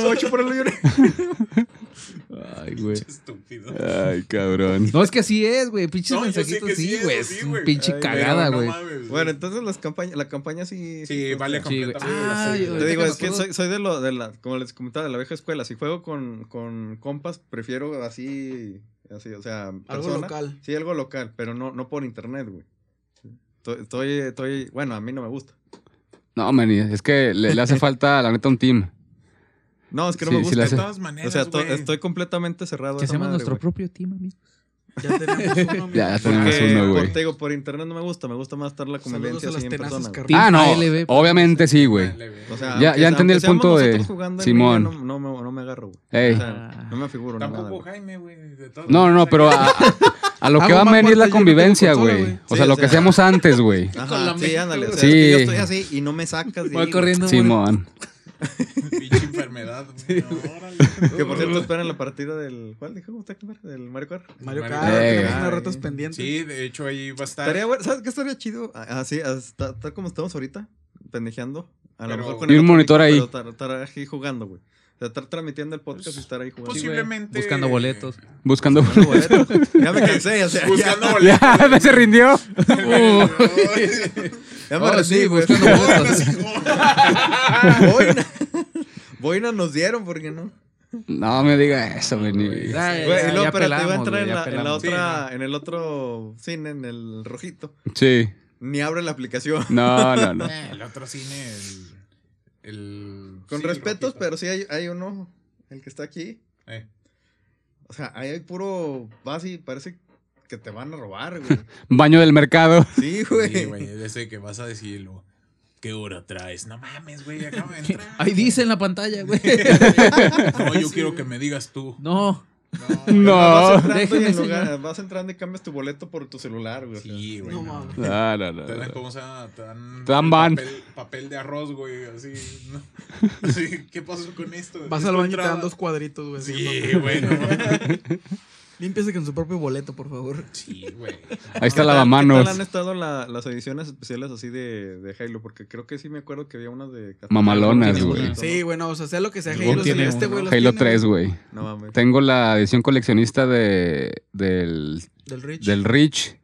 Ay, güey. Estúpido. Ay, cabrón. No, es que así es, güey. Pinches No, yo sé mensajitos, que sí sí, es güey. así, Es un güey. pinche Ay, cagada, Pero no güey. mames, Bueno, entonces la campaña sí... Sí, vale Sí, güey. completamente. Ay, Sí. güey. Te digo, Ahorita es que me acuerdo. soy de la, como les comentaba, de la vieja escuela. Si juego con compas, prefiero así, o sea, Algo persona. local. Sí, algo local, pero no por internet, güey. Estoy, bueno, a mí no me gusta. No, man, es que le hace falta, la neta, un team. No, es que no Sí, me sí gusta. la De hace. todas maneras, O sea, güey. estoy completamente cerrado. Que a esa hacemos madre, nuestro güey. propio team, amigos. Ya tenemos uno, amigo. Ya tenemos Porque, uno, güey. te digo, por internet no me gusta más estar la convivencia Saludos a así las en persona. tenaces güey. carnal. Ah, no, ALB, obviamente sí, güey. O sea, Ya aunque- entendí el aunque seamos punto de nosotros jugando en Simón. línea, no me agarro, güey. Ey. O sea, no me figuro ni nada, Tampoco güey. Jaime, güey. de todas No, maneras, pero a lo que Hago va a más venir la fuerte yo que tengo convivencia, consola, güey. güey. O Sí, sea, o lo que sea. hacíamos antes, güey. Ajá, sí, ándale. O sea, Sí. es que yo estoy así y no me sacas de Voy ahí, corriendo. Simón. Pinche enfermedad, güey. No, órale. güey. Que por cierto, esperan la partida del... ¿Cuál dijo usted que era? ¿Del Mario Kart? Mario Mario Kart, Kart. tenemos Ay. unas retas pendientes. Sí, de hecho ahí va a estar. Estaría bueno. ¿Sabes qué estaría chido? Así, hasta como estamos ahorita, pendejeando. A lo Pero- mejor con Y un otro monitor micro, ahí. pero estar aquí jugando, güey. O sea, estar transmitiendo el podcast y estar ahí jugando. Sí, güey. Posiblemente. Buscando boletos. Buscando. Buscando boletos. Ya me cansé, o sea, Buscando ya, boletos. Ya, se rindió. ya me Oh, rendí, sí, güey. buscando boletos. Boina. Boina nos dieron, ¿por qué no? No me diga eso, güey. Ya, ya, Güey, y ya, luego, ya espérate, iba a pelamos, entrar güey, ya en la pelamos. otra, Sí, en el otro cine, en el rojito. Sí. Ni abre la aplicación. No. El otro cine, el Con sí, respetos, rojito. pero sí hay uno, el que está aquí. O sea, ahí hay puro... Vas y parece que te van a robar, güey. Baño del mercado. Sí, güey. Sí, güey, de ese que vas a decirlo. ¿Qué hora traes? No mames, güey, acabo de entrar. Ahí dice en la pantalla, güey. No, yo quiero que me digas tú. No. No. Vas entrando, y déjeme, en lugar- vas entrando y cambias tu boleto por tu celular, güey. o sea. Sí, güey. No No, mames. No. Te dan, ¿cómo se llama? Te dan ban. Papel de arroz, güey, así. ¿no? Sí, ¿qué pasó con esto? Vas Es al tu baño y te entrada. dan 2 cuadritos, güey. así, Sí, ¿no? güey. No. Límpiese con su propio boleto, por favor. Sí, güey. Ahí está ¿Qué lavamanos. tal han estado las ediciones especiales así de Halo? Porque creo que sí me acuerdo que había unas de... Mamalonas, Tiene güey. bonito, ¿no? Sí, bueno, o sea, sea lo que sea Luego Halo tiene Celeste, uno. güey. los Halo tiene, 3, güey. No mames. Tengo la edición coleccionista del Del Rich. Reach.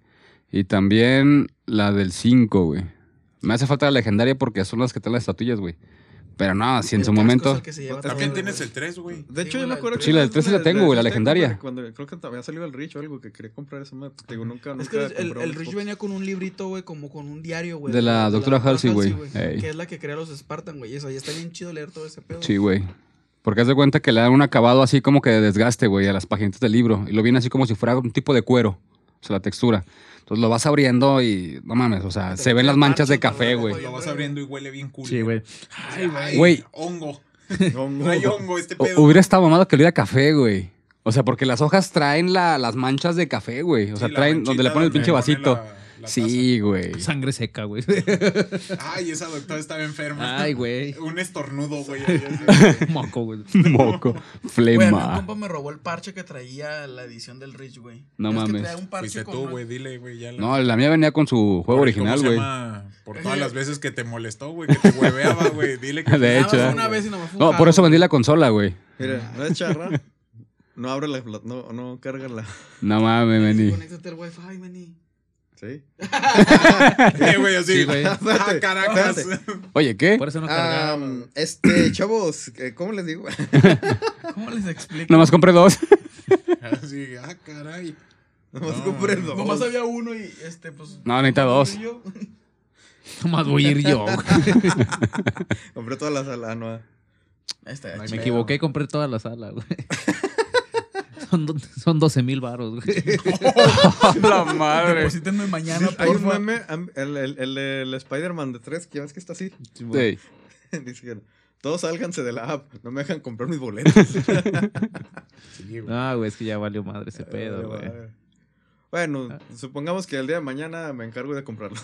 Y también la del 5, güey. Me hace falta la legendaria porque son las que traen las estatuillas, güey. Pero no, si en El su casco momento... es el que se lleva También todo, tienes güey. el 3, güey. De Sí, hecho, yo güey, me la acuerdo del Sí, la del 3 sí la tengo, güey, la legendaria. Cuando creo que había salido el Rich o algo que quería comprar esa madre. Digo, nunca Es que compré el un Rich Xbox. venía con un librito, güey, como con un diario, güey. De la doctora Halsey, güey. Ey. Que es la que crea los Spartan, güey. Eso, y está bien chido leer todo ese pedo. Sí, güey. Porque haz de cuenta que le dan un acabado así como que de desgaste, güey, a las paginitas del libro. Y lo viene así como si fuera un tipo de cuero. O sea, la textura. Entonces lo vas abriendo y no mames, o sea, Te se ven las manchas de parches, café, güey. güey. Lo vas abriendo y huele bien cool. Sí, güey. Ay, Güey. Hongo. Hongo. Trae hongo este pedo. Hubiera estado mamado que oliera a café, güey. O sea, porque las hojas traen las manchas de café, güey. O sea, Sí, la traen manchita donde le ponen el donde pinche le pone vasito. la Sí, güey. Sangre seca, güey. Ay, esa doctora estaba enferma. Ay, güey. Un estornudo, güey. Moco, güey. Moco. Güey, a mí un Flema. compa me robó el parche que traía la edición del Rich, güey. No Es que mames. traía un parche Fuiste con tú, una- güey. Dile, güey. Ya No, la mía venía con su juego original, ¿Cómo se güey. llama? Por todas las veces que te molestó, güey. Que te hueveaba, güey. Dile que... De Nada hecho, más ¿eh? una vez y no me fue un No, por jalo, eso vendí güey. la consola, güey. Mira, no es charra. No abre la... No carga la... No mames, vení. Conéctate al wifi, vení. ¿Sí? güey, así. Sí, güey. Ah, Caracas. Oye, ¿qué? Por eso no cargaba. Chavos, ¿cómo les digo? ¿Cómo les explico? Nomás compré 2. Así, caray. Nomás No, compré dos. Nomás había uno y pues. No, necesita nomás 2. yo. Nomás voy a ir yo, güey. Compré toda la sala, no. Ahí está, Me chido. equivoqué y compré toda la sala, güey. Son 12,000 varos, güey. La madre. Deposítenme mañana, Hay un porfa. meme, el Spider-Man de 3, que ya ves que está así. Sí. Dice que todos sálganse de la app, no me dejan comprar mis boletos. Sí, güey. No, güey, es que ya valió madre ese pedo, güey. Bueno, supongamos que el día de mañana me encargo de comprarlo.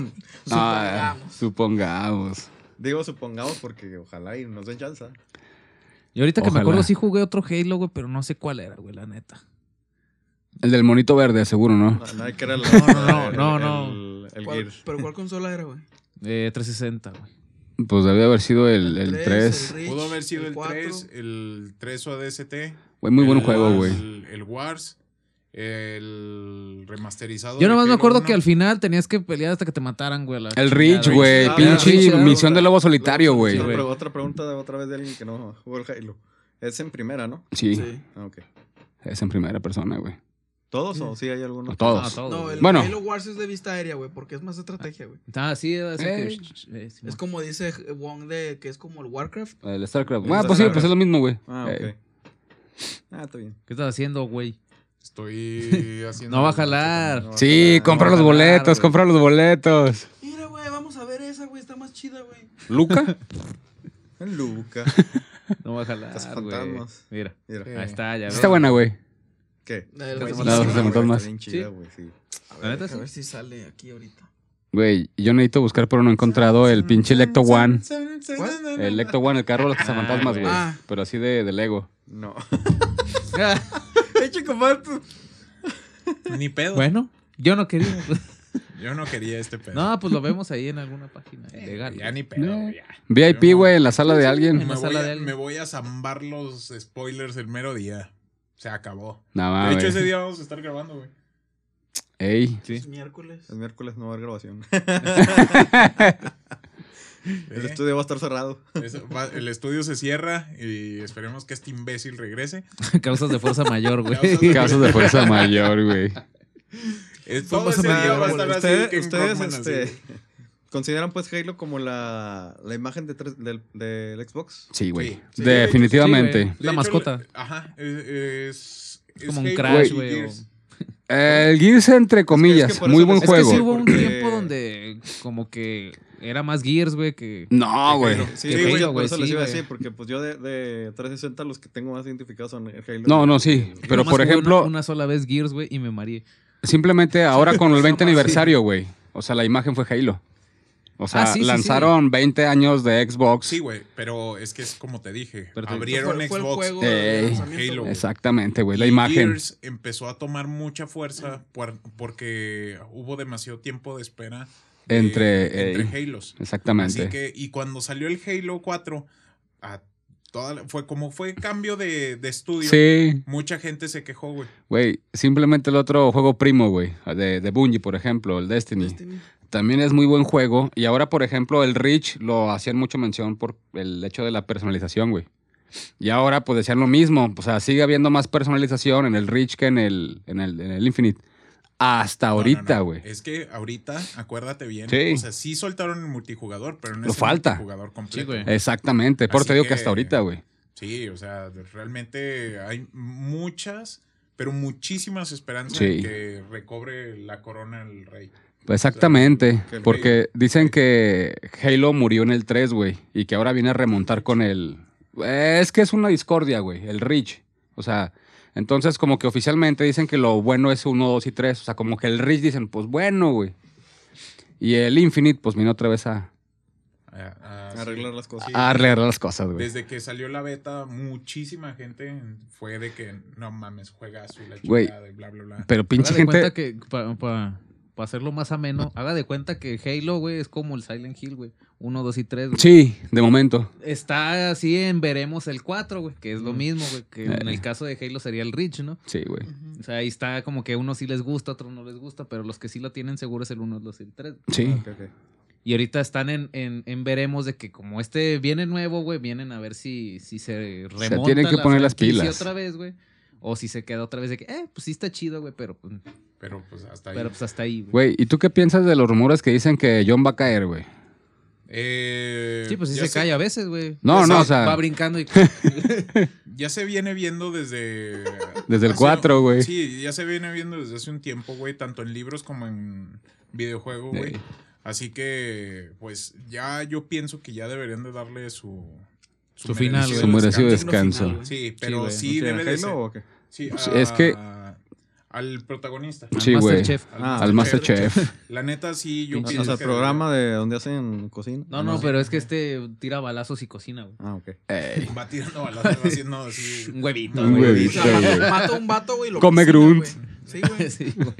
Ah, supongamos. Digo supongamos porque ojalá y nos den chance. Y ahorita que me Ojalá. acuerdo sí jugué otro Halo, güey, pero no sé cuál era, güey, la neta. El del monito verde, seguro, ¿no? No, que era No. el ¿Cuál- Gears. ¿Pero cuál consola era, güey? 360, güey. Pues debe haber sido el 3. el Rich, Pudo haber sido el 4. 3, el 3 ODST. Güey, muy buen el juego, Wars, güey. El Wars, el remasterizado. Yo de nomás me Halo acuerdo 1. que al final tenías que pelear hasta que te mataran, güey. a la El chingada, Rich, güey. Ah, Pinche sí, misión de lobo Luego, solitario, güey. güey. Otra pregunta de otra vez de alguien que no jugó el Halo. Es en primera, ¿no? Sí, Sí. Ah, ok. es en primera persona, güey. ¿Todos o sí hay algunos? Todos. No, todo, No, güey. el Bueno. Halo Wars es de vista aérea, güey, porque es más estrategia, güey. Ah, sí, es Es que... como dice Wong de que es como el Warcraft. El StarCraft. El Ah, pues sí, StarCraft. pues es lo mismo, güey. Ah, Ey. ok. Ah, está bien. ¿Qué estás haciendo, güey? Estoy haciendo. No va a jalar. No, Sí, no, compra no, los no, boletos, güey. compra los boletos. Mira, güey, vamos a ver esa, güey, está más chida, güey. ¿Luca? El Luca. No va a jalar, Los güey. fantasmas. Mira, Mira. ahí está, ya ves. Está buena, güey. ¿Qué? El Güey, Vice sí, No, sí, se güey, montó está más. bien chida, güey, sí. La neta, A sí. ver si sale aquí ahorita. Güey, yo necesito buscar, pero no he encontrado el pinche Lecto One. ¿Cuál? El Lecto One, el carro de los cazafantasmas, güey. Ah. Pero así de Lego. No. Ah, Eche comparto. Ni pedo. bueno, yo no quería. Yo no quería este pedo. No, pues lo vemos ahí en alguna página ilegal. Ya ni pedo, güey, ya. VIP, güey, en la sala de alguien. En la sala de alguien. Me voy a zambar los spoilers el mero día. Se acabó. No De mames. hecho, ese día vamos a estar grabando, güey. Ey. Sí. Es miércoles. El miércoles no va a haber grabación. Eh, El estudio va a estar cerrado. El estudio se cierra y esperemos que este imbécil regrese. Causas de fuerza mayor, güey. Casos de fuerza mayor, güey. Todo ese día va a estar así. que en Ustedes Rockman, así. consideran pues Halo como la imagen del Xbox. Sí, güey. Sí, sí, Definitivamente. sí, güey. La De hecho, mascota. Ajá. Es como un Halo Crash, y güey, o- Gears. El Gears, entre comillas. es que por muy eso buen les- Es que juego. sí hubo un Porque- tiempo donde como que era más Gears, güey, que... No, güey. Sí, Que güey, Halo, por güey, eso les sí, iba a güey. decir, porque pues yo de 360 los que tengo más identificados son el Halo. No, no, sí. y el- Pero, Nomás por jugué ejemplo- una sola vez Gears, güey, y me mareé. Simplemente ahora con el 20 Sí. aniversario, güey. O sea, la imagen fue Halo. O sea, Sí, sí, lanzaron 20 años de Xbox. Sí, güey, pero es que es como te dije. Pero te- Abrieron fue el Xbox. juego de Ey. lanzamiento, Halo. güey. Exactamente, güey. La y imagen. Gears empezó a tomar mucha fuerza porque hubo demasiado tiempo de espera Entre Halos. Exactamente. Así que, y cuando salió el Halo 4, fue cambio de estudio. Sí. Mucha gente se quejó, güey. Güey, simplemente el otro juego primo, güey, de Bungie, por ejemplo, el Destiny. También es muy buen juego. Y ahora, por ejemplo, el Reach lo hacían mucho mención por el hecho de la personalización, güey. Y ahora, pues, decían lo mismo. O sea, sigue habiendo más personalización en el Reach que en el Infinite. Hasta ahorita, güey. Es que ahorita, acuérdate bien. Sí. O sea, sí soltaron el multijugador, pero no Lo es falta. el multijugador completo. Sí, güey. Exactamente. Por eso te Así digo que que- hasta ahorita, güey. Sí, o sea, realmente hay muchas, pero muchísimas esperanzas Sí. de que recobre la corona el rey. Pues exactamente. que el Porque dicen que Halo murió en el 3, güey. Y que ahora viene a remontar con el... Es que es una discordia, güey. El Reach. O sea... Entonces, como que oficialmente dicen que lo bueno es 1, 2 y 3. O sea, como que el Reach dicen, pues bueno, güey. Y el Infinite, pues vino otra vez a Arreglar las cosas. arreglar las cosas, güey. Desde que salió la beta, muchísima gente fue de que no mames, juegazo y la Güey. chingada y bla, bla, bla. Pero pinche Haga de cuenta gente... que, para hacerlo más ameno, haga de cuenta que Halo, güey, es como el Silent Hill, güey. 1, 2 y 3, güey. Sí, de momento. Está así en veremos el 4, güey, que es lo mismo, güey, que en el caso de Halo sería el Reach, ¿no? Sí, güey. O sea, ahí está como que unos sí les gusta, otros no les gusta, pero los que sí lo tienen seguro es el 1, el 2 y el 3. Sí. Ok. Y ahorita están en veremos de que como este viene nuevo, güey, vienen a ver si se remonta tienen que la poner las franquicia pilas. otra vez, güey. O si se queda otra vez de que, pues sí está chido, güey, pero pues Hasta ahí. hasta ahí, güey. Güey, ¿y tú qué piensas de los rumores que dicen que John va a caer, güey? Sí, pues sí ya se cae a veces, güey. No, Ya no, se o sea- va brincando y... Ya se viene viendo desde... Desde el hace- 4, güey. Sí, ya se viene viendo desde hace un tiempo, güey, tanto en libros como en videojuego, güey. Sí. Así que, pues, ya yo pienso que ya deberían de darle su final, güey. Su merecido descanso. descanso. Sí, pero güey. sí, ¿Qué, debe de Halo ser. o qué? Sí, Pues, es que- al protagonista. Sí, güey. Masterchef. Al Masterchef. La neta, sí, yo O pienso sea, el que programa de donde hacen cocina. No, pero es que tira balazos y cocina, güey. Ah, ok. Ey. va tirando balazos, va haciendo así. Un huevito, Un güey. huevito. O sea, güey. mata a un vato, güey. lo Come cocina, grunt. güey. Sí, güey. Sí, güey.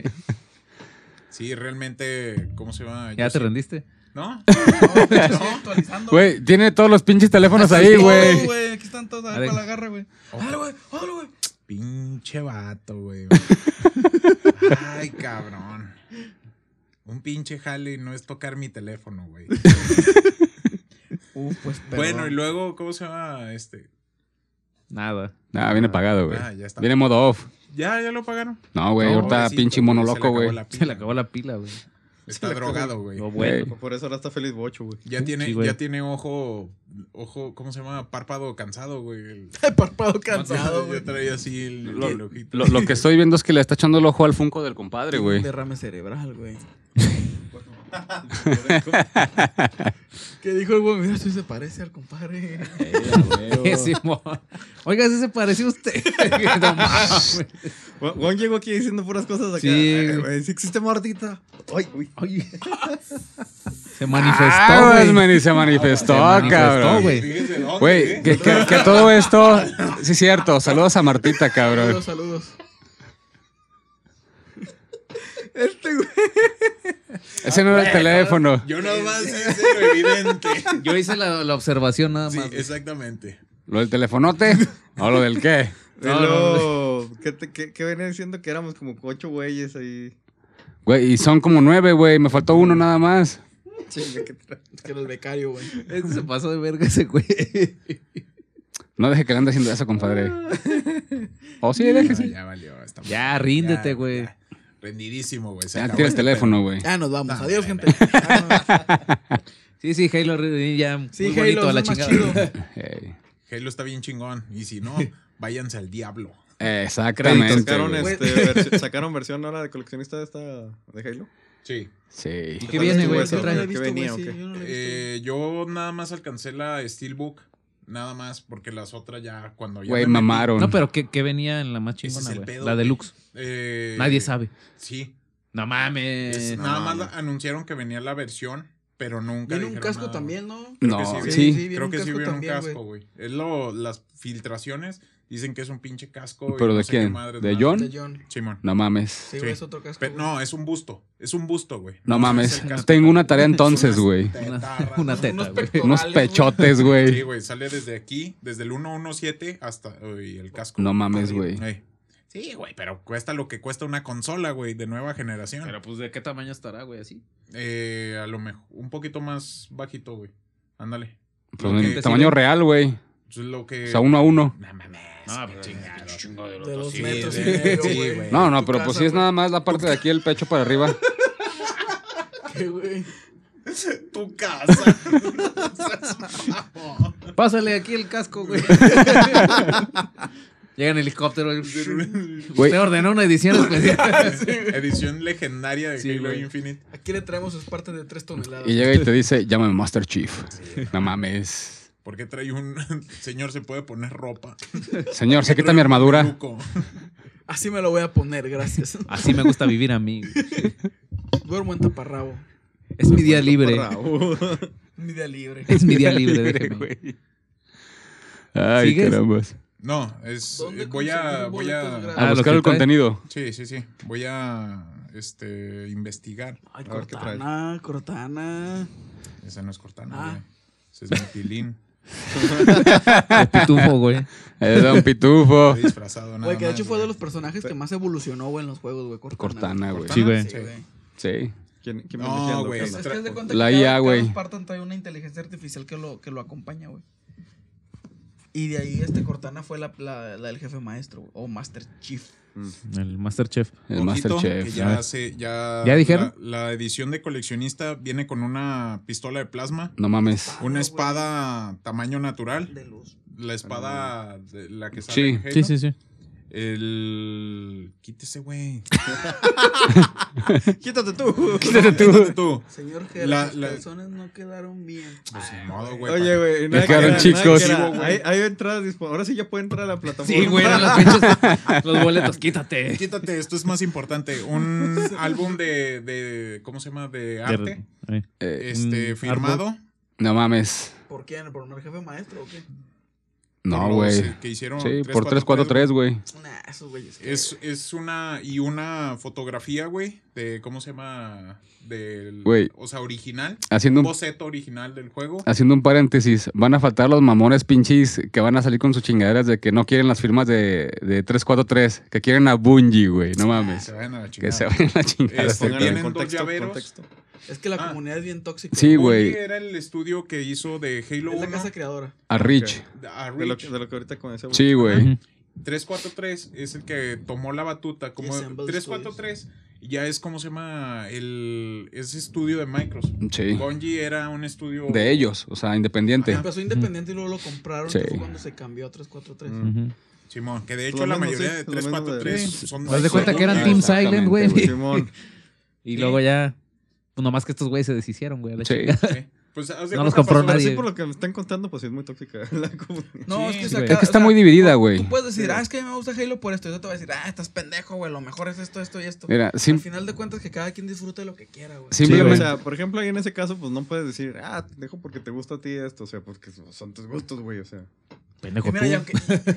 Sí, realmente, ¿cómo se llama? ¿Ya Yo te sí- rendiste? ¿No? No, actualizando. Güey, tiene todos los pinches teléfonos Todo, ahí, güey. Aquí están todos, a A ver ver. cuál agarra, güey. Dale, güey. Dale, güey. Pinche vato, güey. Ay, cabrón. Un pinche jale y no es tocar mi teléfono, güey. Pues, Bueno, y luego, ¿cómo se llama Nada. Ah, viene pagado, güey. Ya está. Viene modo off. Ya lo pagaron. No, güey, No, ahorita pobrecito, pinche mono se le loco, acabó güey. la pila. Se le acabó la pila, güey. Está drogado, güey. Lo bueno. Güey. Por eso ahora está feliz Bocho, güey. Ya tiene, Sí, güey. ya tiene ojo, ¿cómo se llama? Párpado cansado, güey. El párpado cansado, güey. Ya traía así el ojito. Lo que estoy viendo es que le está echando el ojo al Funko del compadre, Un güey. derrame cerebral, güey. ¿Qué dijo el güey? Mira, sí se parece al compadre. Simón. Oiga, ese se pareció a usted. No mames. Juan llegó aquí diciendo puras cosas acá. Sí. Ay, güey, sí existe Martita. Ay, uy. Oye. Se manifestó, Ah, güey. se manifestó, Se manifestó, cabrón. güey. Fíjense dónde, Güey, que todo esto... Sí, es cierto. Saludos a Martita, cabrón. Saludos. Este güey. Ese no era el teléfono. Yo nomás hice lo evidente. Yo hice la observación nada Sí, más. güey. exactamente. ¿Lo del telefonote? ¿O lo del qué? Y luego, ¿qué venía diciendo? Que éramos como 8 güeyes ahí. Güey, y son como 9, güey. Me faltó uno nada más. Chinga, ¿qué Es que era el becario, güey. Ese se pasó de verga ese güey. No deje que le ande haciendo eso, compadre. O sí, déjese. Ya valió. Estamos- Ya, ríndete, ya, güey. ya. Rendidísimo, güey. Se Ya acabó tira el este teléfono, güey. Ya nos vamos. Ah, Adiós, bueno. gente. Vámonos. Sí, Halo ya Sí, muy bonito Halo a la es más chingada. chido. Ey. pedo. Halo está bien chingón. Y si no, váyanse al diablo. Exactamente. Sacaron, güey. sacaron versión ahora de coleccionista de esta de Halo. Sí. Sí. ¿Y qué viene, güey? Eso, ¿Qué trae? ¿qué venía o qué? Yo no lo he visto. Yo nada más alcancé la Steelbook. Nada más, porque las otras ya cuando ya Güey, me metí- mamaron. No, pero ¿qué venía en la más Ese es chingona, el güey? pedo, La güey. deluxe. Eh, Nadie sabe. Sí. No mames. Nada no, más no. anunciaron que venía la versión, pero nunca Viene un dijeron casco nada. también, ¿no? Creo No, que sí. Creo viene que un sí casco viene un también, casco, güey. güey. Las filtraciones Dicen que es un pinche casco. ¿Pero y no de sé qué quién? madres ¿De más. John? De John. Simón. No mames. Sí, güey, es otro casco. Pero güey. no, es un busto. Es un busto, güey. No es mames. el casco. Tengo una tarea entonces, Unas güey. tetarras, Una ¿no? teta, Unos güey. pectorales, Unos güey. pechotes, Sí, güey. güey, sale desde aquí, desde el 117 hasta el casco. No mames, güey. Ey. Sí, güey, pero cuesta lo que cuesta una consola, güey, de nueva generación. Pero pues, ¿de qué tamaño estará, güey? Así. A lo mejor, un poquito más bajito, güey. Ándale. Pero Lo en que- tamaño real, güey. Eso es lo que... O sea, 1 a 1. No mames. No, pero chingado. De 2 Sí, metros y sí, medio, sí, güey. güey. No, no, Tu pero casa, pues sí es güey. nada más la parte de aquí, el pecho para arriba. ¿Qué, güey? Tu casa. Pásale aquí el casco, güey. Llega en helicóptero. Güey. Güey. Usted ordenó una edición especial. Edición legendaria de Sí, Halo güey. Infinite. Aquí le traemos sus partes de 3 toneladas. Y llega y te dice, llámame Master Chief. No mames. ¿Por qué trae un... Señor, se puede poner ropa? Señor, se quita Trae mi un armadura. peluco. Así me lo voy a poner, gracias. Así me gusta vivir a mí. Duermo en taparrabo. Es mi día libre. Mi día libre. Es mi día libre, déjeme. Ay, ¿Sigues? carambas. No, es... ¿Dónde Voy a... conseguir Voy boletos a... gratis? A lo buscar que el trae. contenido. Sí. Voy a... investigar. Ay, A ver qué traes. Cortana. Esa no es Cortana, Ah. güey. Ese es Metilín. El pitufo, güey. Era un pitufo. Estoy disfrazado, nada Güey, que de hecho más, fue de güey. los personajes que más evolucionó, güey, en los juegos, güey. Cortana, güey. Sí, güey. Sí, güey. Sí. ¿Quién me No, eligiendo? güey, ¿Qué Es onda? que haz de cuenta La que IA, cada güey. Spartan trae una inteligencia artificial que lo acompaña, güey. Y de ahí Cortana fue la del jefe maestro, güey, o Master Chief. El Masterchef. El Ojito, Master que Chef. ya dijeron? La edición de coleccionista viene con una pistola de plasma, No mames. una espada tamaño natural, De luz. la espada de la que sale Sí. en Halo. Sí. Quítese, güey. Quítate tú. Quítate tú. Quítate tú. Señor Ger, La- sus la- calzones no quedaron bien. Pues ni modo, güey. Oye, güey. nada quedaron que era, chicos. nada que era. Güey. Hay entradas disponibles. Ahora sí ya puede entrar a la plataforma. Sí, güey, eran los pinches. Los boletos, quítate. Quítate, esto es más importante. Un álbum de ¿cómo se llama? De arte. Firmado. No mames. ¿Por quién? ¿Por un jefe maestro o qué? No, por los, güey. Que hicieron Sí, por 343, güey. Nah, esos güeyes. Es una fotografía, güey, de ¿cómo se llama? Güey. O sea, original. Haciendo Un un, boceto original del juego. haciendo un paréntesis, van a faltar los mamones pinches que van a salir con sus chingaderas de que no quieren las firmas de 343, que quieren a Bungie, güey. No mames. Se vayan a la Que chingada. se vayan a la chingada. Este, Pónganlo en vienen dos contexto, llaveros. contexto. Es que la Ah. comunidad es bien tóxica. Sí, Bungie güey. era el estudio que hizo de Halo Es 1 la casa creadora. A Rich. a De lo, Reach. de lo que ahorita comencé. Sí, güey. 343 es el que tomó la batuta. Como Assemble 343 ya es como se llama es estudio de Microsoft. Sí. Bungie era un estudio De ellos, o sea, independiente. Empezó independiente y luego lo compraron. Sí. Que fue cuando se cambió a 343. Simón, que de Lo hecho la mismo, mayoría sí, de lo mismo 343 de- son Haz de cuenta son que eran Bungie. Team Silent, güey. Simón. Y luego ya. Pues nomás que estos güeyes se deshicieron, güey. a la Sí. chingada. Sí. Pues, haz de No los cuenta, compró pasó- Pero nadie. sí, por lo que me están contando, pues sí es muy tóxica la comunidad. No, Sí, es que, sí, güey. Es que está muy dividida, güey. Tú puedes decir, es que a mí me gusta Halo por esto. Y yo te voy a decir, estás pendejo, güey. Lo mejor es esto y esto. Mira, Al final de cuentas, que cada quien disfrute de lo que quiera, güey. Sí, o simplemente. sea, por ejemplo, ahí en ese caso, pues no puedes decir, te dejo porque te gusta a ti esto, o sea, porque son tus gustos, güey, o sea. Pendejo Y mira, tú. y,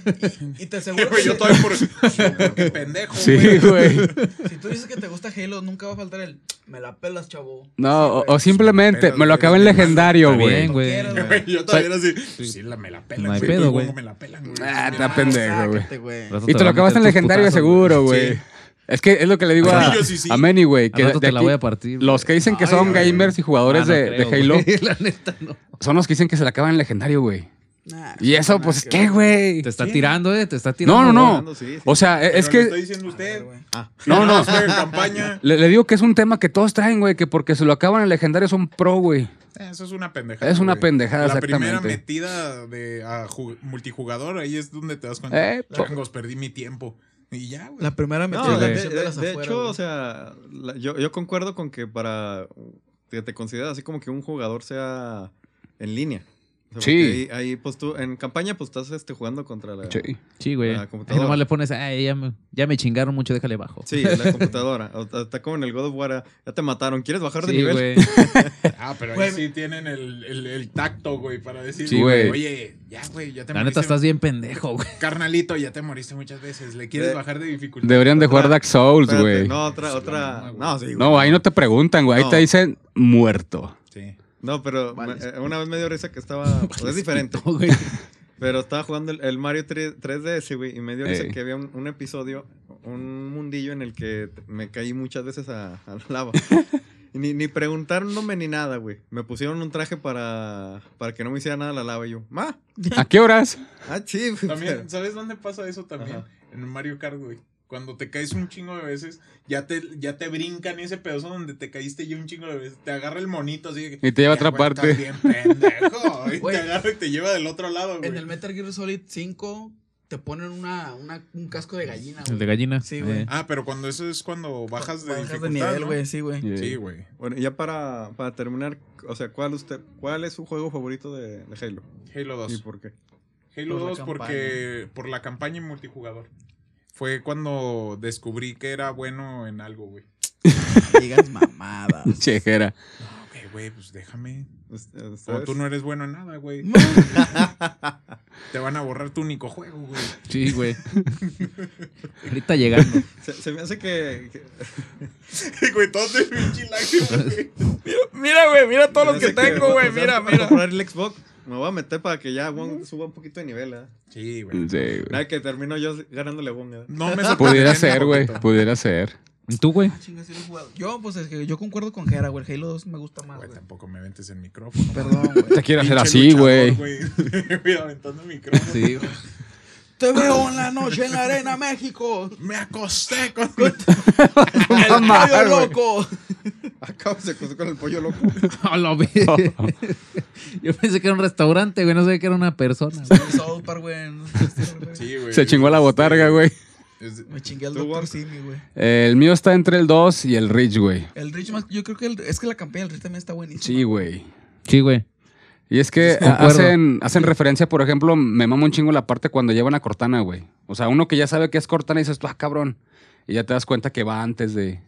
y te aseguro que Yo todavía porque pendejo, Sí, güey. güey. si tú dices que te gusta Halo, nunca va a faltar el me la pelas, chavo. No, Sí, o güey. simplemente Pero me lo eres acabé en bien malo. legendario, Está güey. bien, güey. Quieras, Güey, yo todavía era así. Sí. Sí, me la pelan, No hay güey. pedo, Y güey. me la pelan, güey. Está Ah, pendejo, güey. sácate, güey. Al rato Y te lo va a acabaste en meter tus legendario putazos, seguro, güey. güey. Sí. Es que es lo que le digo Ay, yo sí, sí. a Manny, güey. Al Que rato de te la aquí, voy a partir. los que dicen que Ay, son güey. gamers y jugadores Ah, no de creo, Halo güey. La neta, no. son los que dicen que se la acaban en legendario, güey. Nah, Y eso, nada pues, que ¿qué, ver. güey? Te está Sí. tirando, te está tirando. No, no, no. Jugando, sí, sí. O sea, Pero es le que. está diciendo A ver, usted. güey. No, no. Fue en campaña. Le digo que es un tema que todos traen, güey. Que porque se lo acaban en legendario son pro, güey. Eso es una pendejada. Es una güey. pendejada, La primera exactamente. metida de multijugador, ahí es donde te das cuenta. Po- Changos, perdí mi tiempo. Y ya, güey. La primera metida No, de, de, la de las de afueras, hecho, güey. o sea, yo concuerdo con que para que te consideras así como que un jugador sea en línea. O Sí. Ahí, pues tú, en campaña, pues estás jugando contra la... Sí. Sí, güey. La Ahí computadora. nomás le pones, ay, ya me chingaron mucho, déjale bajo. Sí, la computadora. Está como en el God of War. Ya te mataron. ¿Quieres bajar de Sí, nivel? güey. Pero ahí Güey. sí tienen el tacto, güey, para decir, Sí, güey. oye, ya, güey, ya te La moriste. neta, estás bien pendejo, güey. Carnalito, ya te moriste muchas veces. ¿Le quieres bajar de dificultad? Deberían de jugar Dark Souls, Espérate, güey. No, Pues otra. No, sí, güey. No, ahí no te preguntan, güey. Ahí No. te dicen muerto. Sí. No, pero una vez me dio risa que estaba. Pues es diferente. Güey. Pero estaba jugando el Mario 3DS, güey. Y me dio risa Ey. que había un episodio, un mundillo en el que me caí muchas veces a la lava. Y ni preguntándome ni nada, güey. Me pusieron un traje para que no me hiciera nada la lava. Y yo, ¡ma! ¿A qué horas? Ah, sí, güey. También, ¿sabes dónde pasa eso también? Ajá. En Mario Kart, güey. Cuando te caes un chingo de veces, ya te brincan ese pedazo donde te caíste ya un chingo de veces. Te agarra el monito así. Y te lleva a ya, otra güey, parte. estás bien pendejo. Y Güey. te agarra y te lleva del otro lado, güey. En el Metal Gear Solid 5 te ponen un casco de gallina, El de güey. gallina. Sí, güey. Pero cuando eso es cuando bajas de Bajas dificultad, de nivel, ¿no? güey, sí, güey. Sí, güey. Bueno, y ya para terminar, o sea, ¿cuál es su juego favorito de Halo? Halo 2. ¿Y por qué? Halo Por la 2 porque por la campaña y multijugador. Fue cuando descubrí que era bueno en algo, güey. Digas mamadas. Chejera. No, güey, pues déjame. O ¿Ustedes? tú no eres bueno en nada, güey. Te van a borrar tu único juego, güey. Sí, güey. Ahorita llegando. Se me hace que Güey, todo de pinche lágrimas, güey. Mira, güey, mira todos los se que me hace tengo, güey. o sea, Mira, para mira. comprar el Xbox, me voy a meter para que ya Wong suba un poquito de nivel, ¿eh? Sí, güey. Sí, güey. Nada que termino yo ganándole a Wong, ¿eh? No me Pudiera sorprendería ser, ni güey. poquito. Pudiera ser. ¿Y tú, güey? Chinga, sí lo he jugado. Yo, pues es que yo concuerdo con Jera, güey. El Halo 2 me gusta más, Güey, güey. tampoco me ventes el micrófono. Perdón, güey. Te quiero hacer Pinche así, luchador, güey. Voy aventando el micrófono. Sí, güey. Te veo en la noche en la arena, México. Me acosté con... El pollo loco. Acabo se acostó con el pollo loco. No, lo vi. Yo pensé que era un restaurante, güey. No sabía que era una persona. South Park, güey. No sé, güey. Sí, güey. Se chingó la botarga, güey. Me chingué al ¿Tú, Dr. Wong? Simi, güey. El mío está entre el 2 y el Reach, güey. El Rich más, yo creo que es que la campaña del Rich también está buenísima. Sí, güey. Sí, güey. Y es que Concuerdo. hacen referencia, por ejemplo, me mama un chingo la parte cuando llevan a Cortana, güey. O sea, uno que ya sabe que es Cortana y dices, ah, cabrón. Y ya te das cuenta que va antes de...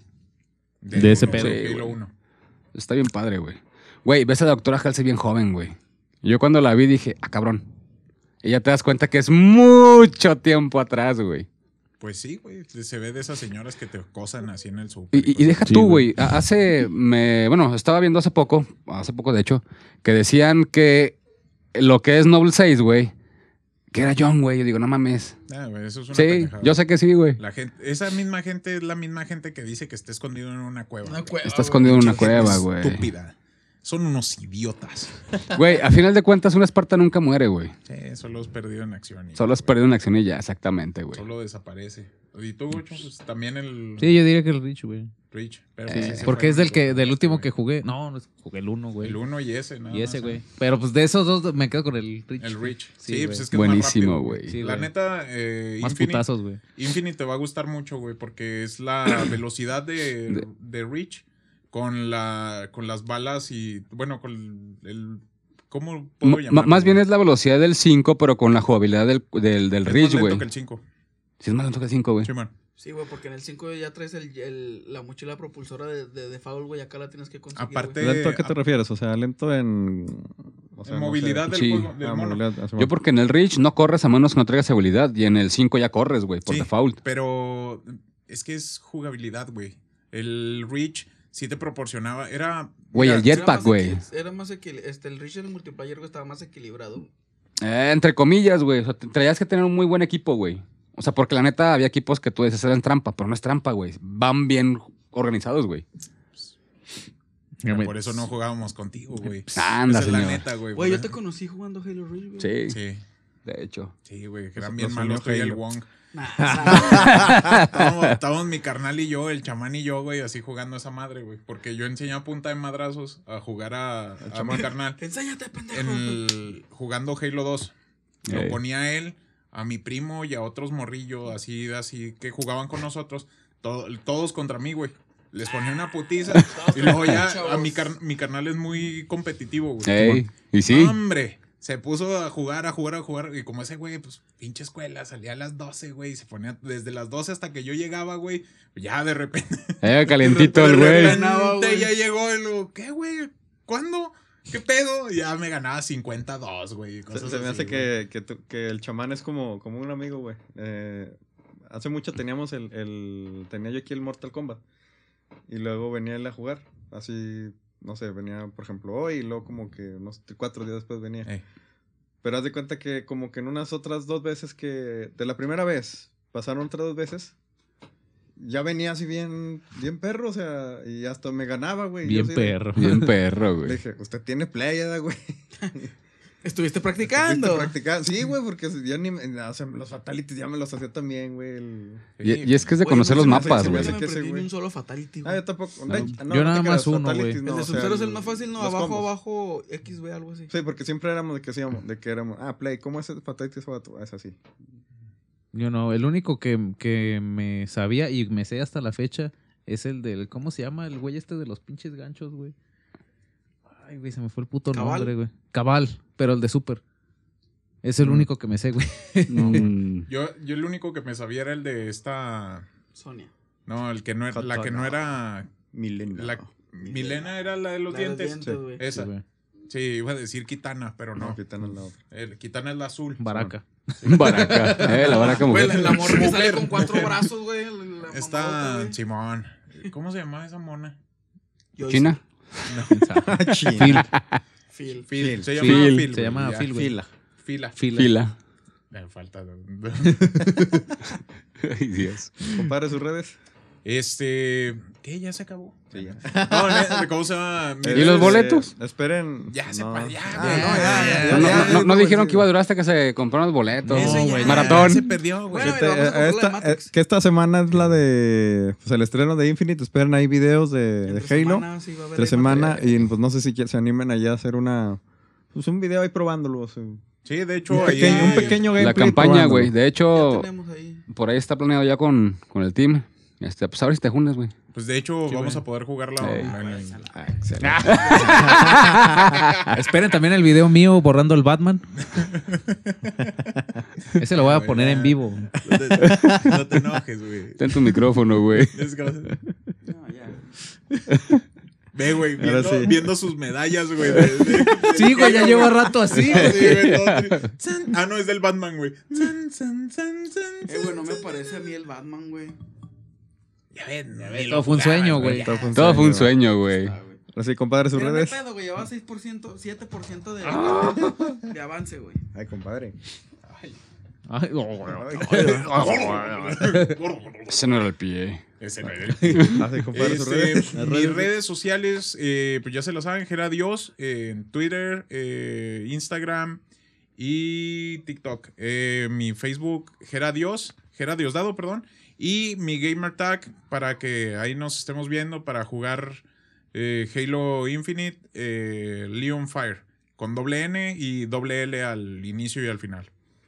De ese uno, pedo. de Sí, Halo güey. 1. Está bien padre, güey. Güey, ves a la doctora Halsey bien joven, güey. Yo cuando la vi dije, ah, cabrón. Y ya te das cuenta que es mucho tiempo atrás, güey. Pues sí, güey. Se ve de esas señoras que te acosan así en el súper. Y deja Sí, tú, güey. güey. Bueno, estaba viendo hace poco de hecho, que decían que lo que es Noble 6, güey, que era John, güey. Yo digo, no mames. Ah, güey, eso es una Sí, pendejada. yo sé que sí, güey. La gente, esa misma gente es la misma gente que dice que está escondido en una cueva. Una cueva, Está güey. escondido en una Pinche gente cueva, güey. Estúpida. Son unos idiotas. Güey, a final de cuentas, un Esparta nunca muere, güey. Sí, solo es perdido en acción. Solo has perdido una acción y ya, exactamente, güey. Solo desaparece. Y tú, Gucho, pues también el Sí, yo diría que el Rich, güey. Rich. Pero Sí, pues ese Porque fue es del el- del último que jugué. No, jugué el 1, güey. El 1 y ese, nada Y ese, más, güey. ¿eh? Pero pues de esos dos me quedo con el Rich. El Rich. Sí, Sí, güey. pues es que Buenísimo, es más rápido, güey. Sí, La güey. neta, Más Infinite, putazos, güey. Infinite te va a gustar mucho, güey, porque es la velocidad de Rich con las balas y, bueno, con el... ¿Cómo puedo llamarlo? Más bien es la velocidad del 5, pero con la jugabilidad del Es más Reach, lento güey. que el 5. Sí, es más lento que el 5, güey. Sí, man. Sí, güey, porque en el 5 ya traes la mochila propulsora de Foul, güey. Acá la tienes que conseguir. Aparte- güey. ¿Lento a qué te refieres? O sea, lento en... O sea, En no sé. movilidad del Sí. juego, del mono. movilidad, así, Yo porque en el Reach no corres a menos que no traigas seguridad. Y en el 5 ya corres, güey, por Sí, default. pero es que es jugabilidad, güey. El Reach sí te proporcionaba, era... Güey, mira, el jetpack, güey. Era más equilibrado. El Rich en el multiplayer, güey, estaba más equilibrado. Entre comillas, güey. O sea, traías que tener un muy buen equipo, güey. O sea, porque la neta había equipos que tú dices eran trampa, pero no es trampa, güey. Van bien organizados, güey. Por eso no jugábamos contigo, güey. Anda, Esa es la señor. neta, güey. Güey, yo por te eso- conocí jugando Halo Reach, güey. Sí, Sí, de hecho. sí, güey. Que eran Los bien malos tú y unió el Halo. Wong. Nah, Estábamos mi carnal y yo, el chamán y yo, güey, así jugando esa madre, güey. Porque yo enseñé a punta de madrazos a jugar a mi carnal. Enséñate, pendejo. Jugando Halo 2. Lo Ey. ponía a él, a mi primo y a otros morrillos así que jugaban con nosotros. Todos contra mí, güey. Les ponía una putiza. Y luego ya Chavos. mi carnal es muy competitivo, güey. Ey, y sí. Hombre, Se puso a jugar. Y como ese güey, pues, pinche escuela, salía a las 12, güey. Y se ponía desde las 12 hasta que yo llegaba, güey. Ya de repente. Calientito el güey. Ya llegó y luego, ¿qué, güey? ¿Cuándo? ¿Qué pedo? Ya me ganaba 52, güey. Se me hace que el chamán es como un amigo, güey. Hace mucho teníamos tenía yo aquí el Mortal Kombat. Y luego venía él a jugar. Así, no sé, venía, por ejemplo, hoy y luego como que unos 4 días después venía. Pero haz de cuenta que como que en unas otras 2 veces de la primera vez, pasaron otras 2 veces, ya venía así bien perro, o sea, y hasta me ganaba, güey. Bien perro. Bien perro, güey. Le dije, usted tiene playa, güey. ¿Estuviste practicando? Sí, güey, porque ya los fatalities ya me los hacía también, güey. Y es que es de conocer los mapas, güey. Yo no me perdí ni un solo fatality, güey. Yo tampoco. Yo nada más uno, güey. El de Sub-Zero es el más fácil, ¿no? Abajo, X, güey, algo así. Sí, porque siempre éramos de que éramos, play, ¿cómo es el fatality ese vato? Es así. Yo no, el único que me sabía y me sé hasta la fecha es el del, ¿cómo se llama? El güey de los pinches ganchos, güey. Ay, güey, se me fue el puto nombre, güey. Cabal, pero el de Super. Es el único que me sé, güey. Yo el único que me sabía era el de esta... Sonia. No, el que no era... La que no era... Milena. Milena era la de los dientes. Sí. Esa. Sí, güey. Sí, iba a decir Kitana, pero no. Kitana es la otra. Kitana es la azul. Baraka. Baraca. La baraca Güey, mujer. la morra que sale con 4 brazos, güey. Está Simón. ¿Cómo se llamaba esa mona? ¿China? Phil. Phil. Se llama llama Phil. Phil. Se llama Phil, güey. Fila. Fila. Falta. Ay, Dios. Compare sus redes. ¿Qué? ¿Ya se acabó? Sí, ya. No, ¿cómo se llama? ¿Y los boletos? Esperen. Ya se no. pa- ya, No dijeron que iba a durar hasta que se compraron los boletos. Ese ya- Maratón. Se perdió, güey. Bueno, vamos a comprar la de Matrix. Que esta semana es la de el estreno de Infinite. Esperen ahí videos de Halo. Entre semana. Y pues no sé si se animen allá a hacer un video ahí probándolo. Sí, de hecho, Un pequeño gameplay. La campaña, probándolo. güey. De hecho, Ya tenemos ahí. por ahí está planeado ya con el team. Pues a ver si te juntas, güey. Pues de hecho, vamos a poder jugarla online. Esperen también el video mío borrando el Batman. Ese lo voy a poner en vivo. No te enojes, güey. Ten tu micrófono, güey. No, ya. Ve, güey, Ahora sí. viendo sus medallas, güey. Sí, güey, ya lleva rato así. Sí, güey, no, es del Batman, güey. Güey, no me parece a mí el Batman, güey. Ya ven. Todo fue un sueño, güey. Todo fue un sueño, güey. Ahora sí, compadre, sus Pero no hay redes. pedo, güey. Lleva 6%, 7% de avance, güey. Ay, compadre. Ay, Ese no era el pie. Ese no era. Así, compadre, sus redes. Mis redes sociales, pues ya se lo saben, Gera Dios, en Twitter, Instagram y TikTok. Mi Facebook, Gera Diosdado, perdón. Y mi gamer tag para que ahí nos estemos viendo para jugar Halo Infinite, Leon Fire, con doble N y doble L al inicio y al final.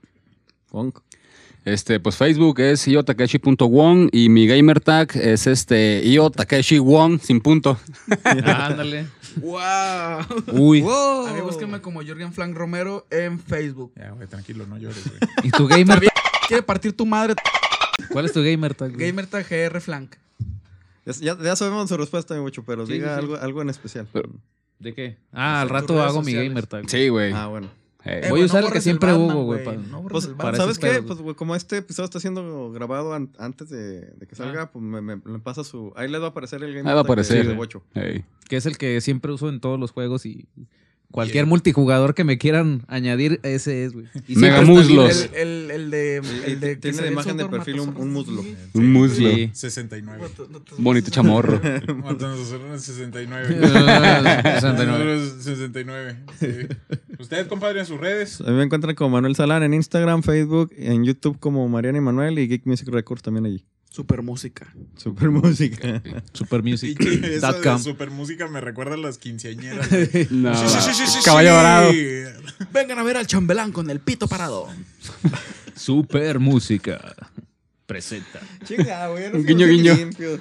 Pues Facebook es iotakeshi.won y mi gamer tag es iotakeshi1 sin punto. ándale. ¡Wow! Uy. A mí búsquenme como Jorgen Flank Romero en Facebook. Ya, güey, tranquilo, no llores, güey. ¿Y tu gamer tag? Quiere partir tu madre. ¿Cuál es tu gamer tag? güey? Gamer tag GR Flank. Ya sabemos su respuesta, mi mucho, pero Sí, diga sí, sí. algo en especial. ¿De qué? Al tus rato redes hago mi sociales. gamer tag. Sí, güey. Bueno. Hey. Voy güey, a usar el que borres siempre Batman, hubo, güey. No borres Pues, el para Batman. ¿sabes esos qué? pedos, Pues, güey, como este episodio está siendo grabado antes de que salga, pues me pasa su... Ahí le va a aparecer el game. Ahí va a aparecer. de Bocho. Hey. Que es el que siempre uso en todos los juegos y cualquier multijugador que me quieran añadir, ese es, güey. Y Mega siempre está muslos. El de que Tiene se de ve imagen de software perfil un matazorras, muslo. sí. Un muslo. Sí. 69. Bonito chamorro. Nosotros 69. 69. Nosotros 69. Sí. Usted, compadre, en sus redes. A mí me encuentran como Manuel Salán en Instagram, Facebook, en YouTube como Mariana y Manuel y Geek Music Records también allí. Super música. Super música. Y Supermusic.com. eso de super música me recuerda a las quinceañeras. güey. No. Sí. Caballo dorado. Vengan a ver al chambelán con el pito parado. Supermúsica. Presenta. Chinga, güey. Un guiño, guiño. Limpio.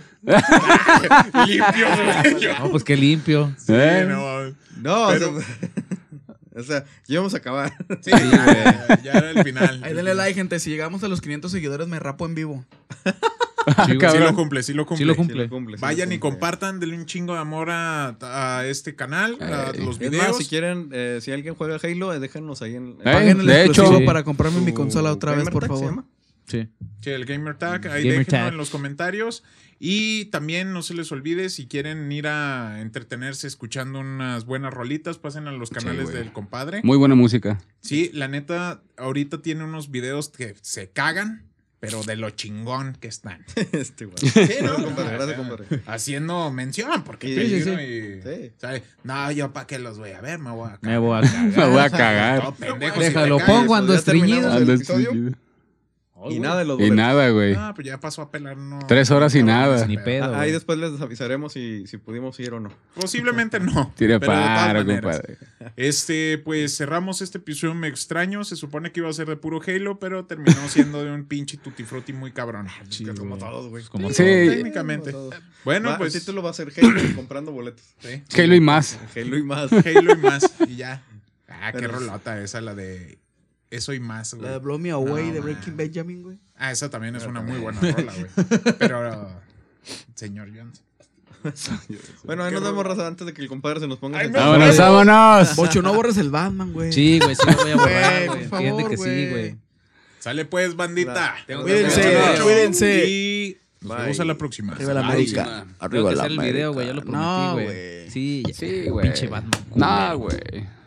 Limpio, güey. No, pues qué limpio. Sí, ¿Eh? no. No, Pero- o sea, O sea, ya íbamos a acabar. Sí, ya era el final. Ahí denle like, gente. Si llegamos a los 500 seguidores, me rapo en vivo. Sí Cabrón. lo cumple, sí lo cumple. Sí lo Sí cumple. lo cumple, sí Vayan lo y cumple. compartan, denle un chingo de amor a este canal, a los Es videos. más, si quieren, si alguien juega Halo, déjanos ahí en... Paguen el de hecho, exclusivo sí. para comprarme mi su consola otra vez, Gamer por Tag, ¿se favor. llama? Sí. Sí, el Gamer Tag, ahí Gamer déjenlo Tag. en los comentarios. Y también no se les olvide, si quieren ir a entretenerse escuchando unas buenas rolitas, pasen a los canales güey. del compadre. Muy buena música. Sí, la neta, ahorita tiene unos videos que se cagan, pero de lo chingón que están. Güey. Sí, ¿no? Compadre, gracias, O sea, compadre. Haciendo mención, porque Sí, peligro sí, y... Sí. ¿sabe? No, yo para qué los voy a ver, me voy a cagar. Me voy a cagar. Me voy a cagar. Todo pendejo, si Déjalo, te caes, pongo ando ya terminamos estreñido. el Ando episodio. estúpido. Y nada de los Y boletos. nada, güey. Ah, pues ya pasó a pelar, no. 3 horas y nada. Ni pedo. Ahí güey. después les avisaremos si pudimos ir o no. Posiblemente no. Tire pero de todas paro, maneras. compadre. Pues cerramos este episodio me extraño. Se supone que iba a ser de puro Halo, pero terminó siendo de un pinche tutti frutti muy cabrón. Sí, Como güey. todos, güey. Como Sí. todo. Técnicamente. Bueno, pues. El título va a ser Halo comprando boletos. Sí. Halo y más. Halo y más. Halo y más. Y ya. Ah, qué Pero- rolota esa, la de eso y más, güey. La de Blow Me Away No, de man. Breaking Benjamin, güey. Ah, esa también es una muy buena rola, güey. Pero, señor Jones. Bueno, ahí nos vemos, raza, antes de que el compadre se nos ponga. Ay, en- no. ¡Vámonos, vámonos! Bocho, no borres el Batman, güey. Sí, güey, sí lo voy a borrar, Güey, güey. por Entiende favor, que sí, güey. güey. Sale pues, bandita. Cuídense, Cuídense. cuídense. Y nos Bye. vemos a la próxima. Arriba la Bye. América. Tengo que hacer el video, güey. Ya lo prometí, No, güey. güey. Sí, ya. Sí, güey. Pinche Batman. No, güey.